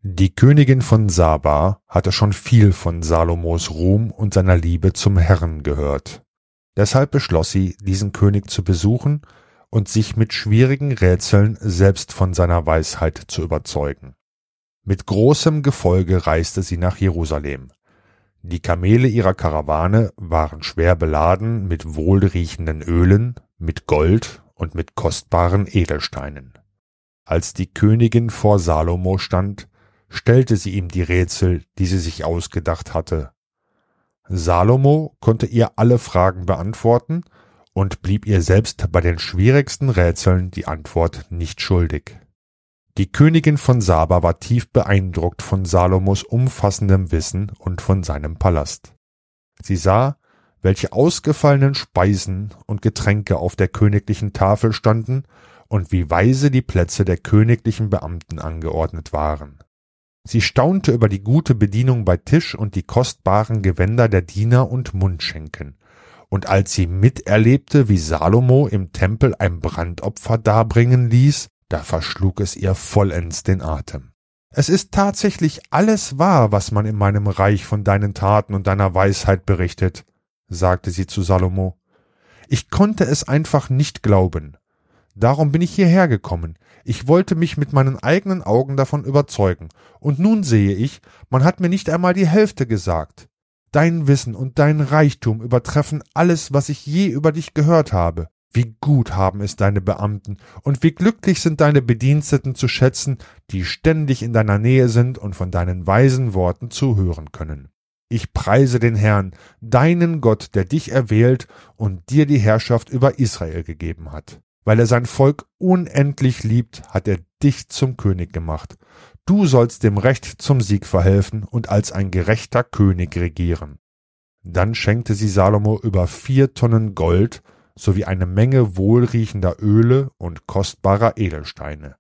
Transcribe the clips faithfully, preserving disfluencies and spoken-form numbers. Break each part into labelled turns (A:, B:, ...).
A: Die Königin von Saba hatte schon viel von Salomos Ruhm und seiner Liebe zum Herrn gehört. Deshalb beschloss sie, diesen König zu besuchen und sich mit schwierigen Rätseln selbst von seiner Weisheit zu überzeugen. Mit großem Gefolge reiste sie nach Jerusalem. Die Kamele ihrer Karawane waren schwer beladen mit wohlriechenden Ölen, mit Gold und mit kostbaren Edelsteinen. Als die Königin vor Salomo stand, stellte sie ihm die Rätsel, die sie sich ausgedacht hatte. Salomo konnte ihr alle Fragen beantworten und blieb ihr selbst bei den schwierigsten Rätseln die Antwort nicht schuldig. Die Königin von Saba war tief beeindruckt von Salomos umfassendem Wissen und von seinem Palast. Sie sah, welche ausgefallenen Speisen und Getränke auf der königlichen Tafel standen und wie weise die Plätze der königlichen Beamten angeordnet waren. Sie staunte über die gute Bedienung bei Tisch und die kostbaren Gewänder der Diener und Mundschenken. Und als sie miterlebte, wie Salomo im Tempel ein Brandopfer darbringen ließ, da verschlug es ihr vollends den Atem. »Es ist tatsächlich alles wahr, was man in meinem Reich von deinen Taten und deiner Weisheit berichtet«, sagte sie zu Salomo. »Ich konnte es einfach nicht glauben. Darum bin ich hierher gekommen. Ich wollte mich mit meinen eigenen Augen davon überzeugen. Und nun sehe ich, man hat mir nicht einmal die Hälfte gesagt. Dein Wissen und dein Reichtum übertreffen alles, was ich je über dich gehört habe. Wie gut haben es deine Beamten und wie glücklich sind deine Bediensteten zu schätzen, die ständig in deiner Nähe sind und von deinen weisen Worten zuhören können. Ich preise den Herrn, deinen Gott, der dich erwählt und dir die Herrschaft über Israel gegeben hat. Weil er sein Volk unendlich liebt, hat er dich zum König gemacht. Du sollst dem Recht zum Sieg verhelfen und als ein gerechter König regieren.« Dann schenkte sie Salomo über vier Tonnen Gold sowie eine Menge wohlriechender Öle und kostbarer Edelsteine.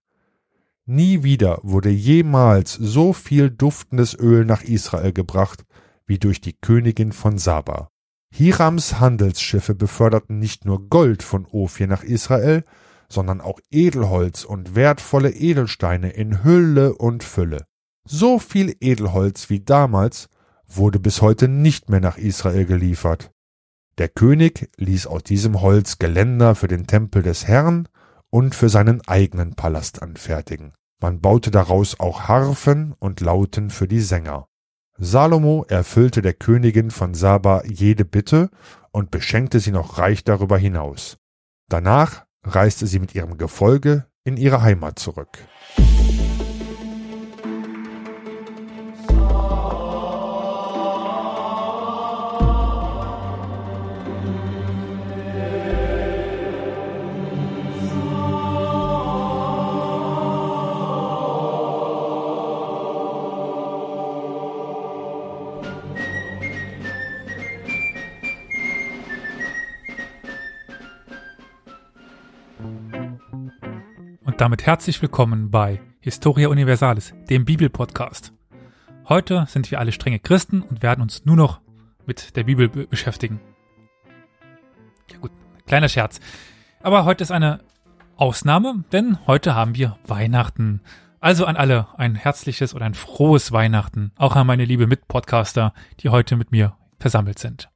A: Nie wieder wurde jemals so viel duftendes Öl nach Israel gebracht, wie durch die Königin von Saba. Hirams Handelsschiffe beförderten nicht nur Gold von Ophir nach Israel, sondern auch Edelholz und wertvolle Edelsteine in Hülle und Fülle. So viel Edelholz wie damals wurde bis heute nicht mehr nach Israel geliefert. Der König ließ aus diesem Holz Geländer für den Tempel des Herrn und für seinen eigenen Palast anfertigen. Man baute daraus auch Harfen und Lauten für die Sänger. Salomo erfüllte der Königin von Saba jede Bitte und beschenkte sie noch reich darüber hinaus. Danach reiste sie mit ihrem Gefolge in ihre Heimat zurück.
B: Und damit herzlich willkommen bei Historia Universalis, dem Bibelpodcast. Heute sind wir alle strenge Christen und werden uns nur noch mit der Bibel be- beschäftigen. Ja gut, kleiner Scherz. Aber heute ist eine Ausnahme, denn heute haben wir Weihnachten. Also an alle ein herzliches oder ein frohes Weihnachten, auch an meine liebe Mitpodcaster, die heute mit mir versammelt sind.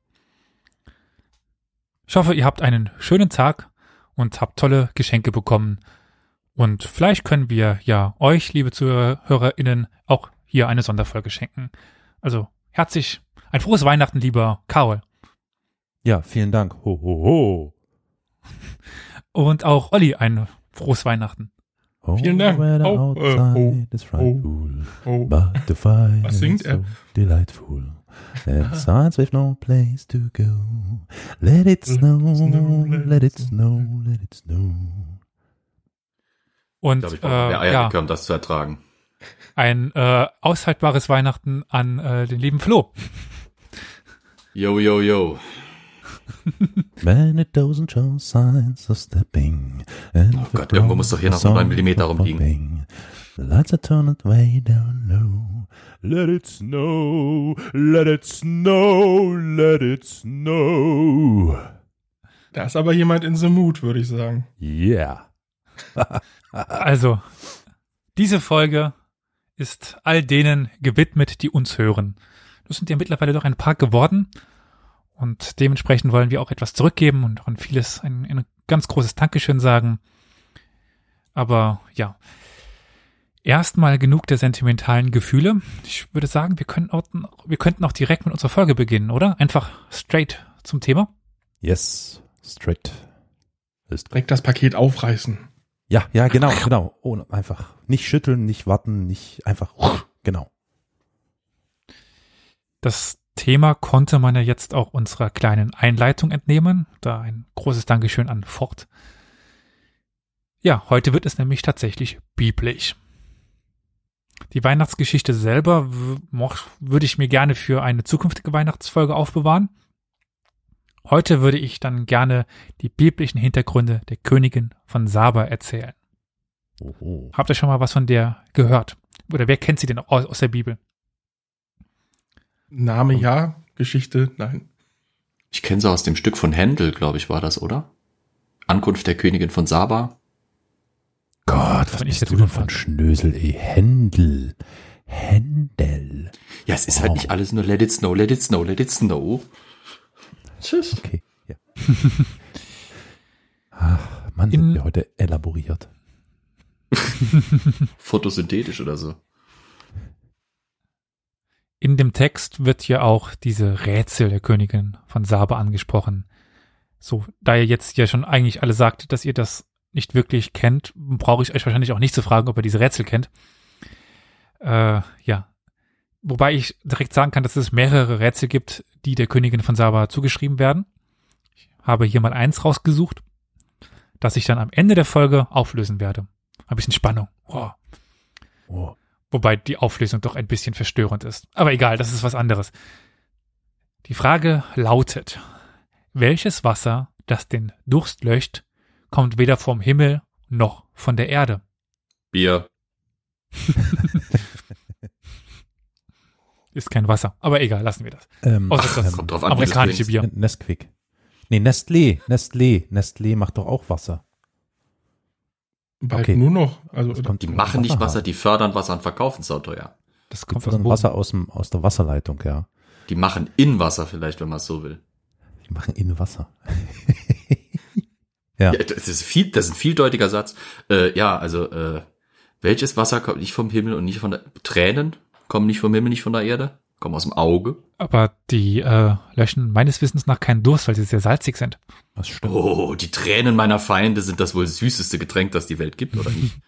B: Ich hoffe, ihr habt einen schönen Tag und habt tolle Geschenke bekommen. Und vielleicht können wir ja euch, liebe ZuhörerInnen, auch hier eine Sonderfolge schenken. Also herzlich, ein frohes Weihnachten, lieber Karol.
C: Ja, vielen Dank. Ho, ho, ho.
B: Und auch Olli, ein frohes Weihnachten.
C: Oh,
D: vielen Dank.
C: Oh,
D: äh, oh, oh, oh.
C: But the fire
D: Was singt er?
C: so delightful. And signs with no place to go. Let it snow, let it snow, let it snow.
B: Und
E: ich glaube, ich brauche mehr
B: äh,
E: Eierlikör,
B: ja,
E: um das zu ertragen.
B: ein äh, aushaltbares Weihnachten an äh, den lieben Flo.
E: Yo, yo, yo.
C: Many doesn't show signs of stepping. And
E: Oh Gott, irgendwo muss doch hier noch so neun Millimeter rumliegen.
C: The lights are turned way down low. Let it snow, let it snow, let it snow.
D: Da ist aber jemand in the mood, würde ich sagen.
C: Yeah.
B: Also, diese Folge ist all denen gewidmet, die uns hören. Das sind ja mittlerweile doch ein paar geworden und dementsprechend wollen wir auch etwas zurückgeben und auch an vieles ein, ein ganz großes Dankeschön sagen. Aber ja, erstmal genug der sentimentalen Gefühle. Ich würde sagen, wir können auch, wir könnten auch direkt mit unserer Folge beginnen, oder? Einfach straight zum Thema.
C: Yes, straight. Ist
D: Direkt das Paket aufreißen.
C: Ja, ja, genau, genau. Ohne, einfach nicht schütteln, nicht warten, nicht einfach, genau.
B: Das Thema konnte man ja jetzt auch unserer kleinen Einleitung entnehmen. Da ein großes Dankeschön an Ford. Ja, heute wird es nämlich tatsächlich biblisch. Die Weihnachtsgeschichte selber w- moch- würde ich mir gerne für eine zukünftige Weihnachtsfolge aufbewahren. Heute würde ich dann gerne die biblischen Hintergründe der Königin von Saba erzählen.
C: Oho.
B: Habt ihr schon mal was von der gehört? Oder wer kennt sie denn aus, aus der Bibel?
D: Name ja, Geschichte nein.
E: Ich kenne sie aus dem Stück von Händel, glaube ich, war das, oder? Ankunft der Königin von Saba.
C: Gott, was
B: Wenn ich
C: bist
B: jetzt
C: du denn
B: überfragt.
C: von Schnösel, ey? Händel. Händel.
E: Ja, es ist
C: Wow.
E: halt nicht alles nur let it snow, let it snow, let it snow. Tschüss.
C: Okay, ja. Ach, Mann,
B: In-
C: sind wir heute elaboriert.
E: Photosynthetisch oder so.
B: In dem Text wird ja auch diese Rätsel der Königin von Saba angesprochen. So, da ihr jetzt ja schon eigentlich alle sagt, dass ihr das nicht wirklich kennt, brauche ich euch wahrscheinlich auch nicht zu fragen, ob ihr diese Rätsel kennt. Äh, ja. Wobei ich direkt sagen kann, dass es mehrere Rätsel gibt, die der Königin von Saba zugeschrieben werden. Ich habe hier mal eins rausgesucht, das ich dann am Ende der Folge auflösen werde. Ein bisschen Spannung. Wow.
C: Oh.
B: Wobei die Auflösung doch ein bisschen verstörend ist. Aber egal, das ist was anderes. Die Frage lautet, welches Wasser, das den Durst löscht, kommt weder vom Himmel noch von der Erde?
E: Bier.
B: Ist kein Wasser. Aber egal, lassen wir das.
C: Ähm,
B: Außer das
E: Kommt drauf an, wie du's
B: amerikanische
E: trinkst.
B: Bier.
C: Nesquik. Nee, Nestlé, Nestlé, Nestlé macht doch auch Wasser.
D: Bald
C: Okay.
D: nur noch. Also
C: Das kommt
E: Die
C: von
E: machen nicht Wasser,
C: haben.
E: die fördern Wasser und verkaufen es auch teuer.
B: Das
C: Kommt
B: kommt aus
C: von
B: dem Boden.
C: Wasser aus, dem, aus der Wasserleitung, ja.
E: Die machen in Wasser vielleicht, wenn man es so will.
C: Die machen in Wasser. Ja.
E: Ja, das ist viel, das ist ein vieldeutiger Satz. Äh, ja, also äh, welches Wasser kommt nicht vom Himmel und nicht von der Tränen kommen nicht vom Himmel, nicht von der Erde, kommen aus dem Auge.
B: Aber die äh, löschen meines Wissens nach keinen Durst, weil sie sehr salzig sind.
C: Das stimmt.
E: Oh, die Tränen meiner Feinde sind das wohl süßeste Getränk, das die Welt gibt, oder nicht?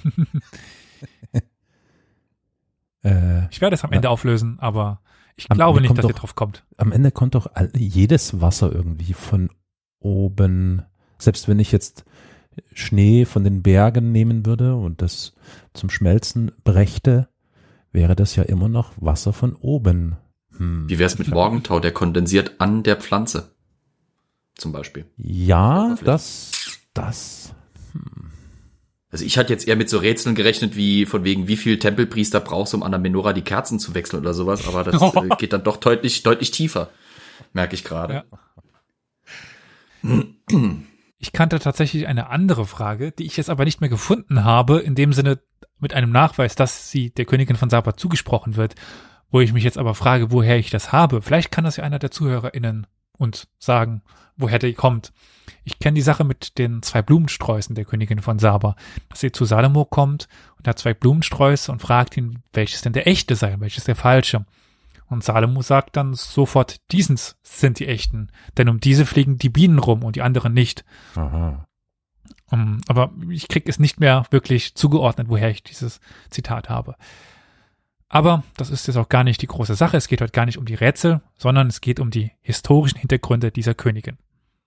C: Äh,
B: Ich werde es am
C: Ja.
B: Ende auflösen, aber ich
C: Am
B: glaube
C: Ende
B: nicht,
C: kommt
B: dass ihr
C: doch-
B: drauf kommt.
C: am Ende kommt doch all, jedes Wasser irgendwie von oben. Selbst wenn ich jetzt Schnee von den Bergen nehmen würde und das zum Schmelzen brächte, wäre das ja immer noch Wasser von oben. Hm.
E: Wie wär's mit Morgentau, der kondensiert an der Pflanze? Zum Beispiel.
C: Ja,
E: Oberfläche.
C: das, das.
E: Also ich hatte jetzt eher mit so Rätseln gerechnet, wie von wegen, wie viel Tempelpriester brauchst du, um an der Menorah die Kerzen zu wechseln oder sowas, aber das äh, geht dann doch deutlich, deutlich tiefer, merke ich gerade.
B: Ja. Ich kannte tatsächlich eine andere Frage, die ich jetzt aber nicht mehr gefunden habe, in dem Sinne mit einem Nachweis, dass sie der Königin von Saba zugesprochen wird, wo ich mich jetzt aber frage, woher ich das habe. Vielleicht kann das ja einer der ZuhörerInnen uns sagen, woher die kommt. Ich kenne die Sache mit den zwei Blumensträußen der Königin von Saba, dass sie zu Salomo kommt und hat zwei Blumensträuße und fragt ihn, welches denn der echte sei, welches der falsche. Und Salomo sagt dann sofort, diesen sind die echten, denn um diese fliegen die Bienen rum und die anderen nicht.
C: Aha.
B: Um, aber ich krieg es nicht mehr wirklich zugeordnet, woher ich dieses Zitat habe. Aber das ist jetzt auch gar nicht die große Sache. Es geht heute gar nicht um die Rätsel, sondern es geht um die historischen Hintergründe dieser Königin.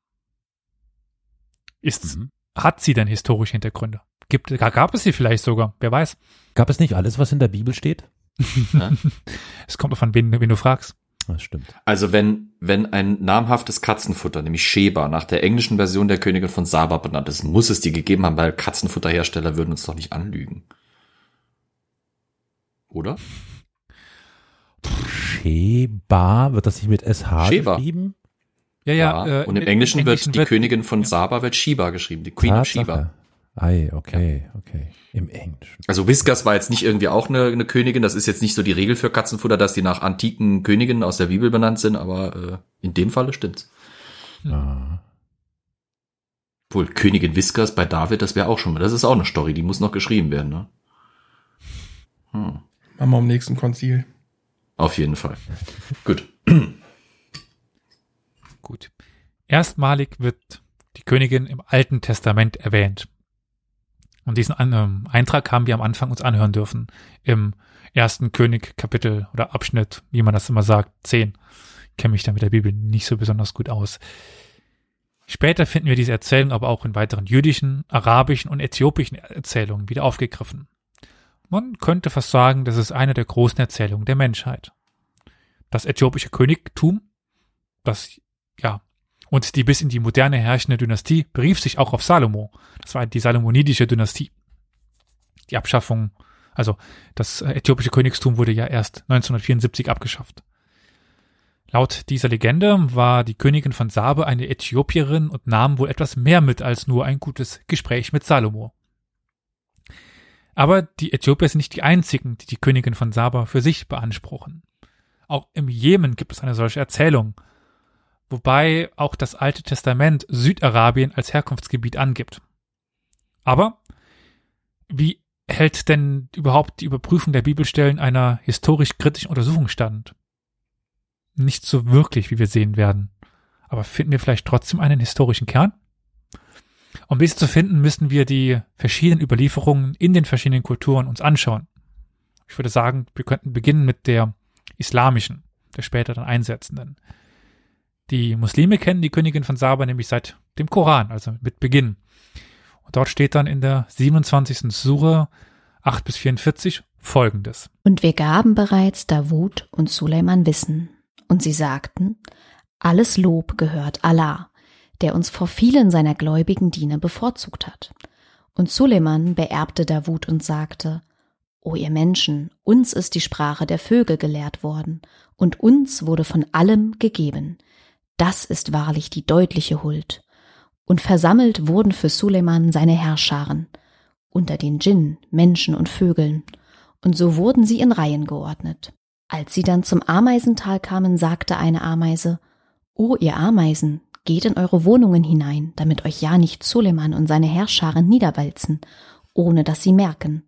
B: Ist,
C: Mhm.
B: Hat sie denn historische Hintergründe? Gibt, gab es sie vielleicht sogar? Wer weiß.
C: Gab es nicht alles, was in der Bibel steht?
B: Es kommt davon, wen, wen du fragst.
C: Das stimmt.
E: Also wenn, wenn ein namhaftes Katzenfutter, nämlich Sheba, nach der englischen Version der Königin von Saba benannt ist, muss es die gegeben haben, weil Katzenfutterhersteller würden uns doch nicht anlügen. Oder?
C: Sheba, wird das nicht mit S H
E: Sheba.
C: geschrieben?
B: Ja, ja. Äh,
E: Und im
B: in-
E: Englischen, wird die
B: wird-
E: Königin von Saba wird Sheba geschrieben, die Queen of Sheba.
C: Tatsache. Ei, okay, okay. Im Englischen.
E: Also Whiskas war jetzt nicht irgendwie auch eine, eine Königin. Das ist jetzt nicht so die Regel für Katzenfutter, dass die nach antiken Königinnen aus der Bibel benannt sind, aber äh, in dem Falle stimmt's.
C: Ah.
E: Obwohl, Königin Whiskas bei David, das wäre auch schon mal. Das ist auch eine Story, die muss noch geschrieben werden, ne? Hm.
D: Machen wir am nächsten Konzil.
E: Auf jeden Fall. Gut.
B: Gut. Erstmalig wird die Königin im Alten Testament erwähnt. Und diesen ähm, Eintrag haben wir am Anfang uns anhören dürfen. Im ersten König Kapitel oder Abschnitt, wie man das immer sagt, zehn. Ich kenne mich da mit der Bibel nicht so besonders gut aus. Später finden wir diese Erzählung aber auch in weiteren jüdischen, arabischen und äthiopischen Erzählungen wieder aufgegriffen. Man könnte fast sagen, das ist eine der großen Erzählungen der Menschheit. Das äthiopische Königtum, das, ja, und die bis in die Moderne herrschende Dynastie berief sich auch auf Salomo. Das war die salomonidische Dynastie. Die Abschaffung, also das äthiopische Königstum wurde ja erst neunzehnhundertvierundsiebzig abgeschafft. Laut dieser Legende war die Königin von Sabe eine Äthiopierin und nahm wohl etwas mehr mit als nur ein gutes Gespräch mit Salomo. Aber die Äthiopier sind nicht die einzigen, die die Königin von Saba für sich beanspruchen. Auch im Jemen gibt es eine solche Erzählung, wobei auch das Alte Testament Südarabien als Herkunftsgebiet angibt. Aber wie hält denn überhaupt die Überprüfung der Bibelstellen einer historisch-kritischen Untersuchung stand? Nicht so wirklich, wie wir sehen werden. Aber finden wir vielleicht trotzdem einen historischen Kern? Um dies zu finden, müssen wir die verschiedenen Überlieferungen in den verschiedenen Kulturen uns anschauen. Ich würde sagen, wir könnten beginnen mit der islamischen, der später dann einsetzenden. Die Muslime kennen die Königin von Saba nämlich seit dem Koran, also mit Beginn. Und dort steht dann in der siebenundzwanzigsten Sure acht bis vierundvierzig Folgendes.
F: Und wir gaben bereits Davud und Suleiman Wissen. Und sie sagten, alles Lob gehört Allah, der uns vor vielen seiner gläubigen Diener bevorzugt hat. Und Suleiman beerbte Davud und sagte, O ihr Menschen, uns ist die Sprache der Vögel gelehrt worden, und uns wurde von allem gegeben. Das ist wahrlich die deutliche Huld. Und versammelt wurden für Suleiman seine Herrscharen, unter den Djinn, Menschen und Vögeln, und so wurden sie in Reihen geordnet. Als sie dann zum Ameisental kamen, sagte eine Ameise, O ihr Ameisen, geht in eure Wohnungen hinein, damit euch ja nicht Suleiman und seine Herrscharen niederwälzen, ohne dass sie merken.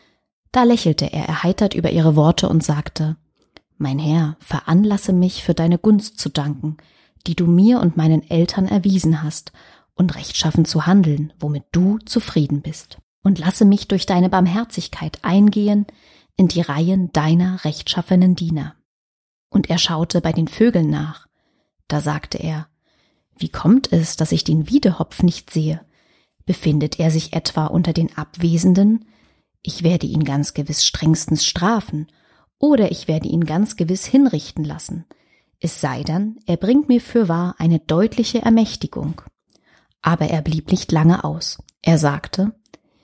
F: Da lächelte er erheitert über ihre Worte und sagte, Mein Herr, veranlasse mich, für deine Gunst zu danken, die du mir und meinen Eltern erwiesen hast, und rechtschaffen zu handeln, womit du zufrieden bist. Und lasse mich durch deine Barmherzigkeit eingehen in die Reihen deiner rechtschaffenen Diener. Und er schaute bei den Vögeln nach. Da sagte er, Wie kommt es, dass ich den Wiedehopf nicht sehe? Befindet er sich etwa unter den Abwesenden? Ich werde ihn ganz gewiss strengstens strafen, oder ich werde ihn ganz gewiss hinrichten lassen. Es sei dann, er bringt mir fürwahr eine deutliche Ermächtigung. Aber er blieb nicht lange aus. Er sagte,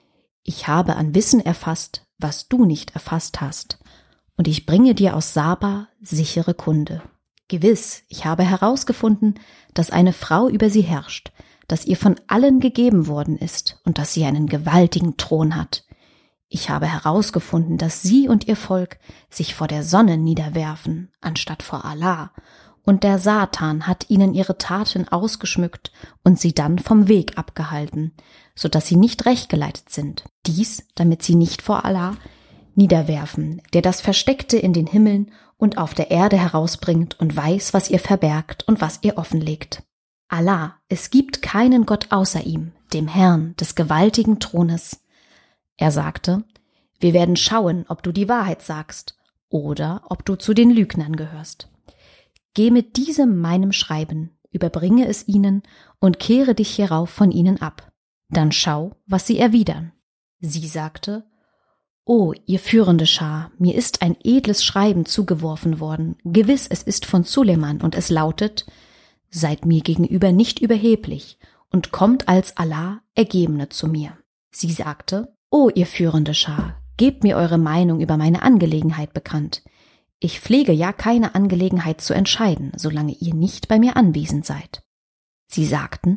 F: Ich habe an Wissen erfasst, was du nicht erfasst hast, und ich bringe dir aus Saba sichere Kunde. Gewiss, ich habe herausgefunden, dass eine Frau über sie herrscht, dass ihr von allen gegeben worden ist und dass sie einen gewaltigen Thron hat. Ich habe herausgefunden, dass sie und ihr Volk sich vor der Sonne niederwerfen, anstatt vor Allah, und der Satan hat ihnen ihre Taten ausgeschmückt und sie dann vom Weg abgehalten, so dass sie nicht rechtgeleitet sind. Dies, damit sie nicht vor Allah niederwerfen, der das Versteckte in den Himmeln und auf der Erde herausbringt und weiß, was ihr verbergt und was ihr offenlegt. Allah, es gibt keinen Gott außer ihm, dem Herrn des gewaltigen Thrones. Er sagte, wir werden schauen, ob du die Wahrheit sagst oder ob du zu den Lügnern gehörst. Geh mit diesem meinem Schreiben, überbringe es ihnen und kehre dich hierauf von ihnen ab. Dann schau, was sie erwidern. Sie sagte, O, ihr führende Schar, mir ist ein edles Schreiben zugeworfen worden. Gewiss, es ist von Suleiman und es lautet, seid mir gegenüber nicht überheblich und kommt als Allah Ergebene zu mir. Sie sagte, O, ihr führende Schar, gebt mir eure Meinung über meine Angelegenheit bekannt. Ich pflege ja keine Angelegenheit zu entscheiden, solange ihr nicht bei mir anwesend seid. Sie sagten,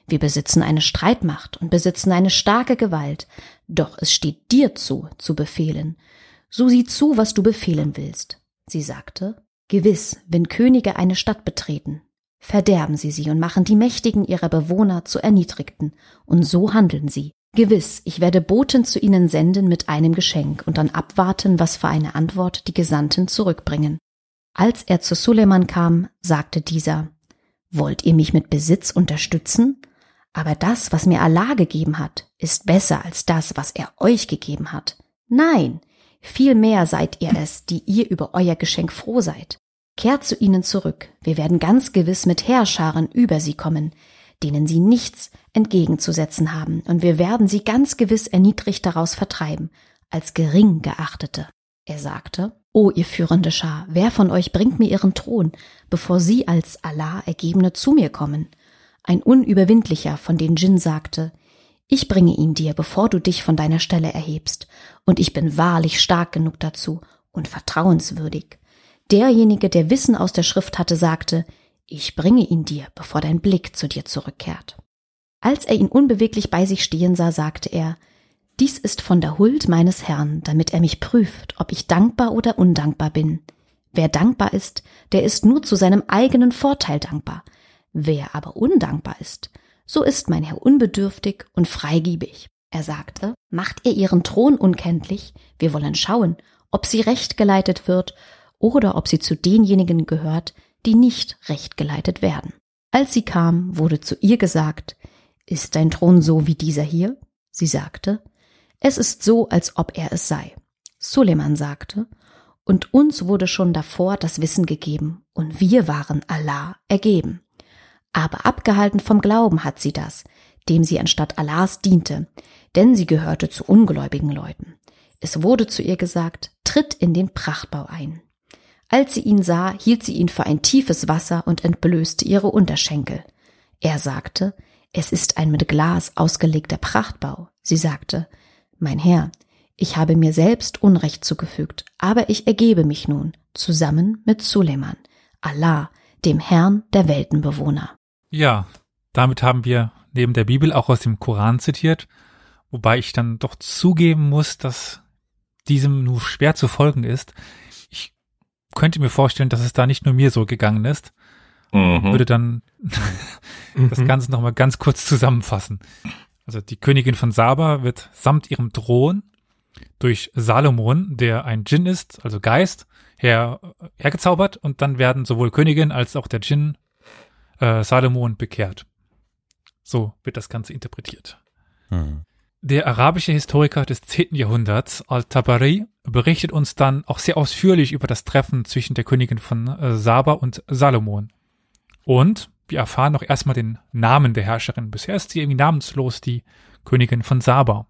F: Wir besitzen eine Streitmacht und besitzen eine starke Gewalt, doch es steht dir zu, zu befehlen. So sieh zu, was du befehlen willst. Sie sagte, gewiss, wenn Könige eine Stadt betreten, verderben sie sie und machen die Mächtigen ihrer Bewohner zu Erniedrigten, und so handeln sie. Gewiss, ich werde Boten zu ihnen senden mit einem Geschenk und dann abwarten, was für eine Antwort die Gesandten zurückbringen. Als er zu Suleiman kam, sagte dieser, wollt ihr mich mit Besitz unterstützen? Aber das, was mir Allah gegeben hat, ist besser als das, was er euch gegeben hat. Nein, vielmehr seid ihr es, die ihr über euer Geschenk froh seid. Kehrt zu ihnen zurück, wir werden ganz gewiss mit Heerscharen über sie kommen, denen sie nichts entgegenzusetzen haben, und wir werden sie ganz gewiss erniedrigt daraus vertreiben, als gering geachtete. Er sagte, O ihr führende Schar, wer von euch bringt mir ihren Thron, bevor sie als Allah Ergebene zu mir kommen? Ein Unüberwindlicher von den Djinn sagte, ich bringe ihn dir, bevor du dich von deiner Stelle erhebst, und ich bin wahrlich stark genug dazu und vertrauenswürdig. Derjenige, der Wissen aus der Schrift hatte, sagte, ich bringe ihn dir, bevor dein Blick zu dir zurückkehrt. Als er ihn unbeweglich bei sich stehen sah, sagte er, dies ist von der Huld meines Herrn, damit er mich prüft, ob ich dankbar oder undankbar bin. Wer dankbar ist, der ist nur zu seinem eigenen Vorteil dankbar. Wer aber undankbar ist, so ist mein Herr unbedürftig und freigebig. Er sagte, macht ihr ihren Thron unkenntlich? Wir wollen schauen, ob sie recht geleitet wird oder ob sie zu denjenigen gehört, die nicht recht geleitet werden. Als sie kam, wurde zu ihr gesagt, ist dein Thron so wie dieser hier? Sie sagte, es ist so, als ob er es sei. Suleiman sagte, und uns wurde schon davor das Wissen gegeben, und wir waren Allah ergeben. Aber abgehalten vom Glauben hat sie das, dem sie anstatt Allahs diente, denn sie gehörte zu ungläubigen Leuten. Es wurde zu ihr gesagt, tritt in den Prachtbau ein. Als sie ihn sah, hielt sie ihn für ein tiefes Wasser und entblößte ihre Unterschenkel. Er sagte, es ist ein mit Glas ausgelegter Prachtbau. Sie sagte, mein Herr, ich habe mir selbst Unrecht zugefügt, aber ich ergebe mich nun, zusammen mit Suleiman, Allah, dem Herrn der Weltenbewohner.
B: Ja, damit haben wir neben der Bibel auch aus dem Koran zitiert, wobei ich dann doch zugeben muss, dass diesem nur schwer zu folgen ist. Ich könnte mir vorstellen, dass es da nicht nur mir so gegangen ist. Mhm. Würde dann das Ganze nochmal ganz kurz zusammenfassen. Also die Königin von Saba wird samt ihrem Thron durch Salomon, der ein Djinn ist, also Geist, her, hergezaubert, und dann werden sowohl Königin als auch der Djinn äh, Salomon bekehrt. So wird das Ganze interpretiert. Mhm. Der arabische Historiker des zehnten Jahrhunderts, Al-Tabari, berichtet uns dann auch sehr ausführlich über das Treffen zwischen der Königin von äh, Saba und Salomon. Und wir erfahren noch erstmal den Namen der Herrscherin. Bisher ist sie irgendwie namenslos, die Königin von Saba.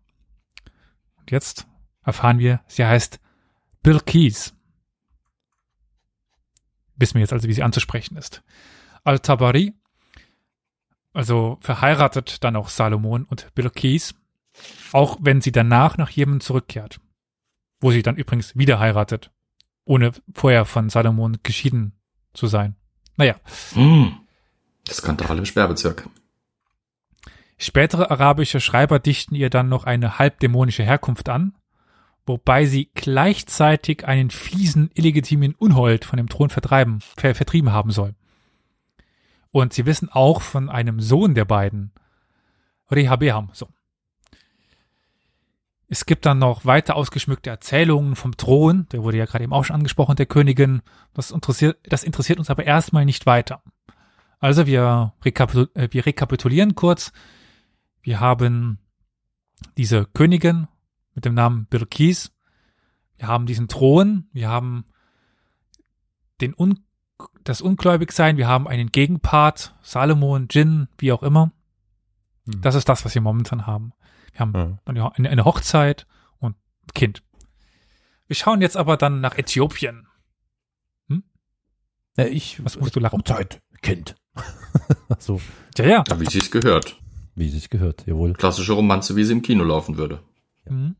B: Und jetzt erfahren wir, sie heißt Bilqis. Wissen wir jetzt also, wie sie anzusprechen ist. Al-Tabari, also verheiratet dann auch Salomon und Bilqis, auch wenn sie danach nach Jemen zurückkehrt, wo sie dann übrigens wieder heiratet, ohne vorher von Salomon geschieden zu sein. Naja.
E: Mm, Skandal im Sperrbezirk.
B: Spätere arabische Schreiber dichten ihr dann noch eine halbdämonische Herkunft an, wobei sie gleichzeitig einen fiesen, illegitimen Unhold von dem Thron vertreiben, ver- vertrieben haben soll. Und sie wissen auch von einem Sohn der beiden, Rehabeam, so. Es gibt dann noch weiter ausgeschmückte Erzählungen vom Thron, der wurde ja gerade eben auch schon angesprochen, der Königin. Das interessiert, das interessiert uns aber erstmal nicht weiter. Also wir, rekapitul- äh, wir rekapitulieren kurz. Wir haben diese Königin mit dem Namen Bilqis. Wir haben diesen Thron. Wir haben den Un- das Ungläubigsein. Wir haben einen Gegenpart, Salomon, Djinn, wie auch immer. Hm. Das ist das, was wir momentan haben. Wir haben ja. eine, eine Hochzeit und ein Kind. Wir schauen jetzt aber dann nach Äthiopien. Hm?
C: Ja, ich,
B: Was musst du lachen?
C: Hochzeit, Kind. So.
B: Ja, ja.
E: Ja, wie es sich gehört.
C: Wie sich gehört, jawohl.
E: Klassische Romanze, wie sie im Kino laufen würde.
B: Mhm.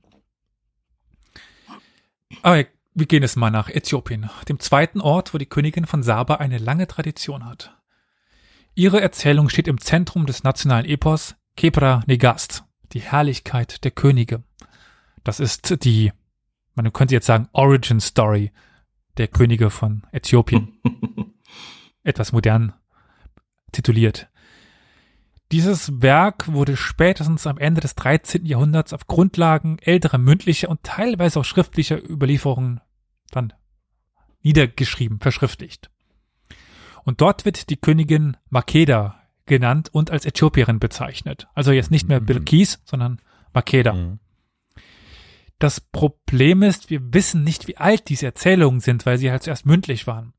B: Aber wir gehen jetzt mal nach Äthiopien, dem zweiten Ort, wo die Königin von Saba eine lange Tradition hat. ihre Erzählung steht im Zentrum des nationalen Epos Kebra Negast, die Herrlichkeit der Könige. Das ist die, man könnte jetzt sagen, Origin Story der Könige von Äthiopien. Etwas modern tituliert. Dieses Werk wurde spätestens am Ende des dreizehnten Jahrhunderts auf Grundlagen älterer mündlicher und teilweise auch schriftlicher Überlieferungen dann niedergeschrieben, verschriftlicht. Und dort wird die Königin Makeda genannt und als Äthiopierin bezeichnet. Also jetzt nicht mehr Bilqis, sondern Makeda. Mhm. Das Problem ist, wir wissen nicht, wie alt diese Erzählungen sind, weil sie halt zuerst mündlich waren.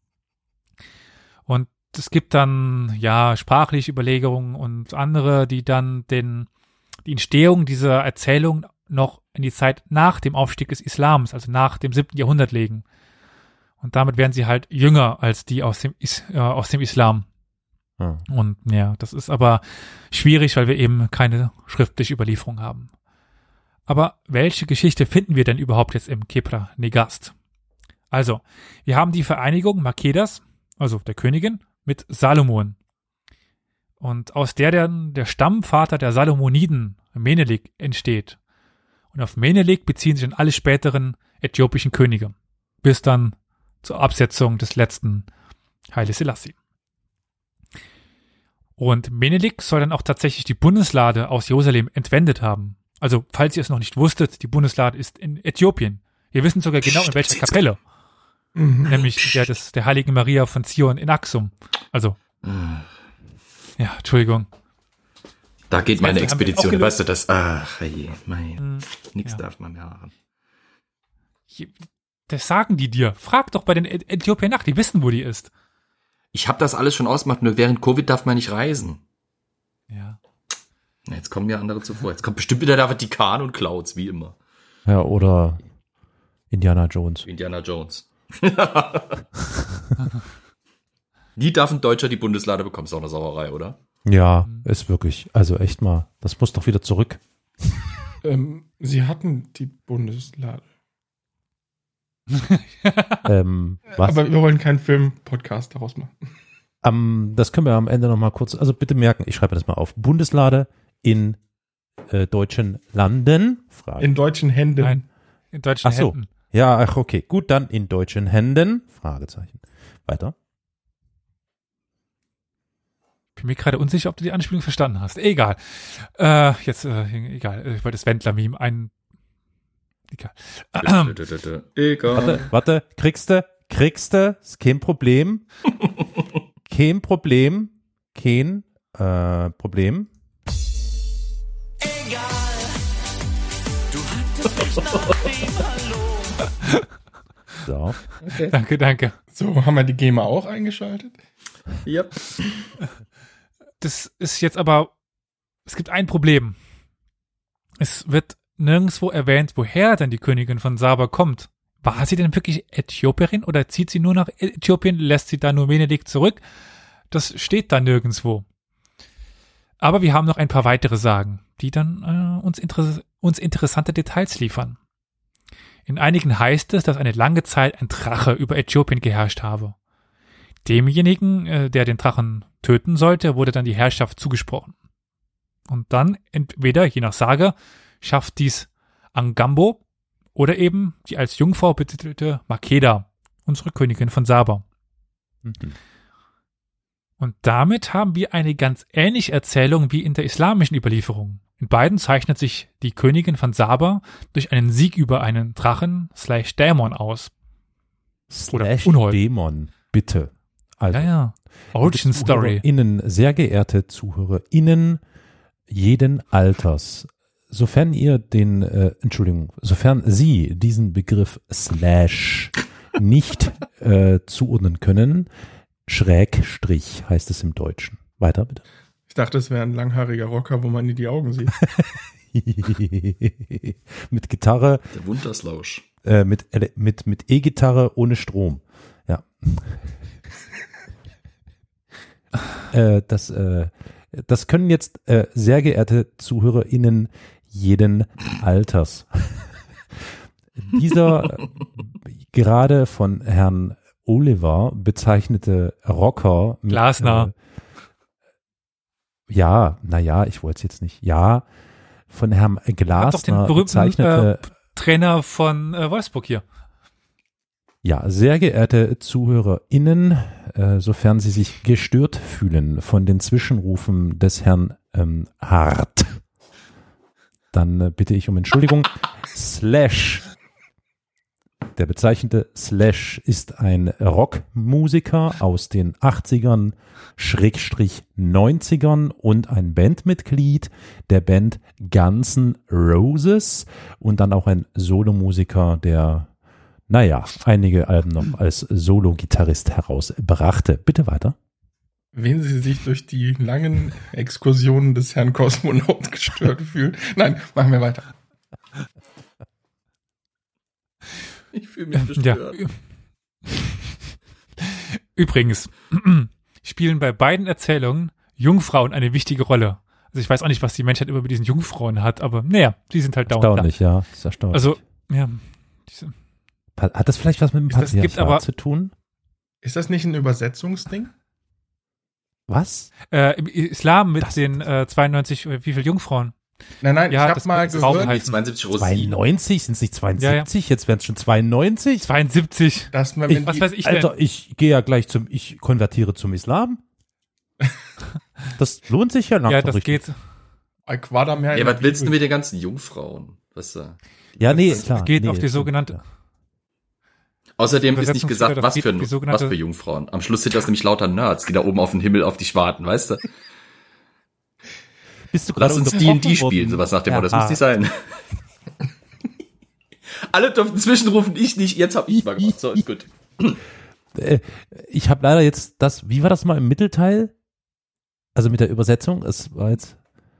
B: Und es gibt dann, ja, sprachliche Überlegungen und andere, die dann den, die Entstehung dieser Erzählung noch in die Zeit nach dem Aufstieg des Islams, also nach dem siebten Jahrhundert legen. Und damit werden sie halt jünger als die aus dem, Is- äh, aus dem Islam. Hm. Und ja, das ist aber schwierig, weil wir eben keine schriftliche Überlieferung haben. Aber welche Geschichte finden wir denn überhaupt jetzt im Kebra Negast? Also, wir haben die Vereinigung Makedas, also der Königin, mit Salomon. Und aus der dann der Stammvater der Salomoniden, Menelik, entsteht. Und auf Menelik beziehen sich dann alle späteren äthiopischen Könige. Bis dann zur Absetzung des letzten Haile Selassie. Und Menelik soll dann auch tatsächlich die Bundeslade aus Jerusalem entwendet haben. Also, falls ihr es noch nicht wusstet, die Bundeslade ist in Äthiopien. Wir wissen sogar genau, in welcher Kapelle. Mhm. Nämlich der des, der Heiligen Maria von Zion in Axum. Also, mhm. ja, Entschuldigung.
E: Da geht meine Expedition, weißt du das? Ach, hey, mein, nichts
B: ja.
E: darf man mehr machen.
B: Das sagen die dir. Frag doch bei den Äthiopiern nach, die wissen, wo die ist.
E: Ich habe das alles schon ausgemacht, nur während Covid darf man nicht reisen.
B: Ja.
E: Jetzt kommen mir andere zuvor. Jetzt kommt bestimmt wieder der Vatikan und Clouds, wie immer.
C: Ja, oder Indiana Jones.
E: Indiana Jones. Nie darf ein Deutscher die Bundeslade bekommen, ist auch eine Sauerei, oder?
C: Ja, ist wirklich, also echt mal, das muss doch wieder zurück.
D: ähm, Sie hatten die Bundeslade.
C: ähm, was?
D: Aber wir wollen keinen Film-Podcast daraus machen.
C: Um, das können wir am Ende noch mal kurz, also bitte merken, ich schreibe das mal auf. Bundeslade in äh, deutschen Landen? Frage.
D: In deutschen Händen.
B: Nein, in deutschen
C: ach so.
B: Händen.
C: Ja, ach okay, gut, dann in deutschen Händen? Fragezeichen. Weiter.
B: Ich bin mir gerade unsicher, ob du die Anspielung verstanden hast. Egal. Äh, jetzt, äh, egal. Ich wollte das Wendler-Meme ein... Egal.
E: Egal.
C: Warte, warte, kriegst du, kriegst du, ist kein Problem. Kein Problem, kein äh, Problem.
G: Egal, du hattest mich nach dem Hallo.
C: So.
D: Okay.
B: Danke, danke.
D: So, haben wir die GEMA auch eingeschaltet?
E: Yep.
B: Das ist jetzt aber, es gibt ein Problem. Es wird nirgendwo erwähnt, woher denn die Königin von Saba kommt. War sie denn wirklich Äthiopierin oder zieht sie nur nach Äthiopien, lässt sie da nur Menelik zurück? Das steht da nirgendwo. Aber wir haben noch ein paar weitere Sagen, die dann äh, uns, inter- uns interessante Details liefern. In einigen heißt es, dass eine lange Zeit ein Drache über Äthiopien geherrscht habe. Demjenigen, äh, der den Drachen töten sollte, wurde dann die Herrschaft zugesprochen. Und dann entweder, je nach Sage, schafft dies Angambo oder eben die als Jungfrau betitelte Makeda, unsere Königin von Saba.
C: Mhm.
B: Und damit haben wir eine ganz ähnliche Erzählung wie in der islamischen Überlieferung. In beiden zeichnet sich die Königin von Saba durch einen Sieg über einen Drachen slash Dämon aus.
C: Slash
B: Unhold.
C: Dämon, bitte. Also,
B: Ja, ja. Origin Story.
C: Innen, sehr geehrte ZuhörerInnen jeden Alters, sofern ihr den, äh, Entschuldigung, sofern Sie diesen Begriff Slash nicht äh, zuordnen können, Schrägstrich heißt es im Deutschen. Weiter bitte.
D: Ich dachte, es wäre ein langhaariger Rocker, wo man in die Augen sieht.
C: Mit Gitarre.
E: Der Wunderslausch.
C: Äh, mit äh, mit mit E-Gitarre ohne Strom. Ja. äh, das äh, das können jetzt äh, sehr geehrte ZuhörerInnen jeden Alters. Dieser äh, gerade von Herrn Oliver bezeichnete Rocker mit,
B: Glasner.
C: ja, naja, ich wollte es jetzt nicht. Ja, von Herrn
B: Hat doch den
C: Glasner
B: berühmten
C: bezeichnete.
B: äh, Trainer von äh, Wolfsburg hier.
C: Ja, sehr geehrte ZuhörerInnen, äh, sofern Sie sich gestört fühlen von den Zwischenrufen des Herrn ähm, Hart, dann äh, bitte ich um Entschuldigung. Slash, der bezeichnete Slash ist ein Rockmusiker aus den achtzigern, Schrägstrich neunzigern und ein Bandmitglied der Band Guns N' Roses und dann auch ein Solomusiker, der naja, einige Alben noch als Solo-Gitarrist herausbrachte. Bitte weiter.
D: Wenn Sie sich durch die langen Exkursionen des Herrn Kosmonaut gestört fühlen. Nein, machen wir weiter.
E: Ich fühle mich gestört.
B: Ja. Übrigens, spielen bei beiden Erzählungen Jungfrauen eine wichtige Rolle. Also ich weiß auch nicht, was die Menschheit immer mit diesen Jungfrauen hat, aber naja, die sind halt dauernd da.
C: Erstaunlich, ja. Das ist erstaunlich.
B: Also, ja, diese
C: Hat das vielleicht was mit dem
B: Ist das- gibt
C: Patriarchat
B: aber-
C: zu tun?
D: Ist das nicht ein Übersetzungsding?
C: Was?
B: Äh, im Islam mit
C: Das-
B: den äh, zweiundneunzig, äh, wie viel Jungfrauen?
D: Nein, nein,
B: Ja,
D: ich habe
B: das
D: mal
B: ist Raum
D: gehört,
B: halt.
E: zweiundsiebzig Rosinen.
C: zweiundneunzig? Sind es nicht zweiundsiebzig? Jetzt wären es schon zweiundneunzig?
B: zweiundsiebzig.
D: dass man,
C: Ich-
D: wenn
B: Was
D: die,
B: weiß ich
C: Alter,
B: denn?
C: ich gehe ja gleich zum, ich konvertiere zum Islam. Das lohnt sich ja langsam
B: Ja, das
C: richtig.
B: geht.
D: Quadermeer
E: Ja, was willst du mit den ganzen Jungfrauen? Was da?
C: Ja, nee,
B: Das
C: klar.
B: geht
C: nee,
B: auf die
C: stimmt,
B: sogenannte-
C: ja.
E: Außerdem ist nicht
B: Übersetzungsfehler,
E: gesagt,
B: das
E: was
B: geht
E: für,
B: auf die
E: was
B: sogenannte-
E: für Jungfrauen. Am Schluss sind das nämlich lauter Nerds, die da oben auf dem Himmel auf dich warten, weißt du?
C: Bist du gerade
E: Lass uns D
C: unterbrochen
E: und D spielen,
C: worden?
E: sowas nach dem Motto. Das
C: Aha.
E: muss nicht sein. Alle durften zwischenrufen, ich nicht. Jetzt hab ich mal gemacht. So, ist gut.
C: Äh, Ich habe leider jetzt das, wie war das mal im Mittelteil? Also mit der Übersetzung, es war jetzt,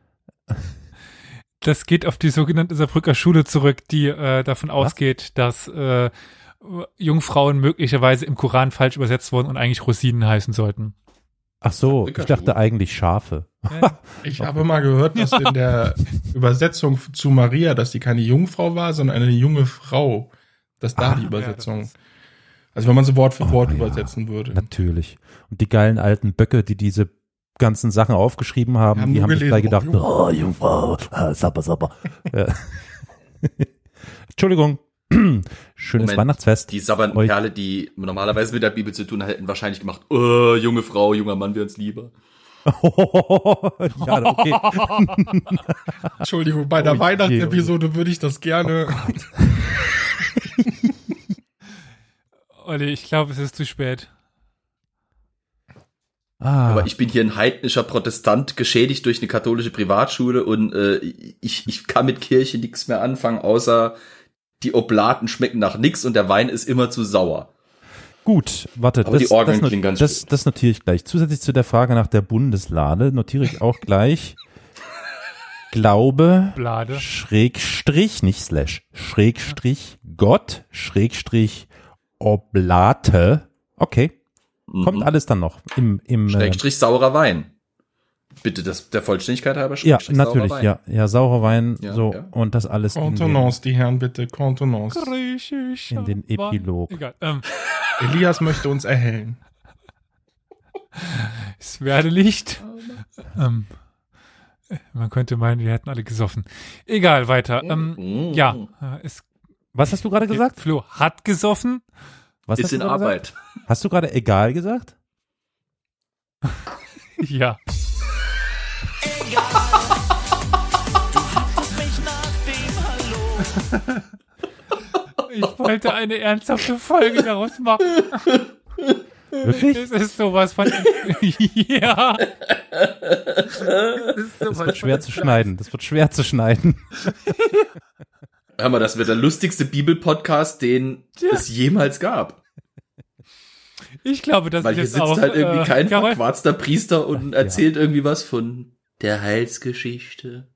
B: Das geht auf die sogenannte Saarbrücker Schule zurück, die äh, davon ausgeht, dass äh, Jungfrauen möglicherweise im Koran falsch übersetzt wurden und eigentlich Rosinen heißen sollten.
C: ach so,
E: Afrika
C: ich dachte
E: schon.
C: eigentlich Schafe.
D: ich habe mal gehört, dass in der Übersetzung zu Maria, dass die keine Jungfrau war, sondern eine junge Frau. Dass da
C: Ah,
D: die
B: ja,
D: Übersetzung.
B: das ist-
D: Also wenn man so Wort für
C: Oh,
D: Wort
C: ja.
D: übersetzen würde.
C: Natürlich. Und die geilen alten Böcke, die diese ganzen Sachen aufgeschrieben haben,
D: Haben
C: die
D: nur
C: haben sich
D: gelesen,
C: gleich gedacht,
D: oh,
C: oh, Jungfrau, ah, sapper, sapper. Ja. Entschuldigung. Schönes
E: Moment.
C: Weihnachtsfest.
E: Die sabbernden
C: Euch-
E: Kerle, die normalerweise mit der Bibel zu tun hätten, wahrscheinlich gemacht, oh, junge Frau, junger Mann, wir uns lieber.
C: ja, okay.
D: Entschuldigung, bei der
C: Oh,
D: Weihnachtsepisode würde ich das gerne.
B: Olli, ich glaube, es ist zu spät.
C: Ah,
E: Aber ich bin hier ein heidnischer Protestant, geschädigt durch eine katholische Privatschule und äh, ich, ich kann mit Kirche nichts mehr anfangen, außer die Oblaten schmecken nach nix und der Wein ist immer zu sauer.
C: gut, warte,
E: Aber
C: das,
E: die Orgeln
C: das,
E: klingen ganz
C: das,
E: schön.
C: das notiere ich gleich. Zusätzlich zu der Frage nach der Bundeslade notiere ich auch gleich Glaube,
B: Blade.
C: Schrägstrich, nicht Slash, Schrägstrich Gott, Schrägstrich Oblate. Okay, kommt
E: Mhm.
C: alles dann noch im, im äh,
E: Schrägstrich saurer Wein. Bitte das der Vollständigkeit halber
C: ja,
E: Schrägstrich
C: natürlich,
E: saurer Wein.
C: ja, ja, saurer Wein,
E: Ja,
C: so,
E: ja.
C: und das alles in den,
D: Contenance, die Herren, bitte, Contenance.
B: Griechischer
C: in den Epilog.
B: Wein. Egal. Ähm,
D: Elias möchte uns erhellen.
B: es werde Licht. Ähm, man könnte meinen, wir hätten alle gesoffen. Egal, weiter. Ähm,
E: Mhm.
B: ja, äh, es,
C: Was hast du gerade gesagt?
B: Flo hat gesoffen.
C: Was
E: Ist
C: hast du
E: in
C: gerade
E: Arbeit.
C: Gesagt? Hast du gerade egal gesagt?
B: Ja.
G: Egal. Du hattest mich nach dem Hallo.
B: Ich wollte eine ernsthafte Folge daraus machen.
C: Wirklich?
B: Es ist sowas von. Ja. Es ist
C: Das
B: sowas
C: wird schwer
B: von-
C: zu schneiden. Das wird schwer zu schneiden.
E: Hör mal, das wird der lustigste Bibel-Podcast, den es jemals gab.
B: Ich glaube, das
E: Weil
B: ist
E: hier
B: jetzt
E: sitzt
B: auch,
E: halt irgendwie
B: äh,
E: kein
B: Carol,
E: verquarzter Priester und erzählt irgendwie was von der Heilsgeschichte.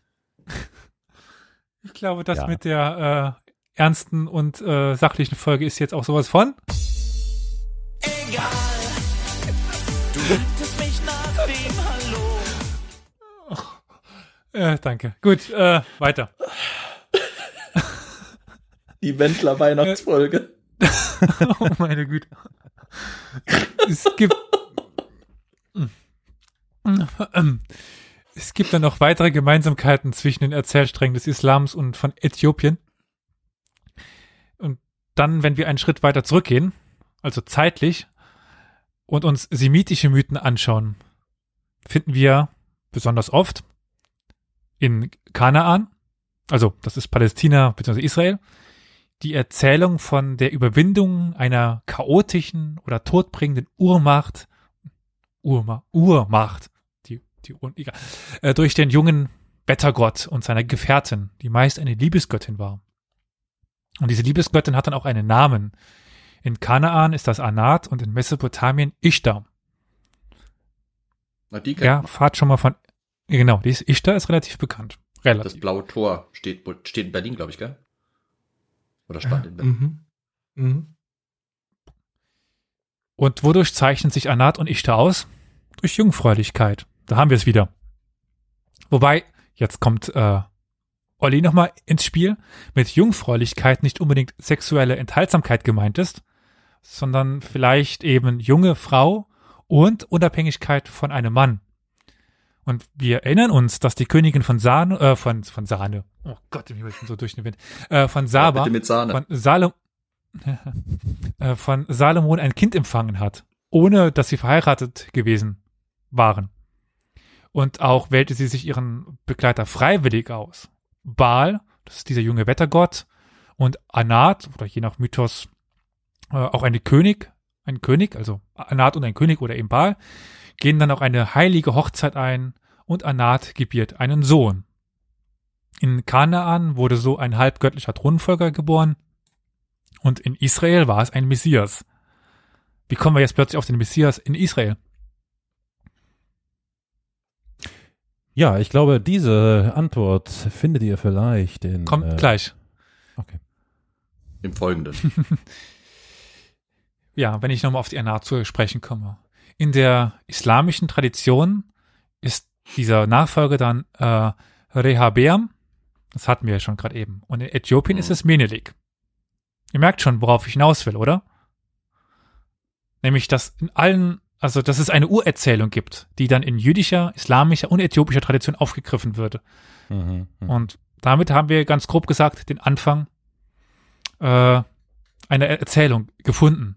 B: Ich glaube, das
C: Ja.
B: mit der äh, ernsten und äh, sachlichen Folge ist jetzt auch sowas von.
G: Egal. Du hattest mich nach dem Hallo.
B: Äh, danke. Gut, äh, weiter.
E: Die Wendler Weihnachtsfolge.
B: Oh meine Güte. Es gibt. Mm. Es gibt dann noch weitere Gemeinsamkeiten zwischen den Erzählsträngen des Islams und von Äthiopien. Und dann, wenn wir einen Schritt weiter zurückgehen, also zeitlich, und uns semitische Mythen anschauen, finden wir besonders oft in Kanaan, also das ist Palästina bzw. Israel, die Erzählung von der Überwindung einer chaotischen oder todbringenden Urmacht, Urma, Urmacht, die, die, egal, äh, durch den jungen Wettergott und seiner Gefährtin, die meist eine Liebesgöttin war. Und diese Liebesgöttin hat dann auch einen Namen. In Kanaan ist das Anat und in Mesopotamien Ishtar.
E: Na, die kennt
B: Ja,
E: man.
B: fahrt schon mal von, genau, die ist, Ishtar ist relativ bekannt. Relativ.
E: Das blaue Tor steht, steht in Berlin, glaube ich, gell? Oder stand in Berlin.
D: Mhm. Mhm.
B: Und wodurch zeichnen sich Anat und Ishtar aus? Durch Jungfräulichkeit. Da haben wir es wieder. Wobei, jetzt kommt äh, Olli nochmal ins Spiel, mit Jungfräulichkeit nicht unbedingt sexuelle Enthaltsamkeit gemeint ist, sondern vielleicht eben junge Frau und Unabhängigkeit von einem Mann. Und wir erinnern uns, dass die Königin von Sahne, äh, von, von Sahne, oh Gott, ich bin so durch den Wind, äh, von Saba,
E: Ja, bitte mit Sahne.
B: von Salom, äh, von Salomon ein Kind empfangen hat, ohne dass sie verheiratet gewesen waren. Und auch wählte sie sich ihren Begleiter freiwillig aus. Baal, das ist dieser junge Wettergott, und Anat, oder je nach Mythos äh, auch eine König, ein König, also Anat und ein König oder eben Baal, gehen dann auch eine heilige Hochzeit ein und Anat gebiert einen Sohn. In Kanaan wurde so ein halbgöttlicher Thronfolger geboren und in Israel war es ein Messias. Wie kommen wir jetzt plötzlich auf den Messias in Israel?
C: Ja, ich glaube, diese Antwort findet ihr vielleicht in...
B: Kommt
C: äh,
B: gleich.
C: Okay.
E: Im Folgenden.
B: Ja, wenn ich nochmal auf die Anat zu sprechen komme. In der islamischen Tradition ist dieser Nachfolger dann äh, Rehabeam, das hatten wir ja schon gerade eben, und in Äthiopien
E: Mhm.
B: ist es Menelik. Ihr merkt schon, worauf ich hinaus will, oder? Nämlich, dass in allen, also dass es eine Urerzählung gibt, die dann in jüdischer, islamischer und äthiopischer Tradition aufgegriffen wird.
C: Mhm, mhm.
B: Und damit haben wir ganz grob gesagt den Anfang äh, einer Erzählung gefunden.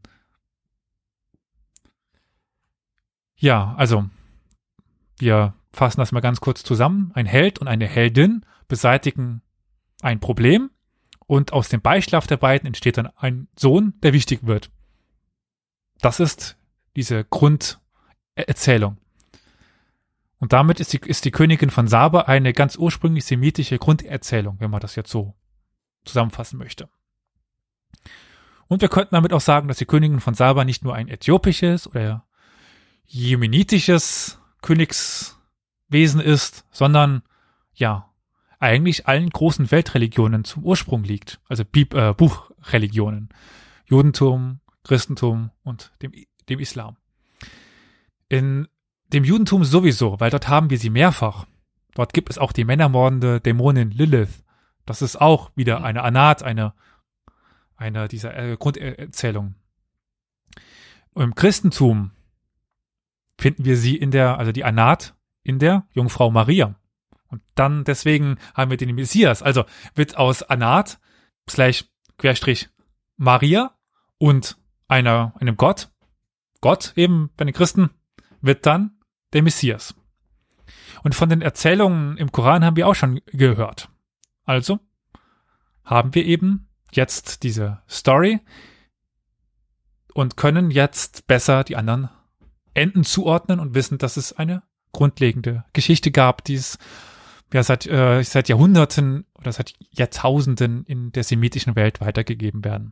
B: Ja, also wir fassen das mal ganz kurz zusammen. Ein Held und eine Heldin beseitigen ein Problem und aus dem Beischlaf der beiden entsteht dann ein Sohn, der wichtig wird. Das ist diese Grunderzählung. Und damit ist die, ist die Königin von Saba eine ganz ursprünglich semitische Grunderzählung, wenn man das jetzt so zusammenfassen möchte. Und wir könnten damit auch sagen, dass die Königin von Saba nicht nur ein äthiopisches oder jemenitisches Königswesen ist, sondern ja, eigentlich allen großen Weltreligionen zum Ursprung liegt. Also Bib- äh, Buchreligionen. Judentum, Christentum und dem, dem Islam. In dem Judentum sowieso, weil dort haben wir sie mehrfach. Dort gibt es auch die männermordende Dämonin Lilith. Das ist auch wieder eine Anat, eine, eine dieser äh, Grunderzählungen. Im Christentum finden wir sie in der, also die Anat in der Jungfrau Maria. Und dann deswegen haben wir den Messias. Also wird aus Anat slash Querstrich Maria und einer, einem Gott, Gott eben bei den Christen, wird dann der Messias. Und von den Erzählungen im Koran haben wir auch schon gehört. Also haben wir eben jetzt diese Story und können jetzt besser die anderen Enden zuordnen und wissen, dass es eine grundlegende Geschichte gab, die es ja seit, äh, seit Jahrhunderten oder seit Jahrtausenden in der semitischen Welt weitergegeben werden.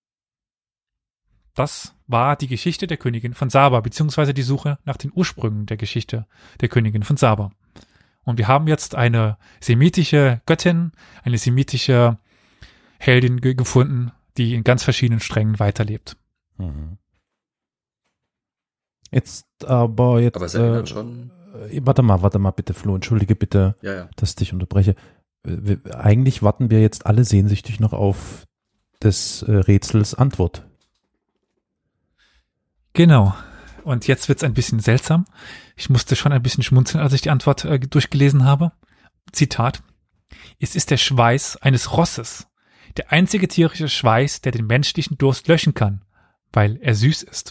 B: Das war die Geschichte der Königin von Saba, beziehungsweise die Suche nach den Ursprüngen der Geschichte der Königin von Saba. Und wir haben jetzt eine semitische Göttin, eine semitische Heldin ge- gefunden, die in ganz verschiedenen Strängen weiterlebt.
C: Mhm. Jetzt aber jetzt.
E: Aber es erinnert
C: äh,
E: schon.
C: äh, warte mal, warte mal bitte, Flo, entschuldige bitte,
E: Ja, ja.
C: dass ich dich unterbreche. Äh, wir, eigentlich warten wir jetzt alle sehnsüchtig noch auf des äh, Rätsels Antwort.
B: Genau. Und jetzt wird's ein bisschen seltsam. Ich musste schon ein bisschen schmunzeln, als ich die Antwort äh, durchgelesen habe. Zitat. Es ist der Schweiß eines Rosses. Der einzige tierische Schweiß, der den menschlichen Durst löschen kann, weil er süß ist.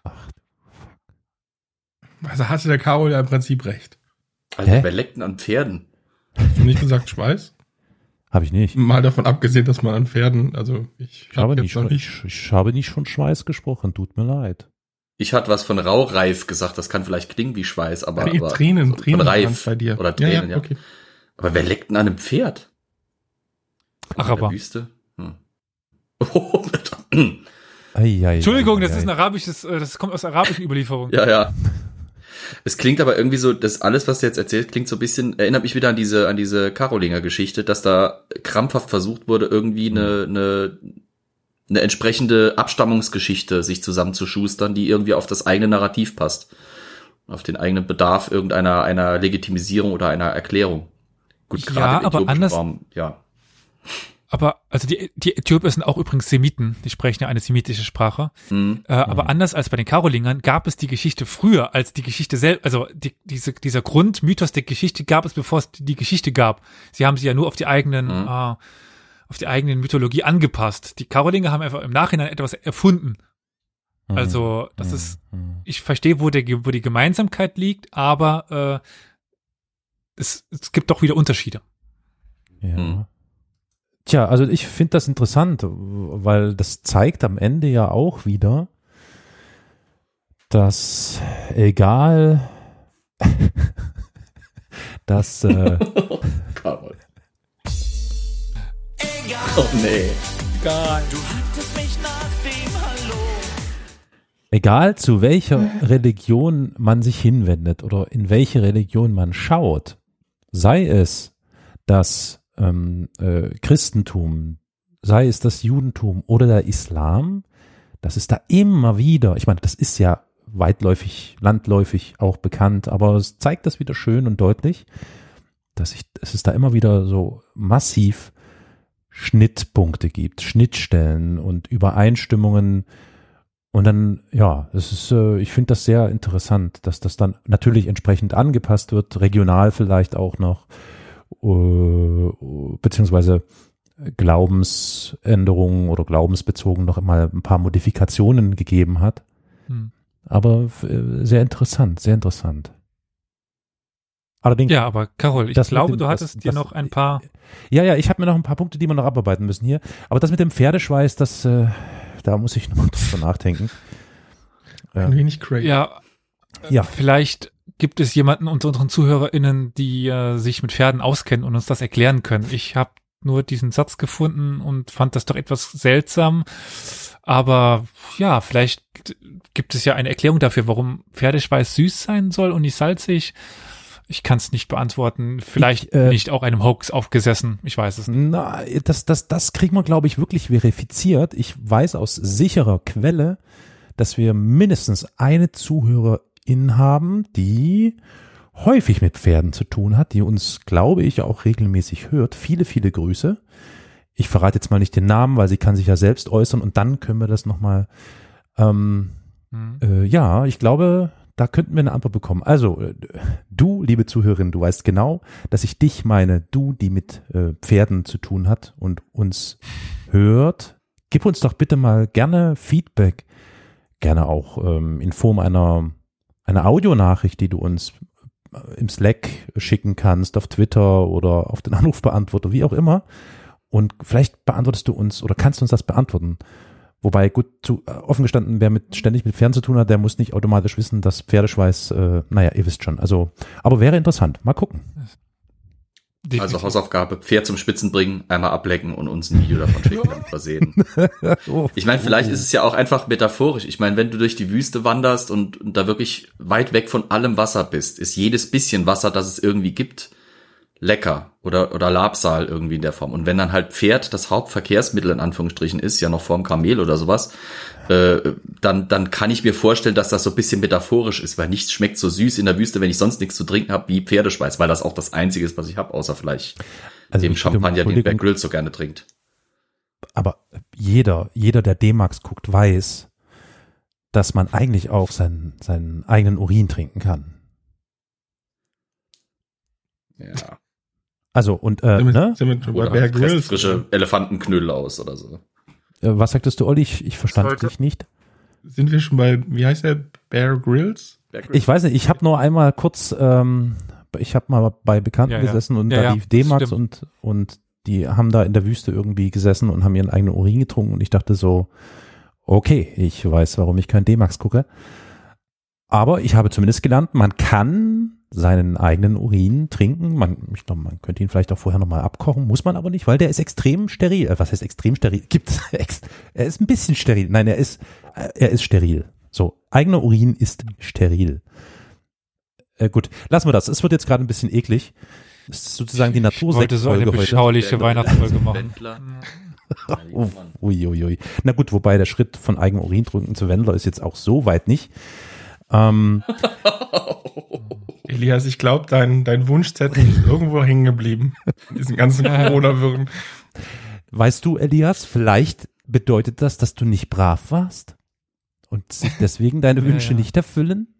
D: Also hatte der Karol ja im Prinzip recht.
E: Also
C: Hä?
E: wer leckt denn an Pferden?
D: Hast du nicht gesagt Schweiß?
C: Habe ich nicht.
D: Mal davon abgesehen, dass man an Pferden, also ich,
C: Ich habe,
D: hab
C: nicht,
D: jetzt noch
C: ich, ich habe nicht von Schweiß gesprochen, tut mir leid.
E: Ich hatte was von Raureif gesagt, das kann vielleicht klingen wie Schweiß, aber,
D: Nee,
E: aber
D: Tränen,
E: so,
D: Tränen
E: von
D: waren's
E: Reif
D: bei dir.
E: oder Tränen, ja.
D: ja, okay.
E: Aber wer leckt denn an einem Pferd?
B: Ach,
E: In der
B: aber.
E: Wüste? Hm. Oh,
C: Ei, ei,
B: Entschuldigung,
C: ei,
B: das
C: ei.
B: ist ein arabisches, äh, das kommt aus der arabischen Überlieferung.
E: ja, ja. Es klingt aber irgendwie so, das alles, was du jetzt erzählt, klingt so ein bisschen, erinnert mich wieder an diese, an diese Karolinger-Geschichte, dass da krampfhaft versucht wurde, irgendwie eine, eine, eine entsprechende Abstammungsgeschichte sich zusammenzuschustern, die irgendwie auf das eigene Narrativ passt. Auf den eigenen Bedarf irgendeiner, einer Legitimisierung oder einer Erklärung. Gut,
B: Ja,
E: gerade im
B: aber
E: äthiopischen
B: anders-
E: Raum, ja.
B: Aber, also die, die Äthiopier sind auch übrigens Semiten, die sprechen ja eine semitische Sprache.
E: Hm.
B: Äh, aber anders als bei den Karolingern gab es die Geschichte früher als die Geschichte selbst, also die, diese, dieser Grundmythos der Geschichte gab es, bevor es die Geschichte gab. Sie haben sie ja nur auf die eigenen,
E: Mhm.
B: äh, auf die eigenen Mythologie angepasst. Die Karolinger haben einfach im Nachhinein etwas erfunden.
C: Hm,
B: Also, das
C: hm,
B: ist,
C: hm.
B: ich verstehe, wo der, wo die Gemeinsamkeit liegt, aber, äh, es, es gibt doch wieder Unterschiede.
C: Ja.
E: Hm.
C: Tja, also ich finde das interessant, weil das zeigt am Ende ja auch wieder, dass egal, dass äh,
E: Karol.
G: Egal,
E: Oh nee.
B: Egal.
G: du hattest mich nach dem Hallo.
C: egal zu welcher Religion man sich hinwendet oder in welche Religion man schaut, sei es das ähm, äh, Christentum, sei es das Judentum oder der Islam, das ist da immer wieder, ich meine, das ist ja weitläufig, landläufig auch bekannt, aber es zeigt das wieder schön und deutlich, dass ich, dass es da immer wieder so massiv Schnittpunkte gibt, Schnittstellen und Übereinstimmungen. Und dann, ja, es ist, äh, ich finde das sehr interessant, dass das dann natürlich entsprechend angepasst wird, regional vielleicht auch noch, äh, beziehungsweise Glaubensänderungen oder glaubensbezogen noch mal ein paar Modifikationen gegeben hat.
B: Hm.
C: Aber äh, sehr interessant, sehr interessant. Allerdings,
B: Ja, aber Carol, ich
C: Das mit
B: glaube,
C: dem-
B: du
C: das-
B: hattest dir
C: das-
B: noch ein paar.
C: ja, ja, ich habe mir noch ein paar Punkte, die wir noch abarbeiten müssen hier. Aber das mit dem Pferdeschweiß, das, äh, da muss ich noch drüber nachdenken. Ja.
D: Ein wenig crazy.
B: Ja,
C: Ja.
B: vielleicht gibt es jemanden unter unseren ZuhörerInnen, die äh, sich mit Pferden auskennen und uns das erklären können. Ich habe nur diesen Satz gefunden und fand das doch etwas seltsam. Aber ja, vielleicht gibt es ja eine Erklärung dafür, warum Pferdeschweiß süß sein soll und nicht salzig. Ich kann es nicht beantworten. Vielleicht
C: Ich, äh,
B: bin ich auch einem Hoax aufgesessen. Ich weiß es nicht.
C: Na, das, das, das kriegen wir, glaube ich, wirklich verifiziert. Ich weiß aus sicherer Quelle, dass wir mindestens eine Zuhörerin haben, die häufig mit Pferden zu tun hat, die uns, glaube ich, auch regelmäßig hört. Viele, viele Grüße. Ich verrate jetzt mal nicht den Namen, weil sie kann sich ja selbst äußern und dann können wir das nochmal, ähm,
B: Hm.
C: äh, ja, ich glaube, da könnten wir eine Antwort bekommen. Also, äh, du, liebe Zuhörerin, du weißt genau, dass ich dich meine, du, die mit äh, Pferden zu tun hat und uns hört. Gib uns doch bitte mal gerne Feedback, gerne auch ähm, in Form einer, einer Audionachricht, die du uns im Slack schicken kannst, auf Twitter oder auf den Anrufbeantworter, wie auch immer. Und vielleicht beantwortest du uns oder kannst du uns das beantworten. Wobei, gut, zu, äh, offen gestanden, wer mit ständig mit Pferden zu tun hat, der muss nicht automatisch wissen, dass Pferdeschweiß, äh, naja, ihr wisst schon. Also, aber wäre interessant. Mal gucken.
B: Definitiv.
E: Also Hausaufgabe, Pferd zum Spitzen bringen, einmal ablecken und uns ein Video davon schicken und versehen. Ich meine, vielleicht ist es ja auch einfach metaphorisch. Ich meine, wenn du durch die Wüste wanderst und, und da wirklich weit weg von allem Wasser bist, ist jedes bisschen Wasser, das es irgendwie gibt, lecker oder oder Labsal irgendwie in der Form. Und wenn dann halt Pferd das Hauptverkehrsmittel in Anführungsstrichen ist, ja noch vorm Kamel oder sowas, äh, dann dann kann ich mir vorstellen, dass das so ein bisschen metaphorisch ist, weil nichts schmeckt so süß in der Wüste, wenn ich sonst nichts zu trinken habe, wie Pferdeschweiß, weil das auch das Einzige ist, was ich habe, außer vielleicht
C: Also
E: dem
C: ich bitte um
E: Champagner, den Bear
C: Entschuldigung,
E: Grylls so gerne trinkt.
C: aber jeder, jeder, der D-Max guckt, weiß, dass man eigentlich auch seinen, seinen eigenen Urin trinken kann.
E: Ja.
C: Also, und, äh,
D: Sind wir,
C: ne?
D: sind wir schon bei
E: Oder
D: Bear
E: halt
D: Grylls?
E: frische Elefantenknödel aus oder so.
C: Äh, was sagtest du, Olli? Ich, ich verstand
D: Sollte-
C: dich nicht.
D: Sind wir schon bei, wie heißt der? Bear Grylls?
C: Ich weiß nicht, ich habe nur einmal kurz, ähm, ich habe mal bei Bekannten
B: Ja, ja.
C: gesessen und
B: Ja,
C: da
B: ja,
C: lief D-Max
B: stimmt.
C: und, und die haben da in der Wüste irgendwie gesessen und haben ihren eigenen Urin getrunken und ich dachte so, okay, ich weiß, warum ich kein D-Max gucke. Aber ich habe zumindest gelernt, man kann seinen eigenen Urin trinken. Man, ich glaube, man könnte ihn vielleicht auch vorher nochmal abkochen, muss man aber nicht, weil der ist extrem steril. Äh, was heißt extrem steril? Gibt's ex, er ist ein bisschen steril. Nein, er ist, er ist steril. So, eigener Urin ist steril. Äh, gut, lassen wir das. Es wird jetzt gerade ein bisschen eklig. Das ist sozusagen die
B: Ich wollte so eine
C: Natursektfolge heute.
B: beschauliche Weihnachtsfolge machen.
E: Wendler.
C: Oh, ui, ui, ui. Na gut, wobei der Schritt von eigenem Urin trinken zu Wendler ist jetzt auch so weit nicht. Ähm,
D: Elias, ich glaube, dein, dein Wunschzettel ist irgendwo hängen geblieben. In diesen ganzen Corona-Wirren.
C: weißt du, Elias, vielleicht bedeutet das, dass du nicht brav warst und sich deswegen deine
B: Ja,
C: Wünsche
B: ja.
C: nicht erfüllen?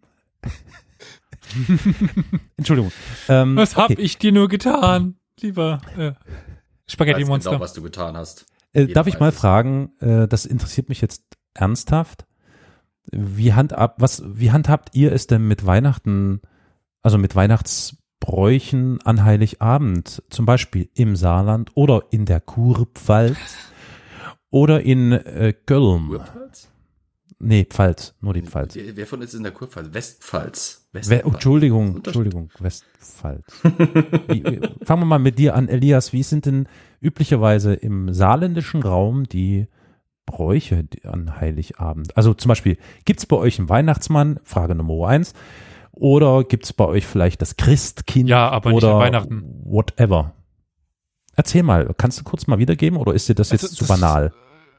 C: Entschuldigung. Ähm,
B: Was hab
C: okay.
B: ich dir nur getan, lieber äh,
E: Ich weiß
B: Spaghetti-Monster?
E: genau, was du getan hast.
C: Äh,
E: Jeder
C: darf ich
E: weiß
C: mal
E: es.
C: fragen, äh, das interessiert mich jetzt ernsthaft. Wie handhab, was, wie handhabt ihr es denn mit Weihnachten, also mit Weihnachtsbräuchen an Heiligabend, zum Beispiel im Saarland oder in der Kurpfalz oder in äh, Köln?
E: Kurpfalz?
C: Nee, Pfalz, nur die Pfalz.
E: Wer wer von uns ist in der Kurpfalz? Westpfalz.
C: We
E: Westpfalz.
C: oh, Entschuldigung,
E: Unterschied.
C: Entschuldigung, Westpfalz. wie, wie, fangen wir mal mit dir an, Elias. Wie sind denn üblicherweise im saarländischen Raum die Bräuche an Heiligabend? Also zum Beispiel, gibt's bei euch einen Weihnachtsmann? Frage Nummer eins. Oder gibt's bei euch vielleicht das Christkind?
B: Ja, aber nicht
C: oder
B: an Weihnachten.
C: Whatever. Erzähl mal, kannst du kurz mal wiedergeben oder ist dir das jetzt
B: Also,
C: zu
B: das-
C: banal?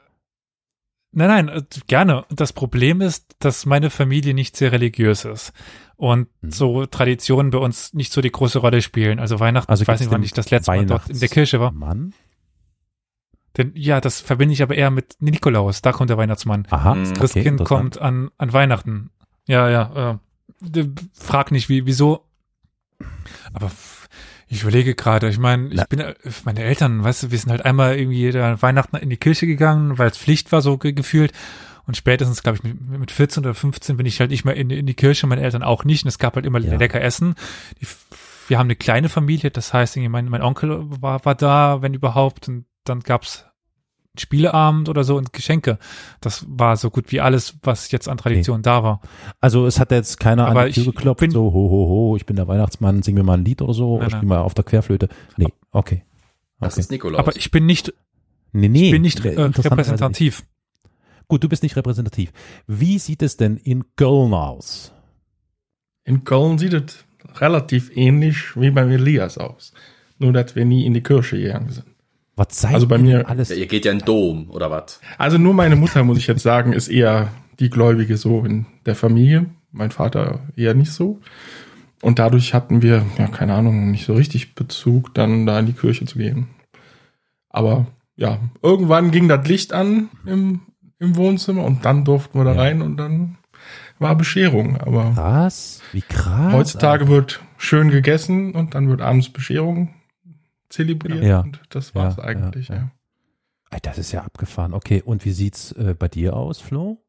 B: Nein, nein, äh, gerne. Das Problem ist, dass meine Familie nicht sehr religiös ist und
C: Mhm.
B: so Traditionen bei uns nicht so die große Rolle spielen. Also Weihnachten,
C: Also
B: ich weiß
C: gibt's
B: nicht, wann
C: den
B: ich das letzte Mal dort in der Kirche war.
C: Mann?
B: Denn ja, das verbinde ich aber eher mit Nikolaus. Da kommt der Weihnachtsmann.
C: Aha,
E: Mhm.
C: okay,
B: Christkind
C: interessant.
B: kommt an, an Weihnachten. Ja, ja, äh, d- frag nicht, wie, wieso. Aber f- ich überlege gerade, ich meine, ich
C: Na.
B: bin, äh, meine Eltern, weißt du, wir sind halt einmal irgendwie da an Weihnachten in die Kirche gegangen, weil es Pflicht war, so ge gefühlt. Und spätestens, glaube ich, mit, mit vierzehn oder fünfzehn bin ich halt nicht mehr in, in die Kirche, meine Eltern auch nicht. Und es gab halt immer
C: Ja.
B: lecker Essen. Die, wir haben eine kleine Familie, das heißt, irgendwie mein, mein Onkel war, war da, wenn überhaupt. Und dann gab's Spieleabend oder so und Geschenke. Das war so gut wie alles, was jetzt an Tradition da war.
C: Also es hat jetzt keiner
B: Aber
C: an die Tür
B: ich
C: geklopft,
B: bin-
C: so ho ho ho, ich bin der Weihnachtsmann, sing mir mal ein Lied oder so,
B: Nein,
C: oder spiel
B: nein.
C: mal auf der Querflöte. Nee, okay.
E: Das
C: okay.
E: ist Nikolaus.
B: Aber ich bin nicht,
C: Nee, nee.
B: ich bin nicht
C: äh,
B: äh,
C: interessanterweise
B: repräsentativ.
C: Nicht. Gut, du bist nicht repräsentativ. Wie sieht es denn in Köln aus?
D: In Köln sieht es relativ ähnlich wie bei Elias aus. Nur, dass wir nie in die Kirche gegangen sind.
C: Was seid
D: Also bei
C: ihr
D: mir-
C: denn alles?
E: Ja, ihr geht ja in den Dom, oder was?
D: Also nur meine Mutter, muss ich jetzt sagen, ist eher die Gläubige so in der Familie. Mein Vater eher nicht so. Und dadurch hatten wir, ja, keine Ahnung, nicht so richtig Bezug, dann da in die Kirche zu gehen. Aber ja, irgendwann ging das Licht an im, im Wohnzimmer und dann durften wir da
C: Ja.
D: rein und dann war Bescherung. Aber
C: Krass, wie krass.
D: heutzutage wird schön gegessen und dann wird abends Bescherung zelebriert.
C: Ja.
D: Und das war's
C: Ja,
D: eigentlich,
C: ja,
D: ja.
C: ja. Ey, das ist ja abgefahren. Okay, und wie sieht's äh, bei dir aus, Flo?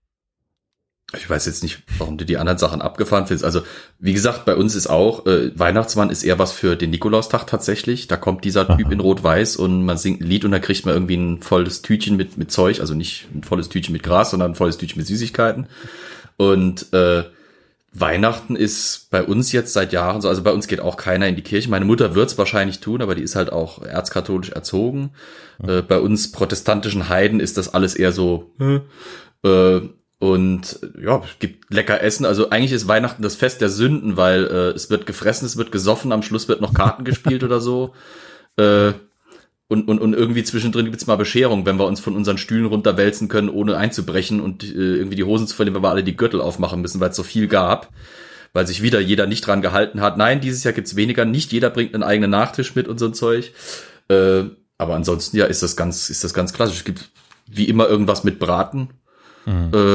E: Ich weiß jetzt nicht, warum du die anderen Sachen abgefahren findest. Also, wie gesagt, bei uns ist auch, äh, Weihnachtsmann ist eher was für den Nikolaustag tatsächlich. Da kommt dieser Typ
C: Aha.
E: in Rot-Weiß und man singt ein Lied und da kriegt man irgendwie ein volles Tütchen mit, mit Zeug. Also nicht ein volles Tütchen mit Gras, sondern ein volles Tütchen mit Süßigkeiten. Und äh, Weihnachten ist bei uns jetzt seit Jahren so, also bei uns geht auch keiner in die Kirche. Meine Mutter wird's wahrscheinlich tun, aber die ist halt auch erzkatholisch erzogen. Äh, bei uns protestantischen Heiden ist das alles eher so, äh, und ja, es gibt lecker Essen. Also eigentlich ist Weihnachten das Fest der Sünden, weil äh, es wird gefressen, es wird gesoffen, am Schluss wird noch Karten gespielt oder so. Äh, und, und, und irgendwie zwischendrin gibt's mal Bescherung, wenn wir uns von unseren Stühlen runterwälzen können, ohne einzubrechen und äh, irgendwie die Hosen zu verlieren, weil wir alle die Gürtel aufmachen müssen, weil es so viel gab. Weil sich wieder jeder nicht dran gehalten hat. Nein, dieses Jahr gibt's weniger. Nicht jeder bringt einen eigenen Nachtisch mit und so ein Zeug. Äh, aber ansonsten, ja, ist das ganz, ist das ganz klassisch. Es gibt wie immer irgendwas mit Braten.
C: Mhm.
E: Äh,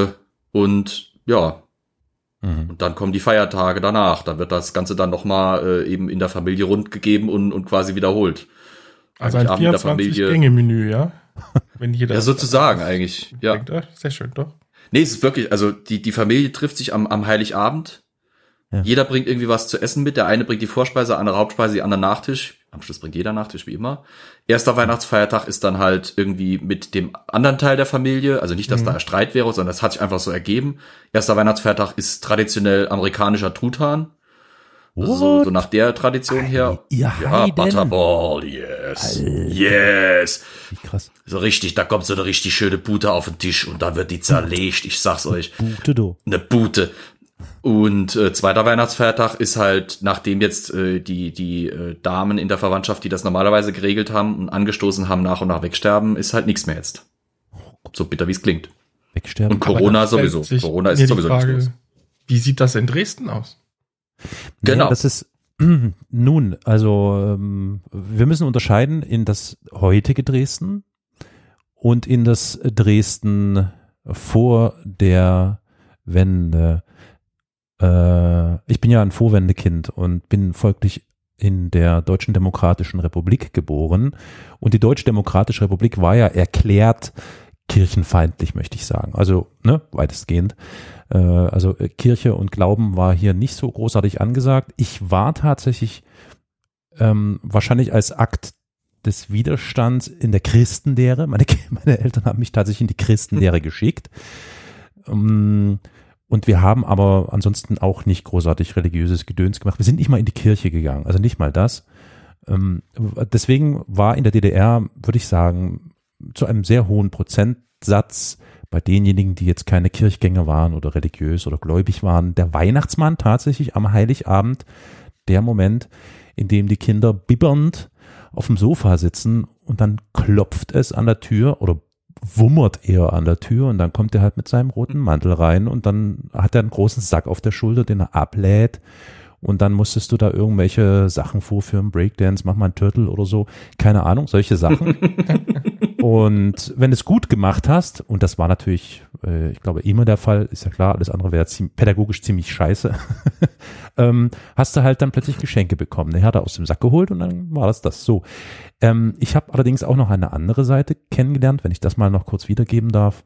E: Und ja,
C: Mhm.
E: und dann kommen die Feiertage danach. Da wird das Ganze dann nochmal äh, eben in der Familie rundgegeben und, und quasi wiederholt.
D: Also
E: Eigentlich
D: ein
E: Abend mit der Familie.
D: vierundzwanzig-Gänge-Menü, ja? Wenn jeder
E: Ja, sozusagen eigentlich. Ja.
D: denkt, ah, sehr schön, doch.
E: Nee, es ist wirklich, also die, die Familie trifft sich am, am Heiligabend.
C: Ja.
E: Jeder bringt irgendwie was zu essen mit. Der eine bringt die Vorspeise, der andere Hauptspeise, die andere Nachtisch. Am Schluss bringt jeder Nachtisch, wie immer. Erster Weihnachtsfeiertag ist dann halt irgendwie mit dem anderen Teil der Familie. Also nicht, dass
D: Mhm.
E: da Streit wäre, sondern das hat sich einfach so ergeben. Erster Weihnachtsfeiertag ist traditionell amerikanischer Truthahn. Also so, so nach der Tradition her.
C: Ihr
E: Ja,
C: Heiden.
E: Butterball, yes.
C: Alter.
E: Yes.
C: Wie krass.
E: So richtig, da kommt so eine richtig schöne Bute auf den Tisch und da wird die zerlegt. Ich sag's euch.
C: Gute do.
E: Eine Bute. Und äh, zweiter Weihnachtsfeiertag ist halt, nachdem jetzt äh, die die äh, Damen in der Verwandtschaft, die das normalerweise geregelt haben und angestoßen haben, nach und nach wegsterben, ist halt nichts mehr jetzt. So bitter, wie es klingt.
C: Wegsterben.
E: Und Corona
D: Aber da stellt
E: sowieso.
D: sich
E: Corona
D: mir
E: ist
D: die
E: sowieso
D: Frage,
E: nichts los.
D: wie sieht das in Dresden aus?
E: Genau.
C: Naja, das ist, nun, also ähm, wir müssen unterscheiden in das heutige Dresden und in das Dresden vor der Wende. Äh, ich bin ja ein Vorwendekind und bin folglich in der Deutschen Demokratischen Republik geboren. Und die Deutsche Demokratische Republik war ja erklärt kirchenfeindlich, möchte ich sagen. Also, ne, weitestgehend. Äh, also äh, Kirche und Glauben war hier nicht so großartig angesagt. Ich war tatsächlich ähm, wahrscheinlich als Akt des Widerstands in der Christenlehre. Meine, meine Eltern haben mich tatsächlich in die Christenlehre geschickt. Ähm, Und wir haben aber ansonsten auch nicht großartig religiöses Gedöns gemacht. Wir sind nicht mal in die Kirche gegangen, also nicht mal das. Ähm, deswegen war in der D D R, würde ich sagen, zu einem sehr hohen Prozentsatz bei denjenigen, die jetzt keine Kirchgänger waren oder religiös oder gläubig waren, der Weihnachtsmann tatsächlich am Heiligabend der Moment, in dem die Kinder bibbernd auf dem Sofa sitzen und dann klopft es an der Tür oder wummert er an der Tür und dann kommt er halt mit seinem roten Mantel rein und dann hat er einen großen Sack auf der Schulter, den er ablädt und dann musstest du da irgendwelche Sachen vorführen, Breakdance, mach mal einen Turtle oder so, keine Ahnung, solche Sachen. Und wenn du es gut gemacht hast, und das war natürlich, äh, ich glaube, immer der Fall, ist ja klar, alles andere wäre ziem- pädagogisch ziemlich scheiße, ähm, hast du halt dann plötzlich Geschenke bekommen. Der hat er aus dem Sack geholt und dann war das das so. Ähm, ich habe allerdings auch noch eine andere Seite kennengelernt, wenn ich das mal noch kurz wiedergeben darf.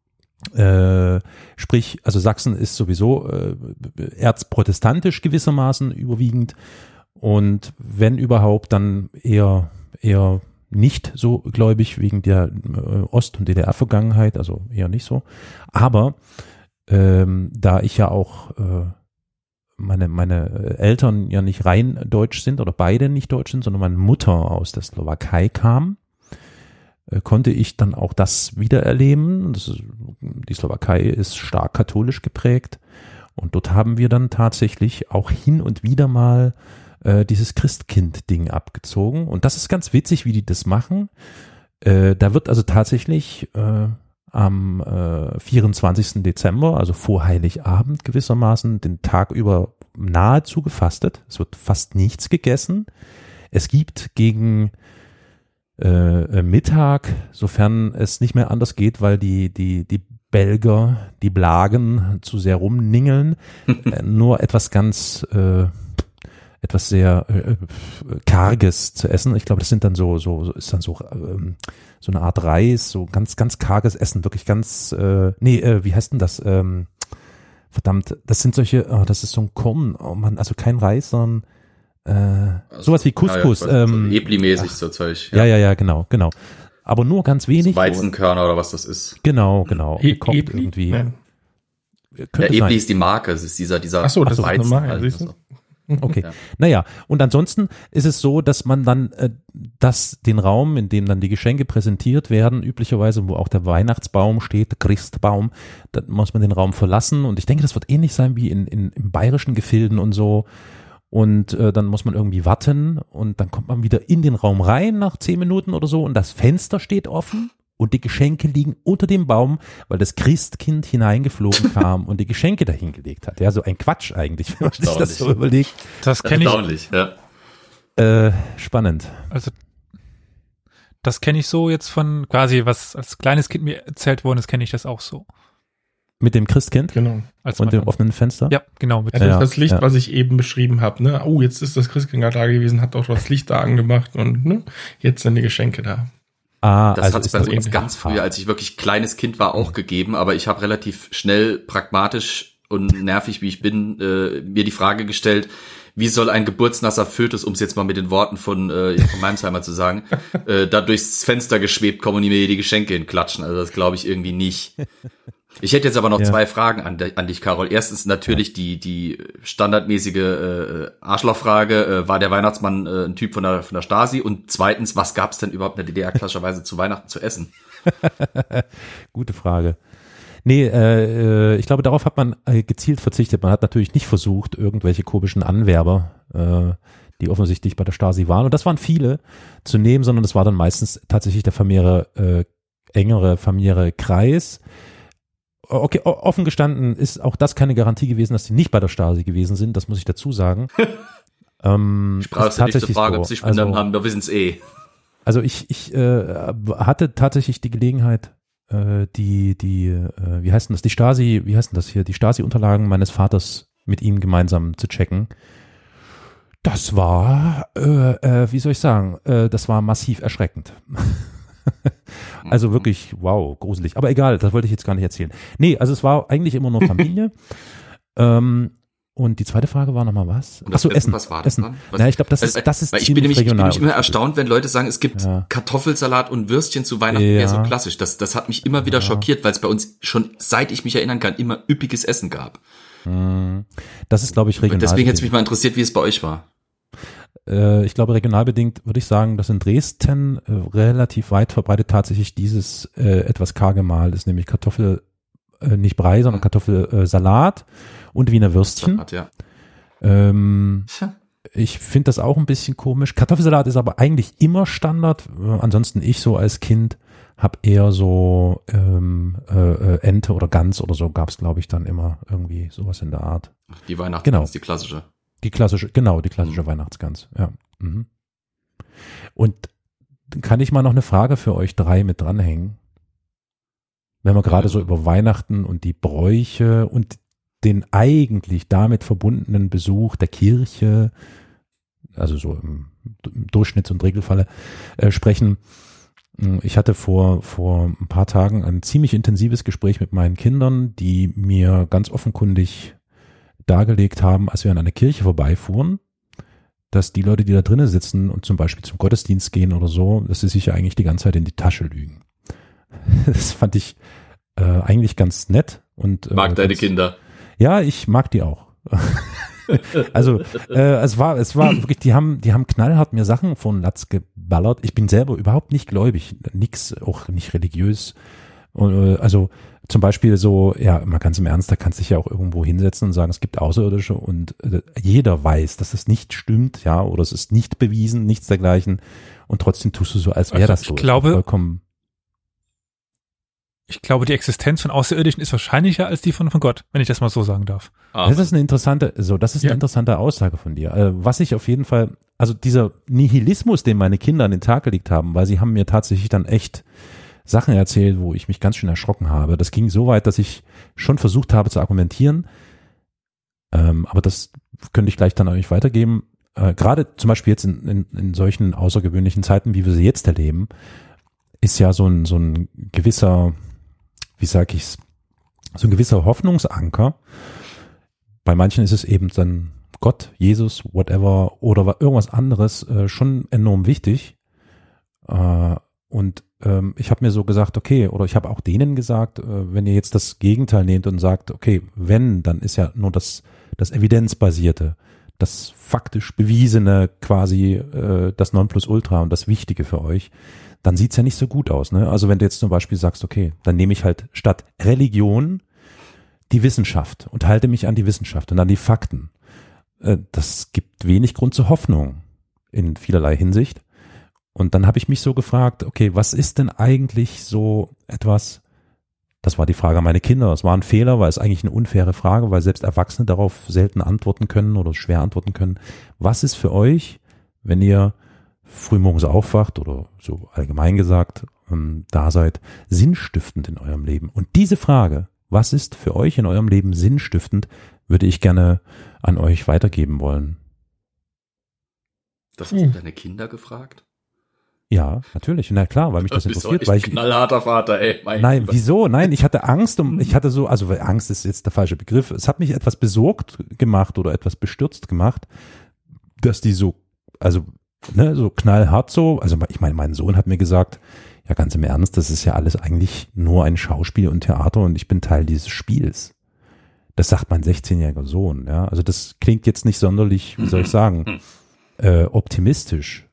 C: Äh, sprich, also Sachsen ist sowieso äh, erzprotestantisch gewissermaßen überwiegend und wenn überhaupt, dann eher eher nicht so gläubig wegen der äh, Ost- und D D R-Vergangenheit, also eher nicht so. Aber ähm, da ich ja auch äh, meine meine Eltern ja nicht rein deutsch sind oder beide nicht deutsch sind, sondern meine Mutter aus der Slowakei kam, äh, konnte ich dann auch das wiedererleben. Das ist, die Slowakei ist stark katholisch geprägt und dort haben wir dann tatsächlich auch hin und wieder mal äh, dieses Christkind-Ding abgezogen. Und das ist ganz witzig, wie die das machen. Äh, da wird also tatsächlich äh, am äh, vierundzwanzigsten Dezember, also vor Heiligabend gewissermaßen, den Tag über nahezu gefastet. Es wird fast nichts gegessen. Es gibt gegen äh, Mittag, sofern es nicht mehr anders geht, weil die die die Belger, die Blagen zu sehr rumningeln, äh, nur etwas ganz äh, etwas sehr äh, karges zu essen. Ich glaube, das sind dann so so, so ist dann so ähm, so eine Art Reis, so ganz ganz karges Essen, wirklich ganz äh, nee, äh, wie heißt denn das? Ähm, verdammt, das sind solche, oh, das ist so ein Korn, oh Mann, also kein Reis, sondern äh, also, sowas wie Couscous.
E: Ja, ja,
C: ähm,
E: so Ebli-mäßig so Zeug.
C: Ja. ja, ja, ja, genau, genau. Aber nur ganz wenig.
E: So Weizenkörner oder was das ist.
C: Genau, genau.
D: E-
C: Gekocht
D: Ebli?
C: irgendwie.
D: Nein.
E: Ja, Ebli ist die Marke, es ist dieser, dieser
D: Ach so, das ist eine
E: Weizen.
D: Marke,
E: halt,
D: siehst du?
E: also.
C: Okay.
E: Ja.
C: Naja, und ansonsten ist es so, dass man dann äh, das, den Raum, in dem dann die Geschenke präsentiert werden, üblicherweise, wo auch der Weihnachtsbaum steht, der Christbaum, dann muss man den Raum verlassen und ich denke, das wird ähnlich sein wie in, in, in bayerischen Gefilden und so. Und äh, dann muss man irgendwie warten und dann kommt man wieder in den Raum rein nach zehn Minuten oder so und das Fenster steht offen und die Geschenke liegen unter dem Baum, weil das Christkind hineingeflogen kam und die Geschenke dahingelegt hat. Ja, so ein Quatsch eigentlich, wenn man sich das so überlegt.
B: Das kenne ich.
E: Erstaunlich, ja.
C: Äh, spannend.
B: Also das kenne ich so jetzt von quasi, was als kleines Kind mir erzählt worden ist, kenne ich das auch so.
C: Mit dem Christkind
D: Genau.
B: Als
C: und
B: man
C: dem
B: dann-
C: offenen Fenster?
B: Ja, genau. Mit
D: Ja, durch
C: Ja,
D: das Licht,
C: ja.
D: was ich eben beschrieben habe, ne? Oh, jetzt ist das Christkind gerade da gewesen, hat auch das Licht da angemacht und ne? Jetzt sind die Geschenke da.
C: Ah,
E: Das
C: also
E: hat es
C: ist
E: bei
C: das
E: uns
D: ähnlich.
E: ganz früher, als ich wirklich kleines Kind war, auch gegeben, aber ich habe relativ schnell, pragmatisch und nervig, wie ich bin, äh, mir die Frage gestellt, wie soll ein geburtsnasser Fötus, um es jetzt mal mit den Worten von äh, Jochen Meimsheimer zu sagen, äh, da durchs Fenster geschwebt kommen und mir die Geschenke hinklatschen? Also das glaube ich irgendwie nicht. Ich hätte jetzt aber noch
C: Ja.
E: zwei Fragen an, de- an dich, Carol. Erstens natürlich die die standardmäßige äh, Arschlochfrage, äh, war der Weihnachtsmann äh, ein Typ von der von der Stasi? Und zweitens, was gab es denn überhaupt in der D D R klassischerweise zu Weihnachten zu essen?
C: Gute Frage. Nee, äh, äh, ich glaube, darauf hat man äh, gezielt verzichtet. Man hat natürlich nicht versucht, irgendwelche komischen Anwerber, äh, die offensichtlich bei der Stasi waren, und das waren viele, zu nehmen, sondern das war dann meistens tatsächlich der familiäre, äh, engere familiäre Kreis. Okay, o- offen gestanden ist auch das keine Garantie gewesen, dass die nicht bei der Stasi gewesen sind, das muss ich dazu sagen. ähm,
E: Sprach
C: ist
E: du nicht zur
C: tatsächlich
E: Frage,
C: so.
E: ob sie sich benannt
C: Also-
E: haben, wir wissen's eh.
C: Also ich, ich äh, hatte tatsächlich die Gelegenheit, äh, die, die, äh, wie heißt denn das, die Stasi, wie heißt denn das hier, die Stasi-Unterlagen meines Vaters mit ihm gemeinsam zu checken. Das war, äh, äh, wie soll ich sagen, äh, das war massiv erschreckend. Also wirklich, wow, gruselig. Aber egal, das wollte ich jetzt gar nicht erzählen. Nee, also es war eigentlich immer nur Familie. ähm, Und die zweite Frage war nochmal was?
E: Und das
C: Achso,
E: Essen,
C: Essen.
E: was war das
C: Essen.
E: dann? Was-
C: Na, ich glaube, das
E: Also,
C: ist, das ist
E: weil ich bin
C: ziemlich
E: nämlich, ich bin
C: regional.
E: nämlich immer erstaunt, wenn Leute sagen, es gibt
C: Ja.
E: Kartoffelsalat und Würstchen zu Weihnachten,
C: Ja.
E: eher so klassisch. Das, das hat mich immer wieder
C: Ja.
E: schockiert, weil es bei uns schon, seit ich mich erinnern kann, immer üppiges Essen gab.
C: Hm. Das ist, glaube ich, regional.
E: Und deswegen hätte es mich mal interessiert, wie es bei euch war.
C: Äh, ich glaube, regionalbedingt würde ich sagen, dass in Dresden äh, relativ weit verbreitet tatsächlich dieses äh, etwas karge Mahl ist, nämlich Kartoffel, äh, nicht Brei, sondern Kartoffelsalat äh, Salat und Wiener Würstchen.
E: Hat, ja.
C: Ähm,
E: Tja.
C: ich finde das auch ein bisschen komisch. Kartoffelsalat ist aber eigentlich immer Standard. Äh, ansonsten ich so als Kind habe eher so ähm, äh, äh, Ente oder Gans oder so gab es, glaube ich, dann immer irgendwie sowas in der Art.
E: Die Weihnachtsgans,
C: Genau.
E: die klassische.
C: Die klassische, genau, die klassische
E: Mhm.
C: Weihnachtsgans, ja. Mhm. Und dann kann ich mal noch eine Frage für euch drei mit dranhängen? Wenn wir gerade so über Weihnachten und die Bräuche und den eigentlich damit verbundenen Besuch der Kirche, also so im, im Durchschnitts- und Regelfalle, äh, sprechen. Ich hatte vor, vor ein paar Tagen ein ziemlich intensives Gespräch mit meinen Kindern, die mir ganz offenkundig dargelegt haben, als wir an einer Kirche vorbeifuhren, dass die Leute, die da drinnen sitzen und zum Beispiel zum Gottesdienst gehen oder so, dass sie sich ja eigentlich die ganze Zeit in die Tasche lügen. Das fand ich äh, eigentlich ganz nett. Und, äh,
E: Mag deine
C: ganz,
E: Kinder.
C: Ja, ich mag die auch. Also äh, es war, es war wirklich, die haben, die haben knallhart mir Sachen von Latz geballert. Ich bin selber überhaupt nicht gläubig, nix, auch nicht religiös. Äh, Also zum Beispiel so, ja, mal ganz im Ernst, da kannst du dich ja auch irgendwo hinsetzen und sagen, es gibt Außerirdische und äh, jeder weiß, dass das nicht stimmt, ja, oder es ist nicht bewiesen, nichts dergleichen. Und trotzdem tust du so, als wäre
B: Also
C: das
B: ich
C: so.
B: glaube-
C: vollkommen.
B: Ich glaube, die Existenz von Außerirdischen ist wahrscheinlicher als die von, von Gott, wenn ich das mal so sagen darf.
E: Ah,
C: Das ist eine interessante, so, das ist eine
D: Ja.
C: interessante Aussage von dir. Äh, was ich auf jeden Fall, also dieser Nihilismus, den meine Kinder an den Tag gelegt haben, weil sie haben mir tatsächlich dann echt Sachen erzählt, wo ich mich ganz schön erschrocken habe. Das ging so weit, dass ich schon versucht habe zu argumentieren. Ähm, aber das könnte ich gleich dann euch weitergeben. Äh, gerade zum Beispiel jetzt in, in, in solchen außergewöhnlichen Zeiten, wie wir sie jetzt erleben, ist ja so ein, so ein gewisser, wie sag ich's, so ein gewisser Hoffnungsanker. Bei manchen ist es eben dann Gott, Jesus, whatever oder irgendwas anderes äh, schon enorm wichtig. Äh, und ähm, ich habe mir so gesagt, okay, oder ich habe auch denen gesagt, äh, wenn ihr jetzt das Gegenteil nehmt und sagt, okay, wenn, dann ist ja nur das, das Evidenzbasierte, das faktisch Bewiesene quasi äh, das Nonplusultra und das Wichtige für euch, dann sieht's ja nicht so gut aus. Ne? Also wenn du jetzt zum Beispiel sagst, okay, dann nehme ich halt statt Religion die Wissenschaft und halte mich an die Wissenschaft und an die Fakten. Äh, das gibt wenig Grund zur Hoffnung in vielerlei Hinsicht. Und dann habe ich mich so gefragt, okay, was ist denn eigentlich so etwas, das war die Frage an meine Kinder, das war ein Fehler, weil es eigentlich eine unfaire Frage, weil selbst Erwachsene darauf selten antworten können oder schwer antworten können. Was ist für euch, wenn ihr frühmorgens aufwacht oder so allgemein gesagt ähm, da seid, sinnstiftend in eurem Leben? Und diese Frage Was ist für euch in eurem Leben sinnstiftend, würde ich gerne an euch weitergeben wollen.
E: Das hast du deine Kinder gefragt?
C: Ja, natürlich. Na klar, weil mich das
E: bist
C: interessiert.
E: Du
C: Weil
E: ein
C: ich,
E: knallharter Vater, ey. Mein
C: nein,
E: Lieber.
C: wieso? Nein, ich hatte Angst um, ich hatte so, also Angst ist jetzt der falsche Begriff. Es hat mich etwas besorgt gemacht oder etwas bestürzt gemacht, dass die so, also, ne, so knallhart so, also ich meine, mein Sohn hat mir gesagt, ja, ganz im Ernst, das ist ja alles eigentlich nur ein Schauspiel und Theater und ich bin Teil dieses Spiels. Das sagt mein sechzehnjähriger Sohn, ja. Also das klingt jetzt nicht sonderlich, wie soll ich sagen, äh, optimistisch.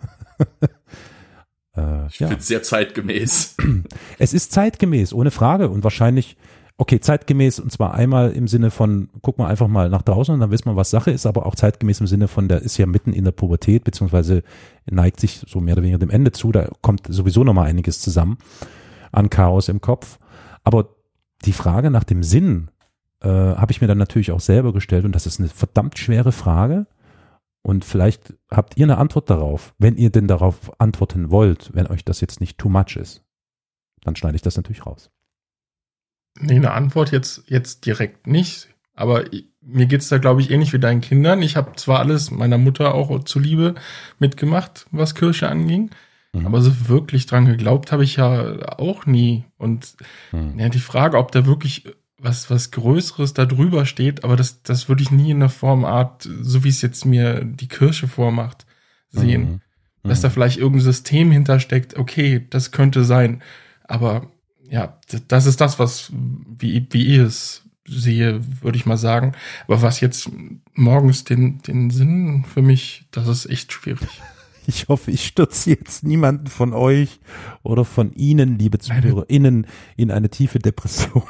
C: äh,
E: Ich
C: ja.
E: finde es sehr zeitgemäß.
C: Es ist zeitgemäß, ohne Frage und wahrscheinlich, okay, zeitgemäß und zwar einmal im Sinne von, guck mal einfach mal nach draußen und dann wissen wir, was Sache ist, aber auch zeitgemäß im Sinne von, der ist ja mitten in der Pubertät, beziehungsweise neigt sich so mehr oder weniger dem Ende zu, da kommt sowieso nochmal einiges zusammen an Chaos im Kopf. Aber die Frage nach dem Sinn äh, habe ich mir dann natürlich auch selber gestellt und das ist eine verdammt schwere Frage. Und vielleicht habt ihr eine Antwort darauf, wenn ihr denn darauf antworten wollt, wenn euch das jetzt nicht too much ist. Dann schneide ich das natürlich raus.
D: Nee, eine Antwort jetzt, jetzt direkt nicht. Aber ich, mir geht's da, glaube ich, ähnlich wie deinen Kindern. Ich habe zwar alles meiner Mutter auch zuliebe mitgemacht, was Kirche anging. Mhm. Aber so wirklich dran geglaubt habe ich ja auch nie. Und mhm. ja, die Frage, ob da wirklich was was Größeres da drüber steht, aber das das würde ich nie in der Formart, so wie es jetzt mir die Kirche vormacht, sehen. Mhm. Mhm. Dass da vielleicht irgendein System hintersteckt, okay, das könnte sein. Aber ja, das ist das, was wie, wie ich es sehe, würde ich mal sagen. Aber was jetzt morgens den den Sinn für mich, das ist echt schwierig.
C: Ich hoffe, ich stürze jetzt niemanden von euch oder von Ihnen, liebe ZuhörerInnen, in eine tiefe Depression.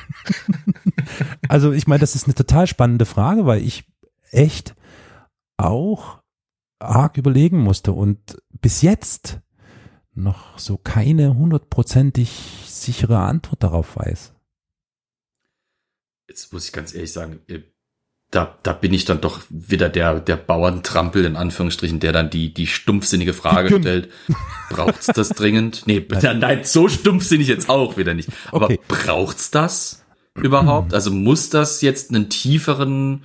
C: Also ich meine, das ist eine total spannende Frage, weil ich echt auch arg überlegen musste und bis jetzt noch so keine hundertprozentig sichere Antwort darauf weiß.
E: Jetzt muss ich ganz ehrlich sagen, Da, da bin ich dann doch wieder der, der Bauerntrampel, in Anführungsstrichen, der dann die, die stumpfsinnige Frage stellt. Braucht's das dringend? Nee, nein, nein, so stumpfsinnig jetzt auch wieder nicht. Aber
C: Okay.
E: braucht's das überhaupt? Also muss das jetzt einen tieferen,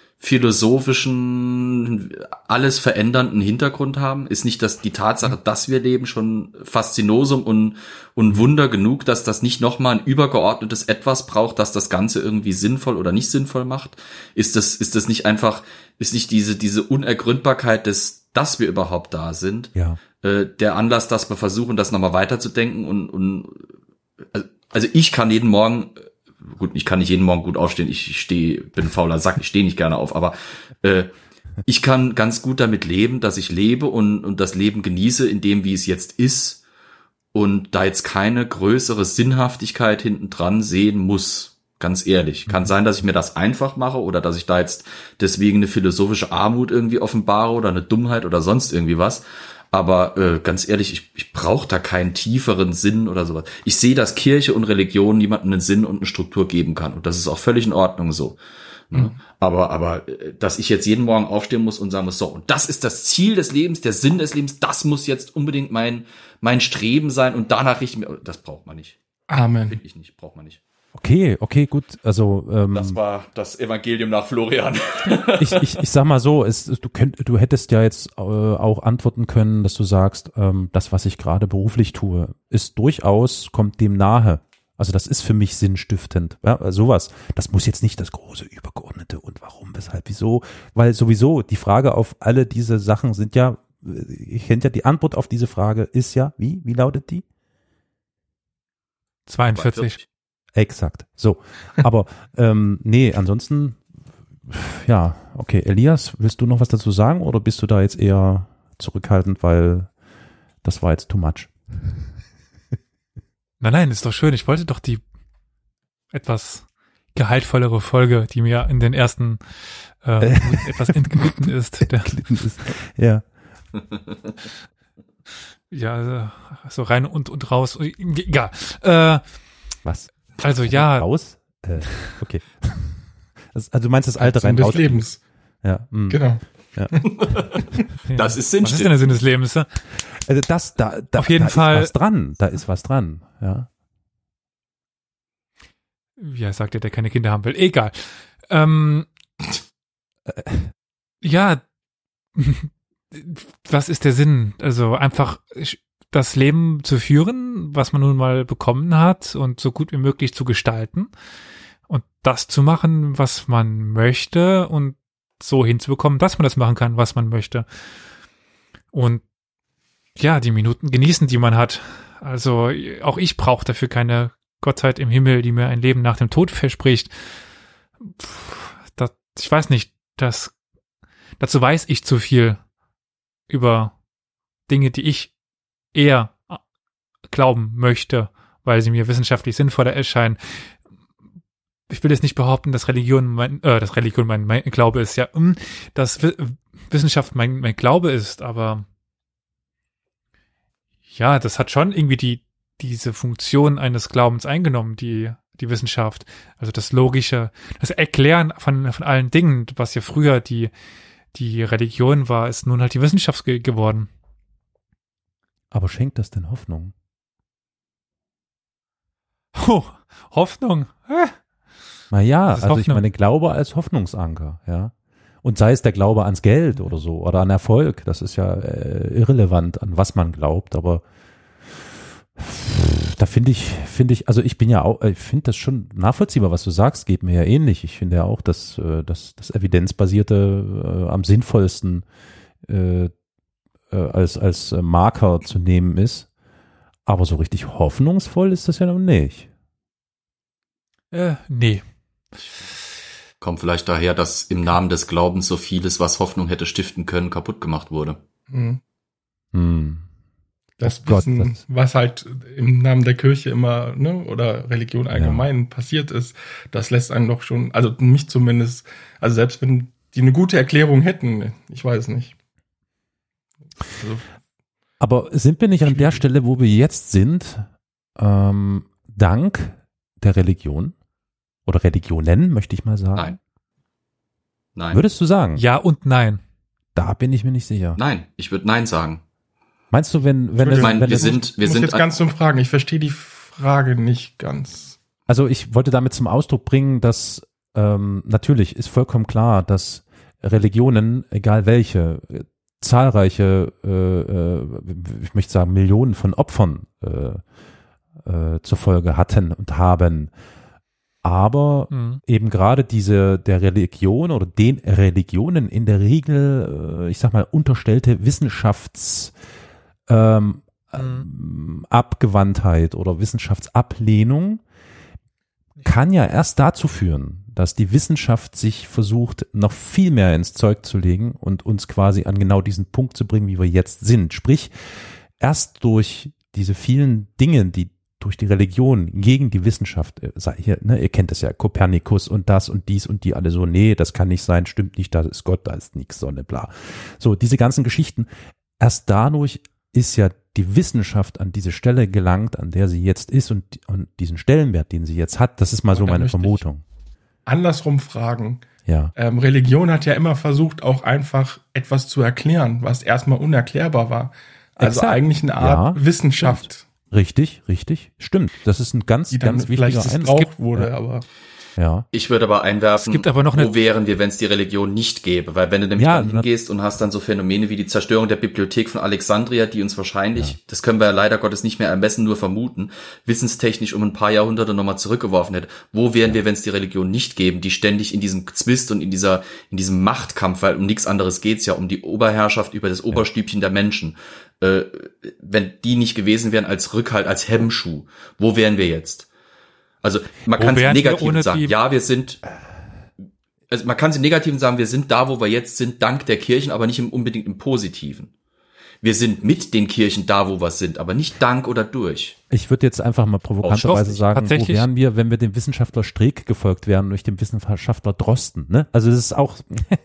E: philosophischen, alles verändernden Hintergrund haben? Ist nicht das die Tatsache, dass wir leben, schon Faszinosum und, und Wunder genug, dass das nicht nochmal ein übergeordnetes Etwas braucht, dass das Ganze irgendwie sinnvoll oder nicht sinnvoll macht? Ist das, ist das nicht einfach, ist nicht diese, diese Unergründbarkeit des, dass wir überhaupt da sind,
C: Ja.
E: äh, der Anlass, dass wir versuchen, das nochmal weiterzudenken und, und, also ich kann jeden Morgen, gut, ich kann nicht jeden Morgen gut aufstehen, ich stehe, bin ein fauler Sack, ich stehe nicht gerne auf, aber äh, ich kann ganz gut damit leben, dass ich lebe und, und das Leben genieße in dem, wie es jetzt ist und da jetzt keine größere Sinnhaftigkeit hinten dran sehen muss, ganz ehrlich. Kann sein, dass ich mir das einfach mache oder dass ich da jetzt deswegen eine philosophische Armut irgendwie offenbare oder eine Dummheit oder sonst irgendwie was. Aber äh, ganz ehrlich, ich, ich brauche da keinen tieferen Sinn oder sowas. Ich sehe, dass Kirche und Religion niemandem einen Sinn und eine Struktur geben kann. Und das ist auch völlig in Ordnung so. Mhm. Ne? Aber, aber äh, dass ich jetzt jeden Morgen aufstehen muss und sagen muss, so, und das ist das Ziel des Lebens, der Sinn des Lebens, das muss jetzt unbedingt mein, mein Streben sein und danach richten wir, das braucht man nicht.
D: Amen.
E: Finde ich nicht, braucht man nicht.
C: Okay, okay, gut. Also ähm,
E: Das war das Evangelium nach Florian.
C: ich, ich, ich sag mal so, es, du, könnt, du hättest ja jetzt äh, auch antworten können, dass du sagst, ähm, das, was ich gerade beruflich tue, ist durchaus, kommt dem nahe. Also das ist für mich sinnstiftend. Ja, sowas. Das muss jetzt nicht das große Übergeordnete und warum, weshalb, wieso. Weil sowieso die Frage auf alle diese Sachen sind ja, ich kennt ja die Antwort auf diese Frage ist ja, wie? Wie lautet die?
B: zweiundvierzig.
C: Exakt. So. Aber ähm, nee, ansonsten, ja, okay. Elias, willst du noch was dazu sagen oder bist du da jetzt eher zurückhaltend, weil das war jetzt too much?
B: Nein, nein, ist doch schön. Ich wollte doch die etwas gehaltvollere Folge, die mir in den ersten äh, etwas entglitten ist. Der,
C: ist. Ja.
B: Ja, so rein und und raus. Egal. Äh,
C: Was?
B: Also ja.
C: Raus? Äh, okay. Das, also du meinst das alte rein
D: Sinn des
C: raus?
D: Lebens.
C: Ja. Mh.
D: Genau.
C: Ja.
E: Das ist
B: Was ist denn der Sinn des Lebens? Ne?
C: Also das, da, da,
B: Auf jeden
C: da
B: Fall.
C: ist was dran. Da ist was dran. Ja.
B: Ja, sagt er, der keine Kinder haben will. Egal. Ähm, ja, was ist der Sinn? Also einfach das Leben zu führen, was man nun mal bekommen hat und so gut wie möglich zu gestalten und das zu machen, was man möchte und so hinzubekommen, dass man das machen kann, was man möchte. Und ja, die Minuten genießen, die man hat. Also auch ich brauche dafür keine Gottheit im Himmel, die mir ein Leben nach dem Tod verspricht. Das, ich weiß nicht, das, dazu weiß ich zu viel über Dinge, die ich eher glauben möchte, weil sie mir wissenschaftlich sinnvoller erscheinen. Ich will jetzt nicht behaupten, dass Religion mein, äh, dass Religion mein, mein Glaube ist. Ja, dass Wissenschaft mein, mein Glaube ist, aber ja, das hat schon irgendwie die diese Funktion eines Glaubens eingenommen, die die Wissenschaft. Also das Logische, das Erklären von von allen Dingen, was ja früher die die Religion war, ist nun halt die Wissenschaft ge- geworden.
C: Aber schenkt das denn Hoffnung?
B: Oh, Hoffnung. Hä?
C: Na ja,
B: Das ist
C: also ich
B: Hoffnung.
C: meine, Glaube als Hoffnungsanker, ja. Und sei es der Glaube ans Geld oder so oder an Erfolg, das ist ja äh, irrelevant, an was man glaubt, aber da finde ich, finde ich, also ich bin ja auch, ich finde das schon nachvollziehbar, was du sagst, geht mir ja ähnlich. Ich finde ja auch, dass, äh, dass das Evidenzbasierte äh, am sinnvollsten äh, äh, als, als Marker zu nehmen ist. Aber so richtig hoffnungsvoll ist das ja noch nicht.
B: Äh, nee.
E: Kommt vielleicht daher, dass im Namen des Glaubens so vieles, was Hoffnung hätte stiften können, kaputt gemacht wurde.
D: Mhm.
C: Hm.
D: Das
C: Oh Gott,
D: Wissen,
C: was-
D: was halt im Namen der Kirche immer, ne, oder Religion allgemein passiert ist, das lässt einen doch schon, also mich zumindest, also selbst wenn die eine gute Erklärung hätten, ich weiß nicht. Also,
C: Aber sind wir nicht an der Stelle, wo wir jetzt sind, ähm, dank der Religion oder Religionen, möchte ich mal sagen?
E: Nein. Nein.
C: Würdest du sagen?
B: Ja und nein.
C: Da bin ich mir nicht sicher.
E: Nein, ich würde Nein sagen.
C: Meinst du, wenn, wenn
D: Ich
C: es,
E: meine,
C: wenn
E: wir
C: es,
E: sind, wir
D: ich muss
E: sind,
D: jetzt ganz zum Fragen, ich verstehe die Frage nicht ganz.
C: also ich wollte damit zum Ausdruck bringen, dass ähm, natürlich ist vollkommen klar, dass Religionen, egal welche, äh, zahlreiche, äh, äh, ich möchte sagen, Millionen von Opfern äh, äh, zur Folge hatten und haben. Aber
B: Mhm.
C: eben gerade diese der Religion oder den Religionen in der Regel, äh, ich sag mal, unterstellte Wissenschafts ähm, ähm, Abgewandtheit oder Wissenschaftsablehnung kann ja erst dazu führen, dass die Wissenschaft sich versucht, noch viel mehr ins Zeug zu legen und uns quasi an genau diesen Punkt zu bringen, wie wir jetzt sind. Sprich, erst durch diese vielen Dinge, die durch die Religion gegen die Wissenschaft, äh, sei hier, ne, ihr kennt es ja, Kopernikus und das und dies und die alle so, nee, das kann nicht sein, stimmt nicht, da ist Gott, da ist nichts, Sonne, bla. So, diese ganzen Geschichten, erst dadurch ist ja die Wissenschaft an diese Stelle gelangt, an der sie jetzt ist und, und diesen Stellenwert, den sie jetzt hat, das ist mal so
D: Da
C: meine
D: möchte ich-
C: Vermutung.
D: Andersrum fragen.
C: Ja.
D: Ähm, Religion hat ja immer versucht, auch einfach etwas zu erklären, was erstmal unerklärbar war. Also
C: Exakt.
D: eigentlich eine Art
C: Ja,
D: Wissenschaft,
C: Richtig, richtig, stimmt. Das ist ein ganz,
D: die dann
C: ganz
D: vielleicht
C: wichtiger
D: missbraucht
C: Eindruck.
D: wurde, aber
C: Ja.
E: Ich würde aber einwerfen,
B: Es gibt aber noch eine-
E: wo wären wir, wenn es die Religion nicht gäbe? Weil wenn du nämlich
C: Ja,
E: dann hingehst und hast dann so Phänomene wie die Zerstörung der Bibliothek von Alexandria, die uns wahrscheinlich, das können wir ja leider Gottes nicht mehr ermessen, nur vermuten, wissenstechnisch um ein paar Jahrhunderte nochmal zurückgeworfen hätte. Wo wären wir, wenn es die Religion nicht gäbe, die ständig in diesem Zwist und in dieser, in diesem Machtkampf, weil um nichts anderes geht's ja, um die Oberherrschaft über das Oberstübchen der Menschen. Äh, wenn die nicht gewesen wären als Rückhalt, als Hemmschuh, wo wären wir jetzt? Also man
B: Wo
E: kann es
B: wären wir
E: negativ
B: ohne
E: sagen,
B: die-
E: ja, wir sind, also man kann es im Negativen sagen, wir sind da, wo wir jetzt sind, dank der Kirchen, aber nicht im, unbedingt im Positiven. Wir sind mit den Kirchen da, wo wir sind, aber nicht dank oder durch.
C: Ich würde jetzt einfach mal provokanterweise
B: Auch
C: sagen, wo
B: tatsächlich-
C: wären wir, wenn wir dem Wissenschaftler Streeck gefolgt wären und nicht dem Wissenschaftler Drosten, ne? Also das ist auch,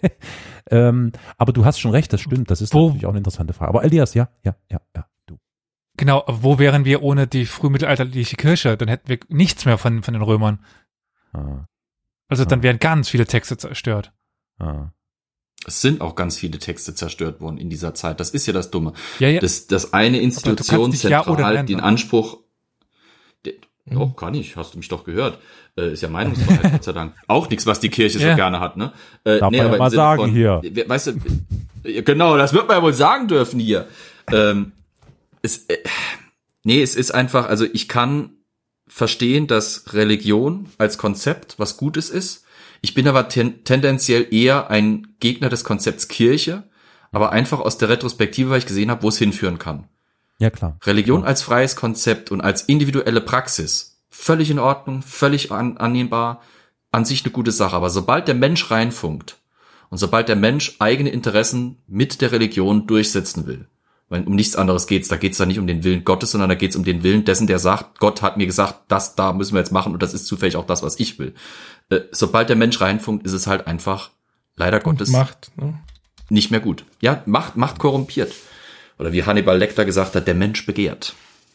C: ähm, aber du hast schon recht, das stimmt, das ist
B: Wo-
C: natürlich auch eine interessante Frage. Aber Elias, ja, ja, ja, ja, du.
B: Genau, aber wo wären wir ohne die frühmittelalterliche Kirche? Dann hätten wir nichts mehr von, von den Römern.
C: Ah,
B: Also dann
C: Ah.
B: wären ganz viele Texte zerstört.
C: ah.
E: Es sind auch ganz viele Texte zerstört worden in dieser Zeit. Das ist ja das Dumme.
B: Ja, ja.
E: Das, das eine Institution
B: nicht Ja oder
E: zentral
B: Nein
E: den
B: sagen.
E: Anspruch, Oh, kann ich, hast du mich doch gehört. Äh, ist ja Meinungsfreiheit, Gott sei Dank. Auch nichts, was die Kirche
B: Ja.
E: so gerne hat, ne? Äh,
C: Darf
E: nee,
C: man ja
E: aber im
C: mal
E: Sinne
C: sagen
E: von,
C: hier.
E: Weißt du, äh, genau, das wird man ja wohl sagen dürfen hier. Ähm, es, äh, nee, es ist einfach, also ich kann verstehen, dass Religion als Konzept was Gutes ist. Ich bin aber ten, tendenziell eher ein Gegner des Konzepts Kirche, aber einfach aus der Retrospektive, weil ich gesehen habe, wo es hinführen kann.
C: Ja, klar.
E: Religion als freies Konzept und als individuelle Praxis, völlig in Ordnung, völlig an, annehmbar, an sich eine gute Sache. Aber sobald der Mensch reinfunkt und sobald der Mensch eigene Interessen mit der Religion durchsetzen will, weil um nichts anderes geht's, da geht's da nicht um den Willen Gottes, sondern da geht's um den Willen dessen, der sagt, Gott hat mir gesagt, das da müssen wir jetzt machen und das ist zufällig auch das, was ich will. Äh, sobald der Mensch reinfunkt, ist es halt einfach, leider Gottes,
D: Macht, ne?
E: nicht mehr gut. Ja, Macht, Macht korrumpiert. Oder wie Hannibal Lecter gesagt hat, der Mensch begehrt.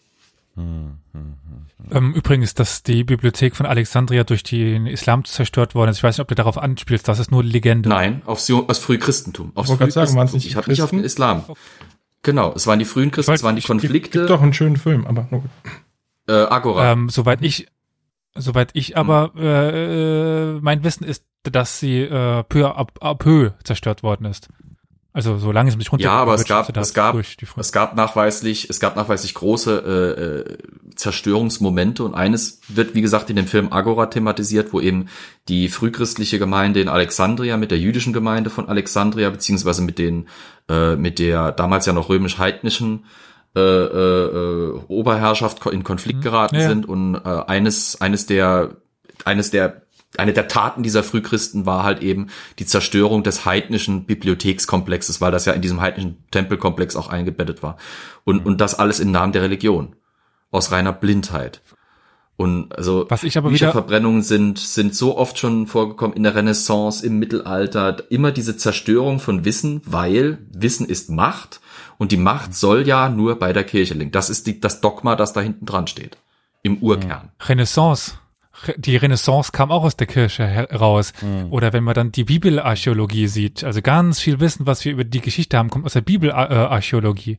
B: Ähm, übrigens, dass die Bibliothek von Alexandria durch den Islam zerstört worden ist. Ich weiß nicht, ob du darauf anspielst, das ist nur Legende.
E: Nein, aufs, aufs Frühchristentum. Aufs
D: Ich wollte gerade sagen, waren es
E: Frühchristentum.
D: nicht
E: Ich habe nicht auf den
D: Christen?
E: Islam. Genau, es waren die frühen Christen,
B: Ich
E: es waren die
B: wollte-
D: Gibt,
E: Konflikte.
D: gibt doch einen schönen Film, aber nur gut.
E: Äh, Agora.
B: Ähm, soweit ich, soweit ich aber äh, mein Wissen ist, dass sie äh, peu à à peu zerstört worden ist. Also so langsam sich runter.
E: Ja, aber es gab,
B: gewirtschaftet hat
E: es gab,
B: durch die Front.
E: es gab nachweislich, es gab nachweislich große äh, äh, Zerstörungsmomente und eines wird, wie gesagt, in dem Film Agora thematisiert, wo eben die frühchristliche Gemeinde in Alexandria mit der jüdischen Gemeinde von Alexandria beziehungsweise mit den, äh, mit der damals ja noch römisch-heidnischen äh, äh, Oberherrschaft in Konflikt geraten
B: Ja, ja.
E: sind und äh, eines, eines der, eines der Eine der Taten dieser Frühchristen war halt eben die Zerstörung des heidnischen Bibliothekskomplexes, weil das ja in diesem heidnischen Tempelkomplex auch eingebettet war. Und, und das alles im Namen der Religion. Aus reiner Blindheit. Und also
B: Was ich aber wieder-
E: Bücherverbrennungen sind, sind so oft schon vorgekommen in der Renaissance, im Mittelalter. Immer diese Zerstörung von Wissen, weil Wissen ist Macht und die Macht soll ja nur bei der Kirche liegen. Das ist die, das Dogma, das da hinten dran steht. Im Urkern.
B: Renaissance. Re- Die Renaissance kam auch aus der Kirche heraus. Oder wenn man dann die Bibelarchäologie sieht, also ganz viel Wissen, was wir über die Geschichte haben, kommt aus der Bibelarchäologie.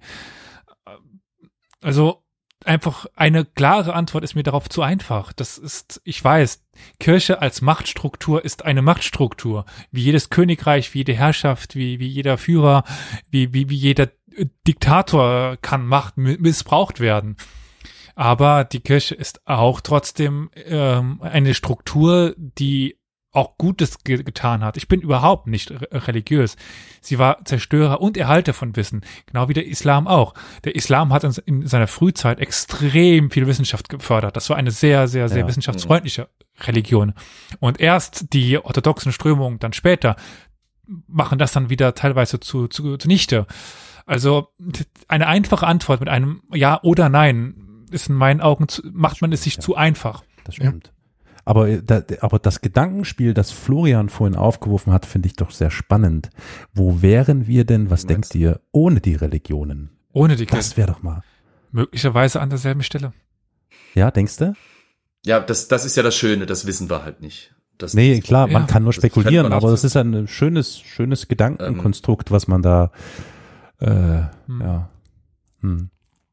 B: Also einfach eine klare Antwort ist mir darauf zu einfach. Das ist, ich weiß, Kirche als Machtstruktur ist eine Machtstruktur. Wie jedes Königreich, wie jede Herrschaft, wie, wie jeder Führer, wie, wie, wie jeder Diktator kann Macht mi- missbraucht werden. Aber die Kirche ist auch trotzdem ähm, eine Struktur, die auch Gutes ge- getan hat. Ich bin überhaupt nicht re- religiös. Sie war Zerstörer und Erhalter von Wissen, genau wie der Islam auch. Der Islam hat in, in seiner Frühzeit extrem viel Wissenschaft gefördert. Das war eine sehr, sehr, sehr
C: Ja.
B: wissenschaftsfreundliche Religion. Und erst die orthodoxen Strömungen dann später machen das dann wieder teilweise zu, zu zunichte. Also eine einfache Antwort mit einem Ja oder Nein ist in meinen Augen, zu, macht man es sich
C: Ja.
B: zu einfach.
C: Das stimmt. Aber, äh, da, aber das Gedankenspiel, das Florian vorhin aufgeworfen hat, finde ich doch sehr spannend. Wo wären wir denn, was denkt ihr, ohne die Religionen?
B: Ohne die
C: Das
B: Kirche.
C: wäre doch mal.
B: Möglicherweise an derselben Stelle.
C: Ja, denkst du?
E: Ja, das, das ist ja das Schöne, das wissen wir halt nicht. Das,
C: Nee, klar, man
B: Ja.
C: kann nur
E: Das fällt
C: spekulieren,
E: man
C: aber
E: auf.
C: das ist ein schönes, schönes Gedankenkonstrukt, was man da, äh,
B: Hm.
C: ja. Hm.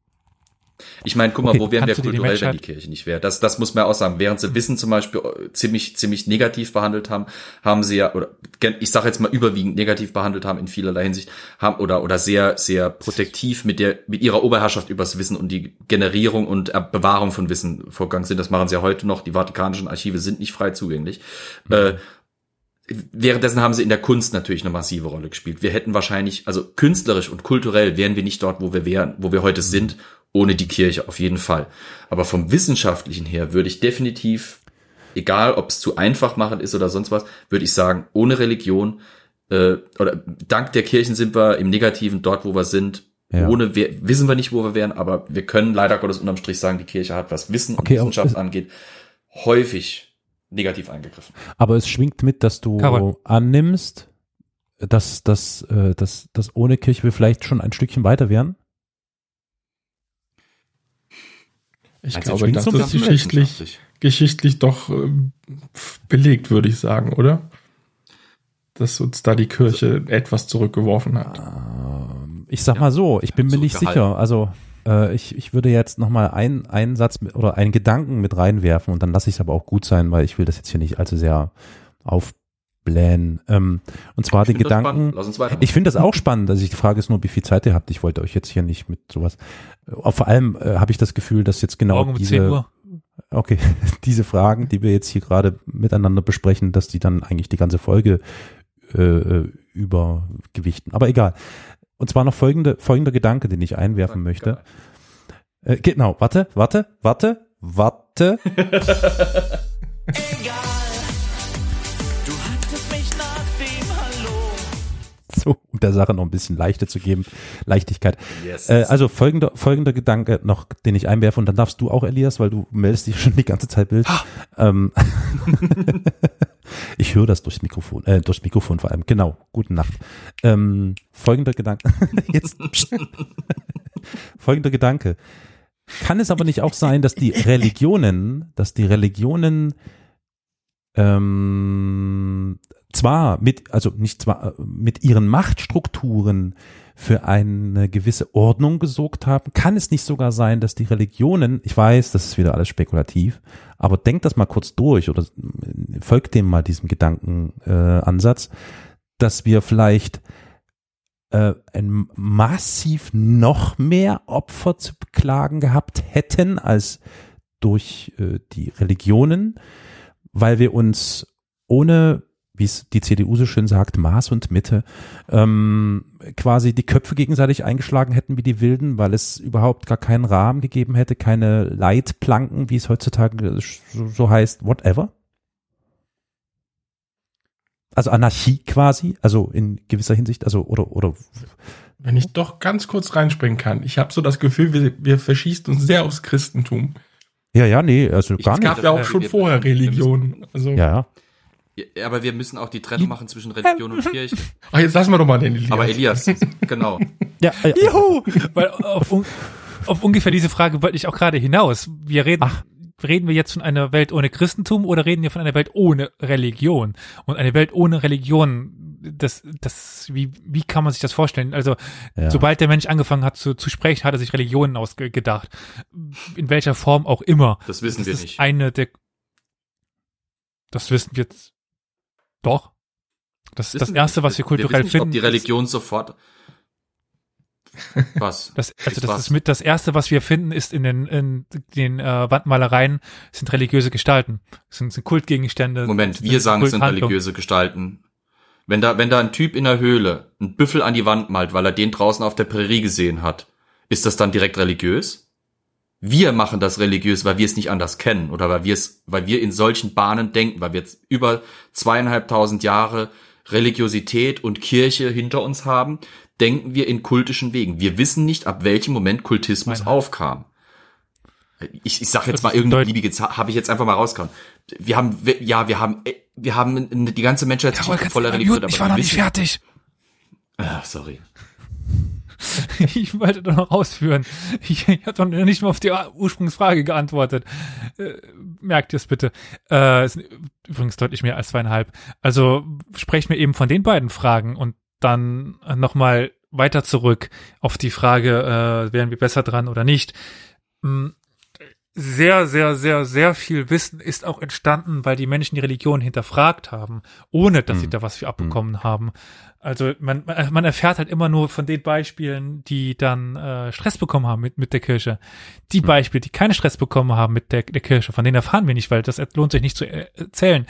E: Ich meine, guck mal,
C: Okay,
E: wo wären wir
B: kannst du dir die
E: kulturell, wenn die
B: Menschheit-
E: Kirche nicht wäre? Das, das muss man ja auch sagen. Während sie Wissen zum Beispiel ziemlich, ziemlich negativ behandelt haben, haben sie ja, oder ich sage jetzt mal überwiegend negativ behandelt haben in vielerlei Hinsicht, haben oder oder sehr, sehr protektiv mit der mit ihrer Oberherrschaft übers Wissen und die Generierung und Bewahrung von Wissen vorgegangen sind. Das machen sie ja heute noch. Die vatikanischen Archive sind nicht frei zugänglich. Mhm. Äh, Währenddessen haben sie in der Kunst natürlich eine massive Rolle gespielt. Wir hätten wahrscheinlich, also künstlerisch und kulturell wären wir nicht dort, wo wir wären, wo wir heute sind, ohne die Kirche, auf jeden Fall. Aber vom Wissenschaftlichen her würde ich definitiv, egal ob es zu einfach machend ist oder sonst was, würde ich sagen, ohne Religion, äh, oder dank der Kirchen sind wir im Negativen dort, wo wir sind.
C: Ja.
E: Ohne, wir, wissen wir nicht, wo wir wären, aber wir können leider Gottes unterm Strich sagen, die Kirche hat, was Wissen
C: Okay,
E: und
C: aber
E: Wissenschaft
C: es-
E: angeht, häufig negativ eingegriffen.
C: Aber es schwingt mit, dass du
B: Carol.
C: annimmst, dass, dass, äh, dass, dass ohne Kirche wir vielleicht schon ein Stückchen weiter wären.
D: Ich
E: Also,
D: glaube, das
C: so ein
D: ist
C: bisschen
D: geschichtlich,
E: wissenschaftlich.
D: geschichtlich doch äh, belegt, würde ich sagen, oder? Dass uns da die Kirche etwas zurückgeworfen hat.
C: Ähm, Ich sag mal so, ich bin mir nicht
E: zurückgehalten.
C: sicher. Also Äh, ich, ich würde jetzt nochmal einen, einen Satz mit, oder einen Gedanken mit reinwerfen und dann lasse ich es aber auch gut sein, weil ich will das jetzt hier nicht allzu sehr aufblähen. Ähm, und zwar den Gedanken,
E: Lass uns weitermachen.
C: ich finde das auch spannend, also die Frage ist nur, wie viel Zeit ihr habt. Ich wollte euch jetzt hier nicht mit sowas, äh, vor allem äh, habe ich das Gefühl, dass jetzt genau
B: Morgen um
C: diese,
B: zehn Uhr.
C: okay, diese Fragen, die wir jetzt hier gerade miteinander besprechen, dass die dann eigentlich die ganze Folge äh, übergewichten. Aber egal. Und zwar noch folgende, folgender Gedanke, den ich einwerfen möchte. Äh, genau, warte, warte, warte, warte.
G: Egal, du hattest mich nach dem Hallo.
C: So, um der Sache noch ein bisschen Leichte zu geben, Leichtigkeit.
E: Yes.
C: Äh, also folgender, folgender Gedanke noch, den ich einwerfe und dann darfst du auch, Elias, weil du meldest dich schon die ganze Zeit wild. ähm, ich höre das durchs Mikrofon, äh, durchs Mikrofon vor allem. Genau, gute Nacht. Ähm, folgender Gedanke, jetzt, folgender Gedanke. Kann es aber nicht auch sein, dass die Religionen, dass die Religionen ähm, zwar mit, also nicht zwar mit ihren Machtstrukturen für eine gewisse Ordnung gesorgt haben, kann es nicht sogar sein, dass die Religionen, ich weiß, das ist wieder alles spekulativ, aber denkt das mal kurz durch oder folgt dem mal diesem Gedankenansatz, äh, dass wir vielleicht äh, ein massiv noch mehr Opfer zu beklagen gehabt hätten als durch äh, die Religionen, weil wir uns ohne, wie es die C D U so schön sagt, Maß und Mitte, ähm, quasi die Köpfe gegenseitig eingeschlagen hätten wie die Wilden, weil es überhaupt gar keinen Rahmen gegeben hätte, keine Leitplanken, wie es heutzutage so, so heißt, whatever. Also Anarchie quasi, also in gewisser Hinsicht, also oder oder
D: Wenn ich doch ganz kurz reinspringen kann. Ich habe so das Gefühl, wir, wir verschießen uns sehr aufs Christentum.
C: ja, ja, nee, also gar
D: Es
C: nicht.
D: gab ja auch schon
E: wir-
D: vorher Religionen. Also,
C: Ja, ja.
E: Ja, aber wir müssen auch die Trennung machen zwischen Religion und Kirche.
D: ach, jetzt lassen wir doch mal den Elias.
E: Aber Elias, genau.
C: Ja, ja.
B: Juhu! Weil auf, un- auf ungefähr diese Frage wollte ich auch gerade hinaus. Wir reden,
C: Ach.
B: reden wir jetzt von einer Welt ohne Christentum oder reden wir von einer Welt ohne Religion? Und eine Welt ohne Religion, das, das, wie, wie kann man sich das vorstellen? Also,
C: Ja.
B: sobald der Mensch angefangen hat zu, zu sprechen, hat er sich Religionen ausgedacht. In welcher Form auch immer.
E: Das wissen
B: das
E: wir
B: ist
E: nicht.
B: Eine der, das wissen wir jetzt doch. Das ist das
E: Wissen
B: Erste, was wir
E: wir
B: kulturell
E: wissen nicht,
B: finden.
E: ob die Religion sofort. Was?
B: Das, also das
E: Was?
B: ist mit das Erste, was wir finden, ist in den, in den äh, Wandmalereien sind religiöse Gestalten, sind, sind Kultgegenstände.
E: Moment,
B: sind,
E: wir sagen, es sind
B: Kulthandlungen.
E: religiöse Gestalten. Wenn da, wenn da ein Typ in der Höhle einen Büffel an die Wand malt, weil er den draußen auf der Prärie gesehen hat, ist das dann direkt religiös? Wir machen das religiös, weil wir es nicht anders kennen oder weil wir es, weil wir in solchen Bahnen denken, weil wir jetzt über zweieinhalbtausend Jahre Religiosität und Kirche hinter uns haben, denken wir in kultischen Wegen. Wir wissen nicht, ab welchem Moment Kultismus
B: Zweieinhalb.
E: aufkam. Ich, ich sag jetzt
B: Das
E: mal
B: ist
E: irgendeine
B: deut-
E: beliebige Zahl, habe ich jetzt einfach mal rausgehauen. Wir haben, wir- ja, wir haben, äh, wir haben die ganze Menschheitsgeschichte
B: Carol,
E: voller
B: kannst du mal
E: Religion.
B: muten? Ich war noch nicht fertig.
E: Ah, sorry.
B: Ich wollte doch noch ausführen. Ich, ich habe doch nicht mal auf die Ursprungsfrage geantwortet. Äh, merkt ihr es bitte. Äh, es sind übrigens deutlich mehr als zweieinhalb. Also sprechen wir eben von den beiden Fragen und dann nochmal weiter zurück auf die Frage, äh, wären wir besser dran oder nicht. Hm, Sehr, sehr, sehr, sehr viel Wissen ist auch entstanden, weil die Menschen die Religion hinterfragt haben, ohne dass sie
C: Hm.
B: da was für abbekommen haben. Also man, man man erfährt halt immer nur von den Beispielen, die dann äh, Stress bekommen haben mit mit der Kirche. Die
C: Hm.
B: Beispiele, die keine Stress bekommen haben mit der, der Kirche, von denen erfahren wir nicht, weil das lohnt sich nicht zu er- erzählen.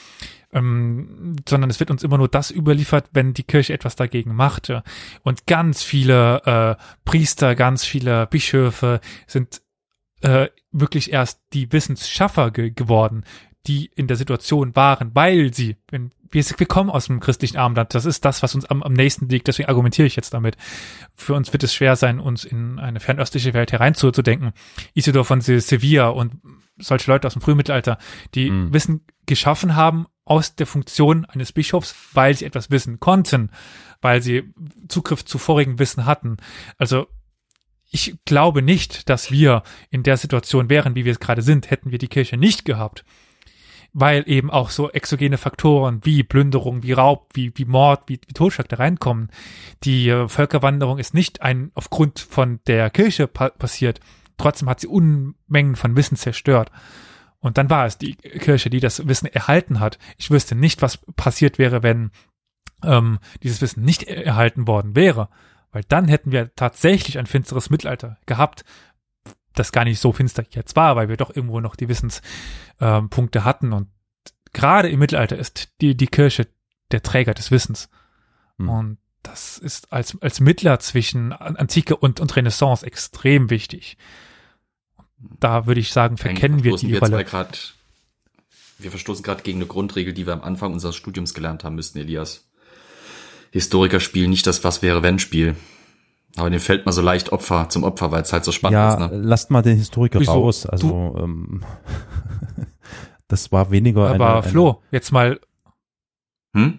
B: Ähm, sondern es wird uns immer nur das überliefert, wenn die Kirche etwas dagegen machte. Und ganz viele äh, Priester, ganz viele Bischöfe sind äh, wirklich erst die Wissensschaffer ge geworden, die in der Situation waren, weil sie, wenn wir, wir kommen aus dem christlichen Abendland, das ist das, was uns am, am nächsten liegt, deswegen argumentiere ich jetzt damit. Für uns wird es schwer sein, uns in eine fernöstliche Welt hereinzudenken. Isidor von Se- Sevilla und solche Leute aus dem Frühmittelalter, die
C: Mhm.
B: Wissen geschaffen haben aus der Funktion eines Bischofs, weil sie etwas wissen konnten, weil sie Zugriff zu vorigem Wissen hatten. Also ich glaube nicht, dass wir in der Situation wären, wie wir es gerade sind, hätten wir die Kirche nicht gehabt. weil eben auch so exogene Faktoren wie Plünderung, wie Raub, wie, wie Mord, wie, wie Totschlag da reinkommen. Die äh, Völkerwanderung ist nicht ein aufgrund von der Kirche pa- passiert. Trotzdem hat sie Unmengen von Wissen zerstört. Und dann war es die Kirche, die das Wissen erhalten hat. Ich wüsste nicht, was passiert wäre, wenn ähm, dieses Wissen nicht erhalten worden wäre. Weil dann hätten wir tatsächlich ein finsteres Mittelalter gehabt, das gar nicht so finster jetzt war, weil wir doch irgendwo noch die Wissenspunkte ähm, hatten. Und gerade im Mittelalter ist die, die Kirche der Träger des Wissens. Mhm. Und das ist als, als Mittler zwischen Antike und, und Renaissance extrem wichtig. Da würde ich sagen, verkennen wir die
E: wir
B: Rolle.
E: Grad, wir verstoßen gerade gegen eine Grundregel, die wir am Anfang unseres Studiums gelernt haben müssten, Elias. Historiker spielen nicht das Was-wäre-wenn-Spiel. Aber dem fällt man so leicht Opfer zum Opfer, weil es halt so spannend
C: ja,
E: ist. Ne?
C: Lasst mal den Historiker
B: Wieso?
C: raus. Also ähm, das war weniger
B: Aber
C: eine,
B: Flo, jetzt mal,
E: Hm?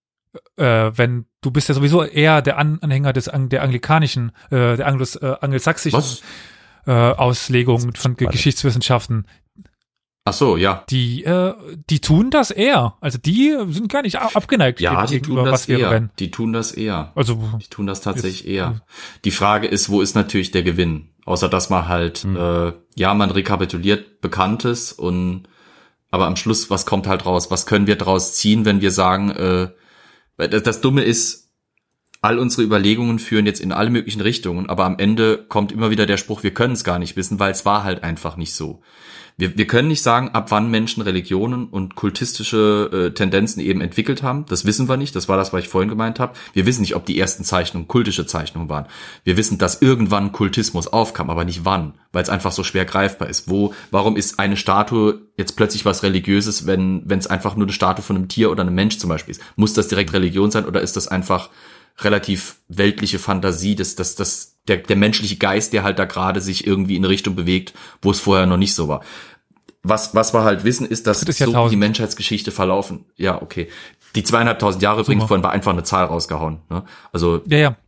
B: äh, wenn du bist ja sowieso eher der An- Anhänger des Ang- der anglikanischen, äh, der Anglos, äh, angelsächsischen
E: Was?
B: äh, Auslegung von Ge-
C: Warte.
B: Geschichtswissenschaften.
E: Ach so, ja.
B: Die, äh, die tun das eher. Also die sind gar nicht ab- abgeneigt
E: Ja, die
B: gegenüber,
E: tun
B: was
E: das
B: wäre,
E: eher.
B: wenn.
E: Die tun das eher.
B: Also,
E: Die tun das tatsächlich
B: Jetzt,
E: eher. Die Frage ist, wo ist natürlich der Gewinn? Außer dass man halt,
C: Hm.
E: äh, ja, man rekapituliert Bekanntes und aber am Schluss, was kommt halt raus? Was können wir draus ziehen, wenn wir sagen, äh, weil das, das Dumme ist, all unsere Überlegungen führen jetzt in alle möglichen Richtungen, aber am Ende kommt immer wieder der Spruch, wir können es gar nicht wissen, weil es war halt einfach nicht so. Wir, wir können nicht sagen, ab wann Menschen Religionen und kultistische äh, Tendenzen eben entwickelt haben. Das wissen wir nicht. Das war das, was ich vorhin gemeint habe. Wir wissen nicht, ob die ersten Zeichnungen kultische Zeichnungen waren. Wir wissen, dass irgendwann Kultismus aufkam, aber nicht wann, weil es einfach so schwer greifbar ist. Wo, warum ist eine Statue jetzt plötzlich was Religiöses, wenn wenn es einfach nur eine Statue von einem Tier oder einem Mensch zum Beispiel ist? Muss das direkt Religion sein oder ist das einfach relativ weltliche Fantasie, dass das, das, der, der menschliche Geist, der halt da gerade sich irgendwie in eine Richtung bewegt, wo es vorher noch nicht so war. Was, was wir halt wissen, ist, dass
B: Drittes
E: so
B: Jahrtausend.
E: die Menschheitsgeschichte verlaufen. Ja, okay. Die zweieinhalbtausend Jahre übrigens
B: Super.
E: vorhin war einfach eine Zahl rausgehauen. Ne? Also
B: ja, ja.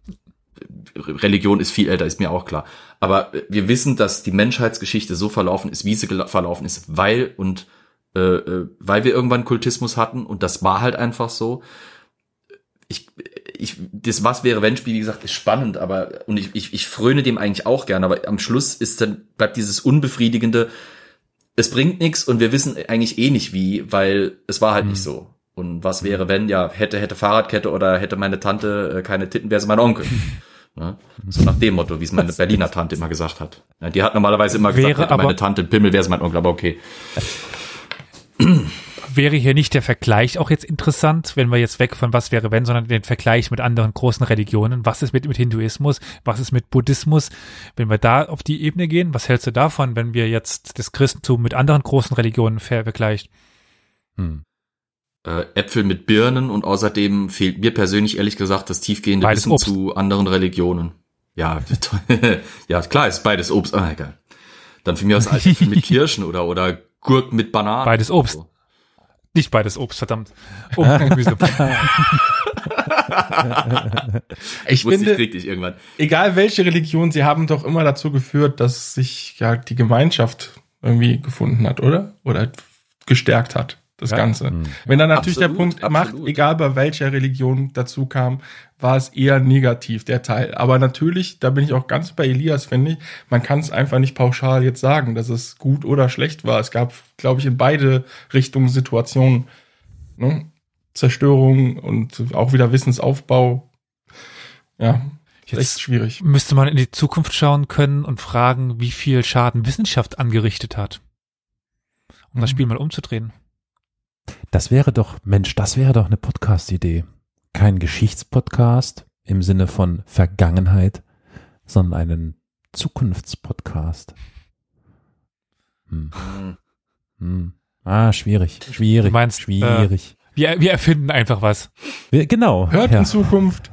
E: Religion ist viel älter, ist mir auch klar. Aber wir wissen, dass die Menschheitsgeschichte so verlaufen ist, wie sie gela- verlaufen ist, weil und äh, äh, weil wir irgendwann Kultismus hatten und das war halt einfach so. Ich, ich, das Was wäre wenn Spiel, wie gesagt, ist spannend, aber und ich, ich, ich fröne dem eigentlich auch gerne, aber am Schluss ist dann bleibt dieses unbefriedigende. Es bringt nichts und wir wissen eigentlich eh nicht wie, weil es war halt
B: Mhm.
E: nicht so. Und was wäre wenn? Ja, hätte hätte Fahrradkette oder hätte meine Tante äh, keine Titten, wäre sie mein Onkel. Ne? So nach dem Motto, wie es meine Berliner Tante immer gesagt hat. Ja, die hat normalerweise immer gesagt,
B: Wäre
E: hätte
B: aber-
E: meine Tante einen Pimmel, wäre sie mein Onkel, aber okay.
B: Wäre hier nicht der Vergleich auch jetzt interessant, wenn wir jetzt weg von was wäre wenn, sondern den Vergleich mit anderen großen Religionen. Was ist mit, mit Hinduismus? Was ist mit Buddhismus? Wenn wir da auf die Ebene gehen, was hältst du davon, wenn wir jetzt das Christentum mit anderen großen Religionen ver- vergleichen?
C: Hm.
E: Äh, Äpfel mit Birnen und außerdem fehlt mir persönlich ehrlich gesagt das tiefgehende
B: Beides
E: Wissen
B: Obst.
E: zu anderen Religionen. Ja, ja klar, ist beides Obst. Ah, egal. Dann für mich aus Äpfel mit Kirschen oder oder Gurken mit Bananen.
B: Beides Obst.
E: So.
B: Nicht beides Obst, verdammt. Obst und Gemüse.
D: Ich
E: Wusste
D: finde,
E: ich, krieg dich irgendwann.
D: egal welche Religion, sie haben doch immer dazu geführt, dass sich ja die Gemeinschaft irgendwie gefunden hat, oder? Oder gestärkt hat, das
B: Ja.
D: Ganze.
C: Mhm.
D: Wenn dann natürlich
E: Absolut,
D: der Punkt
E: absolut.
D: macht, egal bei welcher Religion dazu kam, war es eher negativ, der Teil. Aber natürlich, da bin ich auch ganz bei Elias, finde ich, man kann es einfach nicht pauschal jetzt sagen, dass es gut oder schlecht war. Es gab, glaube ich, in beide Richtungen Situationen. Ne? Zerstörung und auch wieder Wissensaufbau. Ja, ist
B: Jetzt
D: echt schwierig.
B: müsste man in die Zukunft schauen können und fragen, wie viel Schaden Wissenschaft angerichtet hat. Um das
D: Mhm.
B: Spiel mal umzudrehen.
C: Das wäre doch, Mensch, das wäre doch eine Podcast-Idee. Kein Geschichtspodcast im Sinne von Vergangenheit, sondern einen Zukunftspodcast. Hm.
E: Hm.
C: Hm. Ah, schwierig, schwierig,
B: Du meinst,
C: schwierig.
B: Wir, wir erfinden einfach was.
C: Wir, genau.
D: Hört
C: ja.
D: in Zukunft.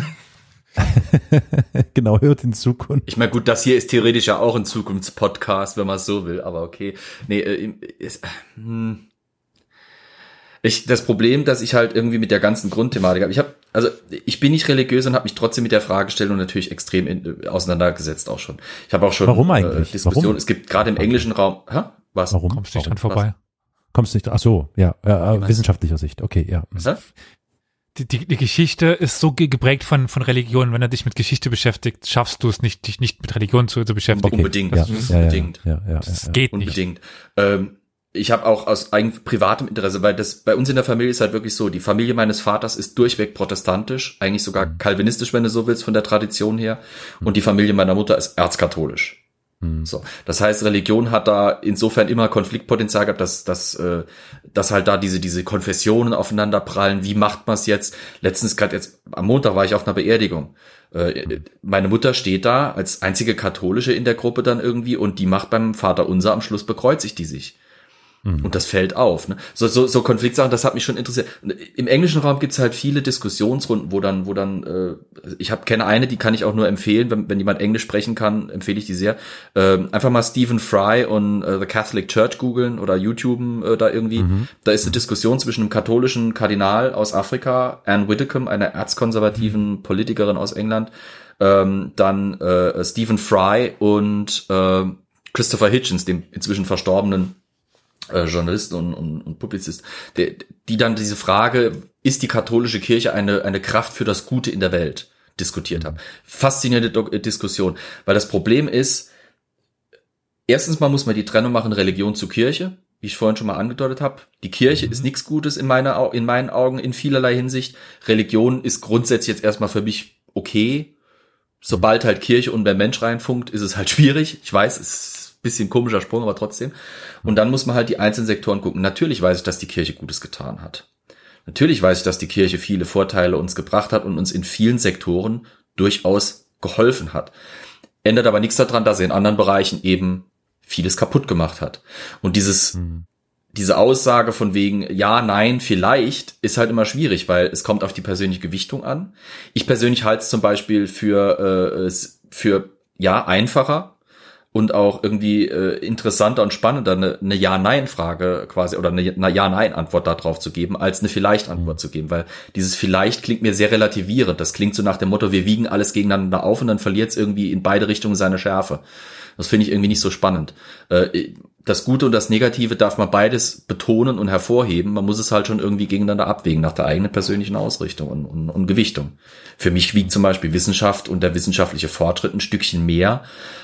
C: Genau, hört in Zukunft.
E: Ich meine, gut, das hier ist theoretisch ja auch ein Zukunftspodcast, wenn man es so will, aber okay. Nee, äh, ist, äh, hm. Ich, das Problem, dass ich halt irgendwie mit der ganzen Grundthematik habe, ich habe, also ich bin nicht religiös und habe mich trotzdem mit der Fragestellung natürlich extrem in, auseinandergesetzt auch schon. Ich habe auch schon
C: Warum eigentlich?
E: Äh, Diskussionen,
C: Warum?
E: es gibt gerade im englischen Raum, hä? Was?
C: Warum?
B: Kommst nicht
C: Warum?
B: dran vorbei.
C: kommst nicht, ach so, ja, äh, wissenschaftlicher Sicht, okay, ja.
E: Was?
B: Die, die, die Geschichte ist so ge- geprägt von, von Religion. Wenn du dich mit Geschichte beschäftigt, schaffst du es nicht, dich nicht mit Religion zu, zu beschäftigen.
C: Okay.
E: Unbedingt,
C: Ja,
E: das ist
C: ja, ja,
E: unbedingt.
C: Ja, ja, ja,
B: Das
C: ja.
B: geht nicht.
E: Unbedingt. Ähm, ich habe auch aus eigenem privatem Interesse, weil das bei uns in der Familie ist halt wirklich so, die Familie meines Vaters ist durchweg protestantisch, eigentlich sogar kalvinistisch, wenn du so willst, von der Tradition her. Und die Familie meiner Mutter ist erzkatholisch.
C: Hm.
E: So, das heißt, Religion hat da insofern immer Konfliktpotenzial gehabt, dass, dass, äh, dass halt da diese, diese Konfessionen aufeinander prallen. Wie macht man es jetzt? Letztens, gerade jetzt, am Montag war ich auf einer Beerdigung. Äh, meine Mutter steht da als einzige Katholische in der Gruppe dann irgendwie und die macht beim Vater Unser am Schluss bekreuzigt die sich. Und das fällt auf. Ne? So, so, so Konfliktsachen, das hat mich schon interessiert. Und im englischen Raum gibt's halt viele Diskussionsrunden, wo dann, wo dann, äh, ich habe kenne eine, die kann ich auch nur empfehlen, wenn, wenn jemand Englisch sprechen kann, empfehle ich die sehr. Ähm, einfach mal Stephen Fry und äh, The Catholic Church googeln oder YouTuben äh, da irgendwie. Mhm. Da ist eine Diskussion zwischen einem katholischen Kardinal aus Afrika, Anne Widdecombe, einer erzkonservativen mhm. Politikerin aus England, ähm, dann äh, Stephen Fry und äh, Christopher Hitchens, dem inzwischen verstorbenen Äh, Journalisten und, und, und Publizist, der, die dann diese Frage, ist die katholische Kirche eine, eine Kraft für das Gute in der Welt, diskutiert haben. Faszinierende Do- Diskussion, weil das Problem ist, erstens mal muss man die Trennung machen, Religion zu Kirche, wie ich vorhin schon mal angedeutet habe. Die Kirche mhm. ist nichts Gutes in, meiner, in meinen Augen in vielerlei Hinsicht. Religion ist grundsätzlich jetzt erstmal für mich okay. Sobald halt Kirche und der Mensch reinfunkt, ist es halt schwierig. Ich weiß, es ist bisschen komischer Sprung, aber trotzdem. Und dann muss man halt die einzelnen Sektoren gucken. Natürlich weiß ich, dass die Kirche Gutes getan hat. Natürlich weiß ich, dass die Kirche viele Vorteile uns gebracht hat und uns in vielen Sektoren durchaus geholfen hat. Ändert aber nichts daran, dass sie in anderen Bereichen eben vieles kaputt gemacht hat. Und dieses, mhm. diese Aussage von wegen, ja, nein, vielleicht, ist halt immer schwierig, weil es kommt auf die persönliche Gewichtung an. Ich persönlich halte es zum Beispiel für, äh, für, ja, einfacher, und auch irgendwie äh, interessanter und spannender eine, eine Ja-Nein-Frage quasi oder eine, eine Ja-Nein-Antwort darauf zu geben, als eine Vielleicht-Antwort mhm. zu geben, weil dieses Vielleicht klingt mir sehr relativierend. Das klingt so nach dem Motto, wir wiegen alles gegeneinander auf und dann verliert es irgendwie in beide Richtungen seine Schärfe. Das finde ich irgendwie nicht so spannend. Äh, das Gute und das Negative darf man beides betonen und hervorheben. Man muss es halt schon irgendwie gegeneinander abwägen nach der eigenen persönlichen Ausrichtung und, und, und Gewichtung. Für mich wiegt zum Beispiel Wissenschaft und der wissenschaftliche Fortschritt ein Stückchen mehr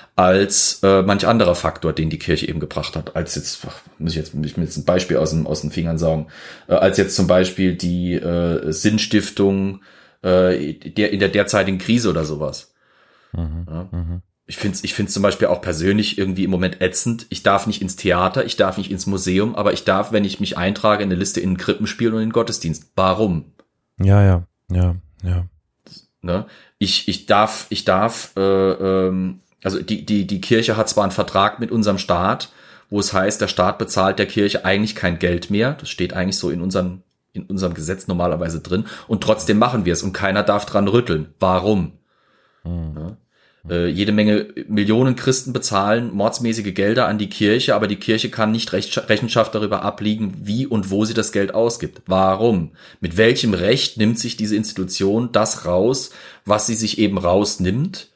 E: als äh, manch anderer Faktor, den die Kirche eben gebracht hat, als jetzt, ach, muss ich jetzt, muss ich mir jetzt ein Beispiel aus den, aus den Fingern saugen, äh, als jetzt zum Beispiel die äh, Sinnstiftung äh, der, in der derzeitigen Krise oder sowas. Mhm, ja. mhm. Ich finde es ich find's zum Beispiel auch persönlich irgendwie im Moment ätzend. Ich darf nicht ins Theater, ich darf nicht ins Museum, aber ich darf, wenn ich mich eintrage, in eine Liste in ein Krippenspiel und in den Gottesdienst. Warum?
C: Ja, ja, ja, ja.
E: Ne? Ich, ich darf, ich darf, äh, ähm, also die, die, die Kirche hat zwar einen Vertrag mit unserem Staat, wo es heißt, der Staat bezahlt der Kirche eigentlich kein Geld mehr. Das steht eigentlich so in unserem, in unserem Gesetz normalerweise drin. Und trotzdem machen wir es und keiner darf dran rütteln. Warum? Mhm. Ja? Äh, jede Menge Millionen Christen bezahlen mordsmäßige Gelder an die Kirche, aber die Kirche kann nicht Recht, Rechenschaft darüber ablegen, wie und wo sie das Geld ausgibt. Warum? Mit welchem Recht nimmt sich diese Institution das raus, was sie sich eben rausnimmt